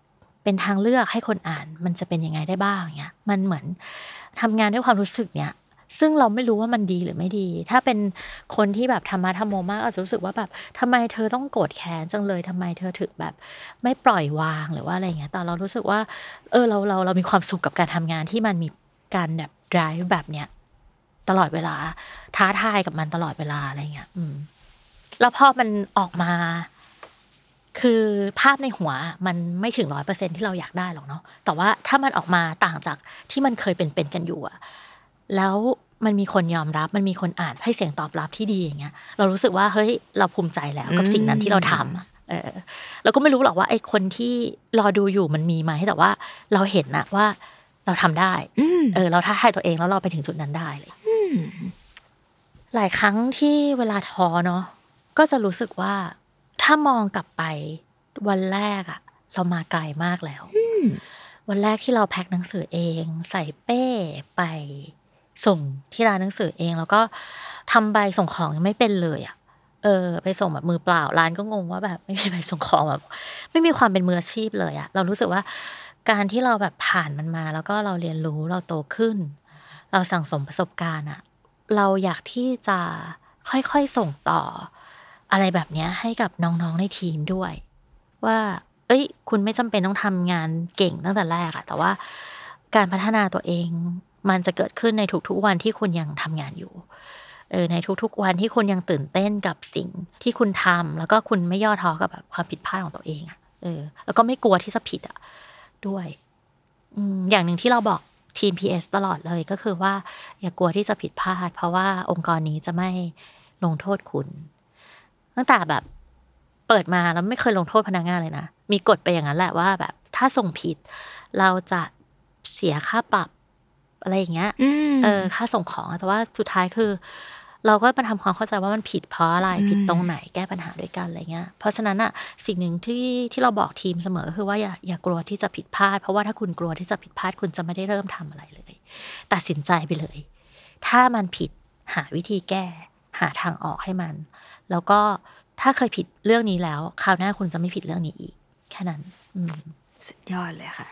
เป็นทางเลือกให้คนอ่านมันจะเป็นยังไงได้บ้างเนี่ยมันเหมือนทำงานด้วยความรู้สึกเนี่ยซึ่งเราไม่รู้ว่ามันดีหรือไม่ดีถ้าเป็นคนที่แบบธรรมะธรรมโมมากอาจจะรู้สึกว่าแบบทำไมเธอต้องโกรธแค้นจังเลยทำไมเธอถึงแบบไม่ปล่อยวางหรือว่าอะไรเงี้ยแต่เรารู้สึกว่าเรามีความสุขกับการทำงานที่มันมีการแบบ drive แบบเนี้ยตลอดเวลาท้าทายกับมันตลอดเวลาอะไรเงี้ยแล้วพอมันออกมาคือภาพในหัวมันไม่ถึง 100% ที่เราอยากได้หรอกเนาะแต่ว่าถ้ามันออกมาต่างจากที่มันเคยเป็นกันอยู่อะแล้วมันมีคนยอมรับมันมีคนอ่านให้เสียงตอบรับที่ดีอย่างเงี้ยเรารู้สึกว่าเฮ้ยเราภูมิใจแล้วกับสิ่งนั้นที่เราทำเราก็ไม่รู้หรอกว่าไอ้คนที่รอดูอยู่มันมีไหมแต่ว่าเราเห็นนะว่าเราทำได้เราท้าทายตัวเองแล้วเราไปถึงจุดนั้นได้เลยหลายครั้งที่เวลาท้อเนาะก็จะรู้สึกว่าถ้ามองกลับไปวันแรกอะเรามาไกลมากแล้ววันแรกที่เราแพ็คหนังสือเองใส่เป้ไปส่งที่ร้านหนังสือเองแล้วก็ทำใบส่งของยังไม่เป็นเลยอะไปส่งแบบมือเปล่าร้านก็งงว่าแบบไม่มีใบส่งของแบบไม่มีความเป็นมืออาชีพเลยอะเรารู้สึกว่าการที่เราแบบผ่านมันมาแล้วก็เราเรียนรู้เราโตขึ้นเราสั่งสมประสบการณ์อะเราอยากที่จะค่อยๆส่งต่ออะไรแบบนี้ให้กับน้องๆในทีมด้วยว่าคุณไม่จำเป็นต้องทำงานเก่งตั้งแต่แรกอะแต่ว่าการพัฒนาตัวเองมันจะเกิดขึ้นในทุกๆวันที่คุณยังทำงานอยู่ในทุกๆวันที่คุณยังตื่นเต้นกับสิ่งที่คุณทำแล้วก็คุณไม่ย่อท้อกับแบบความผิดพลาดของตัวเองอะแล้วก็ไม่กลัวที่จะผิดอะด้วยอย่างหนึ่งที่เราบอกทีม PS ตลอดเลยก็คือว่าอย่ากลัวที่จะผิดพลาดเพราะว่าองค์กรนี้จะไม่ลงโทษคุณตั้งแต่แบบเปิดมาแล้วไม่เคยลงโทษพนักงานเลยนะมีกฎไปอย่างนั้นแหละว่าแบบถ้าส่งผิดเราจะเสียค่าปรับอะไรอย่างเงี้ยค่าส่งของแต่ว่าสุดท้ายคือเราก็มาทำความเข้าใจว่ามันผิดเพราะอะไรผิดตรงไหนแก้ปัญหาด้วยกันอะไรเงี้ยเพราะฉะนั้นอ่ะสิ่งหนึ่งที่เราบอกทีมเสมอคือว่าอย่ากลัวที่จะผิดพลาดเพราะว่าถ้าคุณกลัวที่จะผิดพลาดคุณจะไม่ได้เริ่มทำอะไรเลยตัดสินใจไปเลยถ้ามันผิดหาวิธีแก้หาทางออกให้มันแล้วก็ถ้าเคยผิดเรื่องนี้แล้วคราวหน้าคุณจะไม่ผิดเรื่องนี้อีกแค่นั้นสุดยอดเลยค่ะ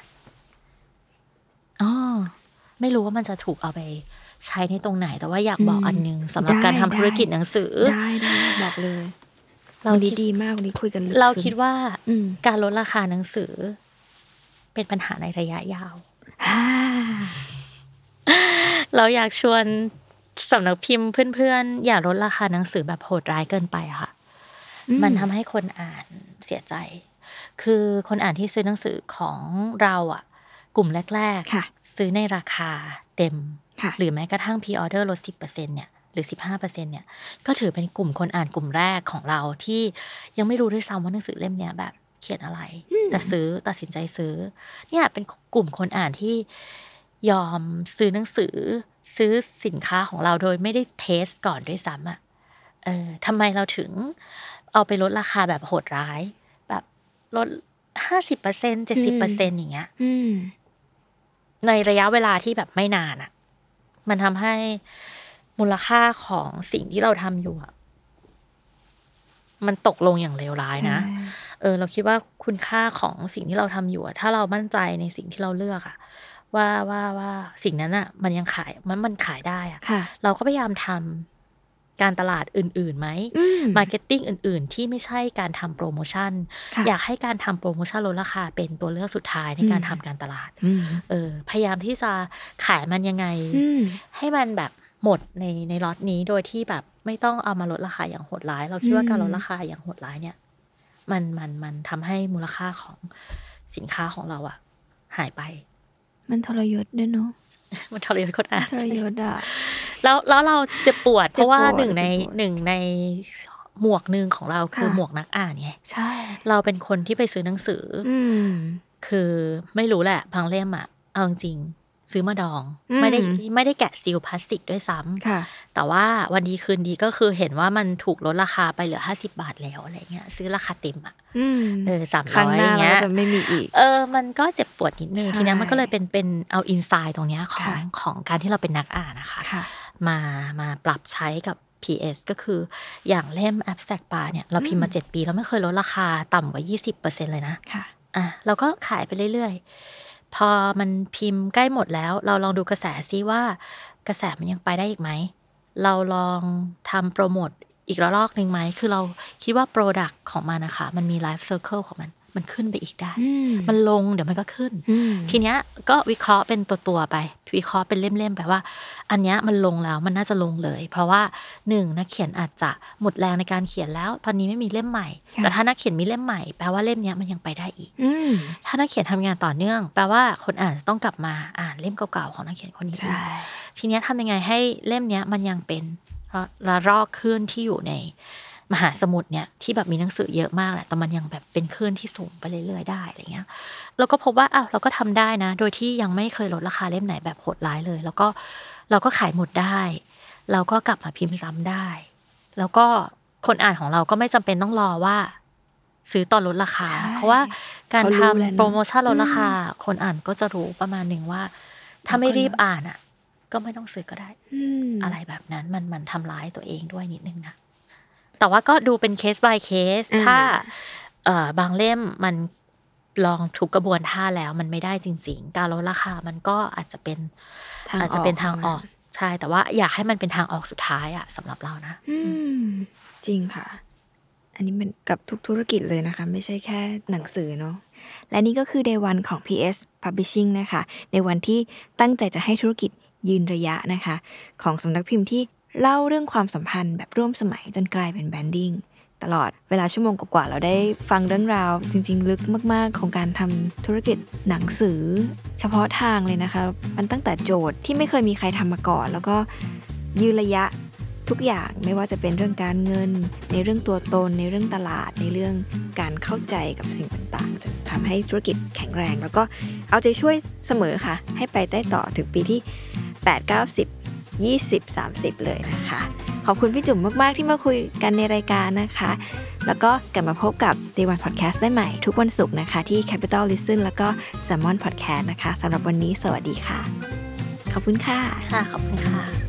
ไม่รู้ว่ามันจะถูกเอาไปใช้ในตรงไหนแต่ว่าอยากบอกอันนึงสำหรับการทำธุรกิจหนังสือได้บอกเลยเราดีมากวันนี้คุยกันเราคิดว่าการลดราคาหนังสือเป็นปัญหาในระยะยาวเราอยากชวนสำนักพิมพ์เพื่อนๆอย่าลดราคาหนังสือแบบโหดร้ายเกินไปค่ะมันทำให้คนอ่านเสียใจคือคนอ่านที่ซื้อหนังสือของเราอ่ะกลุ่มแรกๆซื้อในราคาเต็มหรือแม้กระทั่งพรีออเดอร์ลด 10% เนี่ยหรือ 15% เนี่ยก็ถือเป็นกลุ่มคนอ่านกลุ่มแรกของเราที่ยังไม่รู้ด้วยซ้ำว่าหนังสือเล่มเนี้ยแบบเขียนอะไรแต่ตัดสินใจซื้อเนี่ยเป็นกลุ่มคนอ่านที่ยอมซื้อหนังสือซื้อสินค้าของเราโดยไม่ได้เทสก่อนด้วยซ้ำอ่ะทำไมเราถึงเอาไปลดราคาแบบโหดร้ายแบบลด 50% 70% อย่างเงี้ยในระยะเวลาที่แบบไม่นานอ่ะมันทำให้มูลค่าของสิ่งที่เราทำอยู่อ่ะมันตกลงอย่างเลวร้ายนะเราคิดว่าคุณค่าของสิ่งที่เราทำอยู่อ่ะถ้าเรามั่นใจในสิ่งที่เราเลือกอ่ะว่าสิ่งนั้นอ่ะมันยังขายมันขายได้อ่ะเราก็พยายามทำการตลาดอื่นๆไหมมาร์เก็ตติ้งอื่นๆที่ไม่ใช่การทำโปรโมชั่นอยากให้การทำโปรโมชั่นลดราคาเป็นตัวเลือกสุดท้ายในการทำการตลาดพยายามที่จะขายมันยังไงให้มันแบบหมดในล็อตนี้โดยที่แบบไม่ต้องเอามาลดราคาอย่างโหดร้ายเราคิดว่าการลดราคาอย่างโหดร้ายเนี่ยมันทำให้มูลค่าของสินค้าของเราอะหายไปมันทรยศด้วยเนาะมันทรยศคนอ่านทรยศอะแล้วเราเจ็บปวดเพราะว่าหนึ่งในหมวกนึงของเราคือหมวกนักอ่านไงใช่เราเป็นคนที่ไปซื้อหนังสือคือไม่รู้แหละบางเล่มอะเอาจริงซื้อมาดองไม่ได้แกะซีลพลาสติกด้วยซ้ำแต่ว่าวันดีคืนดีก็คือเห็นว่ามันถูกลดราคาไปเหลือ50 บาทแล้วอะไรเงี้ยซื้อราคาเต็มอะ300อย่างเงี้ยจะไม่มีอีกมันก็เจ็บปวดนิดนึงทีนี้มันก็เลยเป็นเอาอินไซด์ตรงเนี้ยของการที่เราเป็นนักอ่านนะคะมาปรับใช้กับ PS ก็คืออย่างเล่ม Abstract Bar เนี่ยเราพิมพ์มา7 ปีแล้วไม่เคยลดราคาต่ำกว่า 20% เลยนะเราก็ขายไปเรื่อยๆพอมันพิมพ์ใกล้หมดแล้วเราลองดูกระแสซิว่ากระแสมันยังไปได้อีกไหมเราลองทำโปรโมทอีกระลอกนึงไหมคือเราคิดว่า Product ของมันนะคะมันมี Life Circle ของมันขึ้นไปอีกได้มันลงเดี๋ยวมันก็ขึ้นทีเนี้ยก็วิเคราะห์เป็นตัวๆไปวิเคราะห์เป็นเล่มๆไปว่าอันเนี้ยมันลงแล้วมันน่าจะลงเลยเพราะว่า1นักเขียนอาจจะหมดแรงในการเขียนแล้วตอนนี้ไม่มีเล่มใหม่แต่ถ้านักเขียนมีเล่มใหม่แปลว่าเล่มเนี้ยมันยังไปได้อีกถ้านักเขียนทำงานต่อเนื่องแปลว่าคนอ่านต้องกลับมาอ่านเล่มเก่าๆของนักเขียนคนนี้ทีเนี้ยทำยังไงให้เล่มเนี้ยมันยังเป็นระลอกคลื่นที่อยู่ในมหาสมุทรเนี่ยที่แบบมีหนังสือเยอะมากแหละแต่มันยังแบบเป็นคลื่นที่สูงไปเรื่อยๆได้อะไรเงี้ยเราก็พบว่าเราก็ทำได้นะโดยที่ยังไม่เคยลดราคาเล่มไหนแบบโหดร้ายเลยแล้วก็เราก็ขายหมดได้เราก็กลับมาพิมพ์ซ้ำได้แล้วก็คนอ่านของเราก็ไม่จำเป็นต้องรอว่าซื้อตอนลดราคาเพราะว่าการทำโปรโมชั่นลดราคาคนอ่านก็จะรู้ประมาณนึงว่าถ้าไม่รีบอ่านก็ไม่ต้องซื้อก็ได้อะไรแบบนั้นมันทำร้ายตัวเองด้วยนิดนึงนะแต่ว่าก็ดูเป็นเคส by เคสถ้าบางเล่มมันลองทุกกระบวนท่าแล้วมันไม่ได้จริงๆการลดราคามันก็อาจจะเป็นทางออกใช่แต่ว่าอยากให้มันเป็นทางออกสุดท้ายสำหรับเรานะจริงค่ะอันนี้มันกับทุกธุรกิจเลยนะคะไม่ใช่แค่หนังสือเนาะและนี่ก็คือ Day 1 ของ PS Publishing นะคะในวันที่ตั้งใจจะให้ธุรกิจยืนระยะนะคะของสำนักพิมพ์ที่เล่าเรื่องความสัมพันธ์แบบร่วมสมัยจนกลายเป็นแบรนดิ้งตลอดเวลาชั่วโมงกว่าๆเราได้ฟังเรื่องราวจริงๆลึกมากๆของการทำธุรกิจหนังสือเฉพาะทางเลยนะคะมันตั้งแต่โจทย์ที่ไม่เคยมีใครทำมาก่อนแล้วก็ยืนระยะทุกอย่างไม่ว่าจะเป็นเรื่องการเงินในเรื่องตัวตนในเรื่องตลาดในเรื่องการเข้าใจกับสิ่งต่างๆจนทำให้ธุรกิจแข็งแรงแล้วก็เอาใจช่วยเสมอค่ะให้ไปได้ต่อถึงปีที่8 9 10 20 30เลยนะคะขอบคุณพี่จุ๋มมากๆที่มาคุยกันในรายการนะคะแล้วก็กลับมาพบกับ Day 1 Podcast ได้ใหม่ทุกวันศุกร์นะคะที่ Capital Listen แล้วก็ Salmon Podcast นะคะสำหรับวันนี้สวัสดีค่ะขอบคุณค่ะขอบคุณค่ะ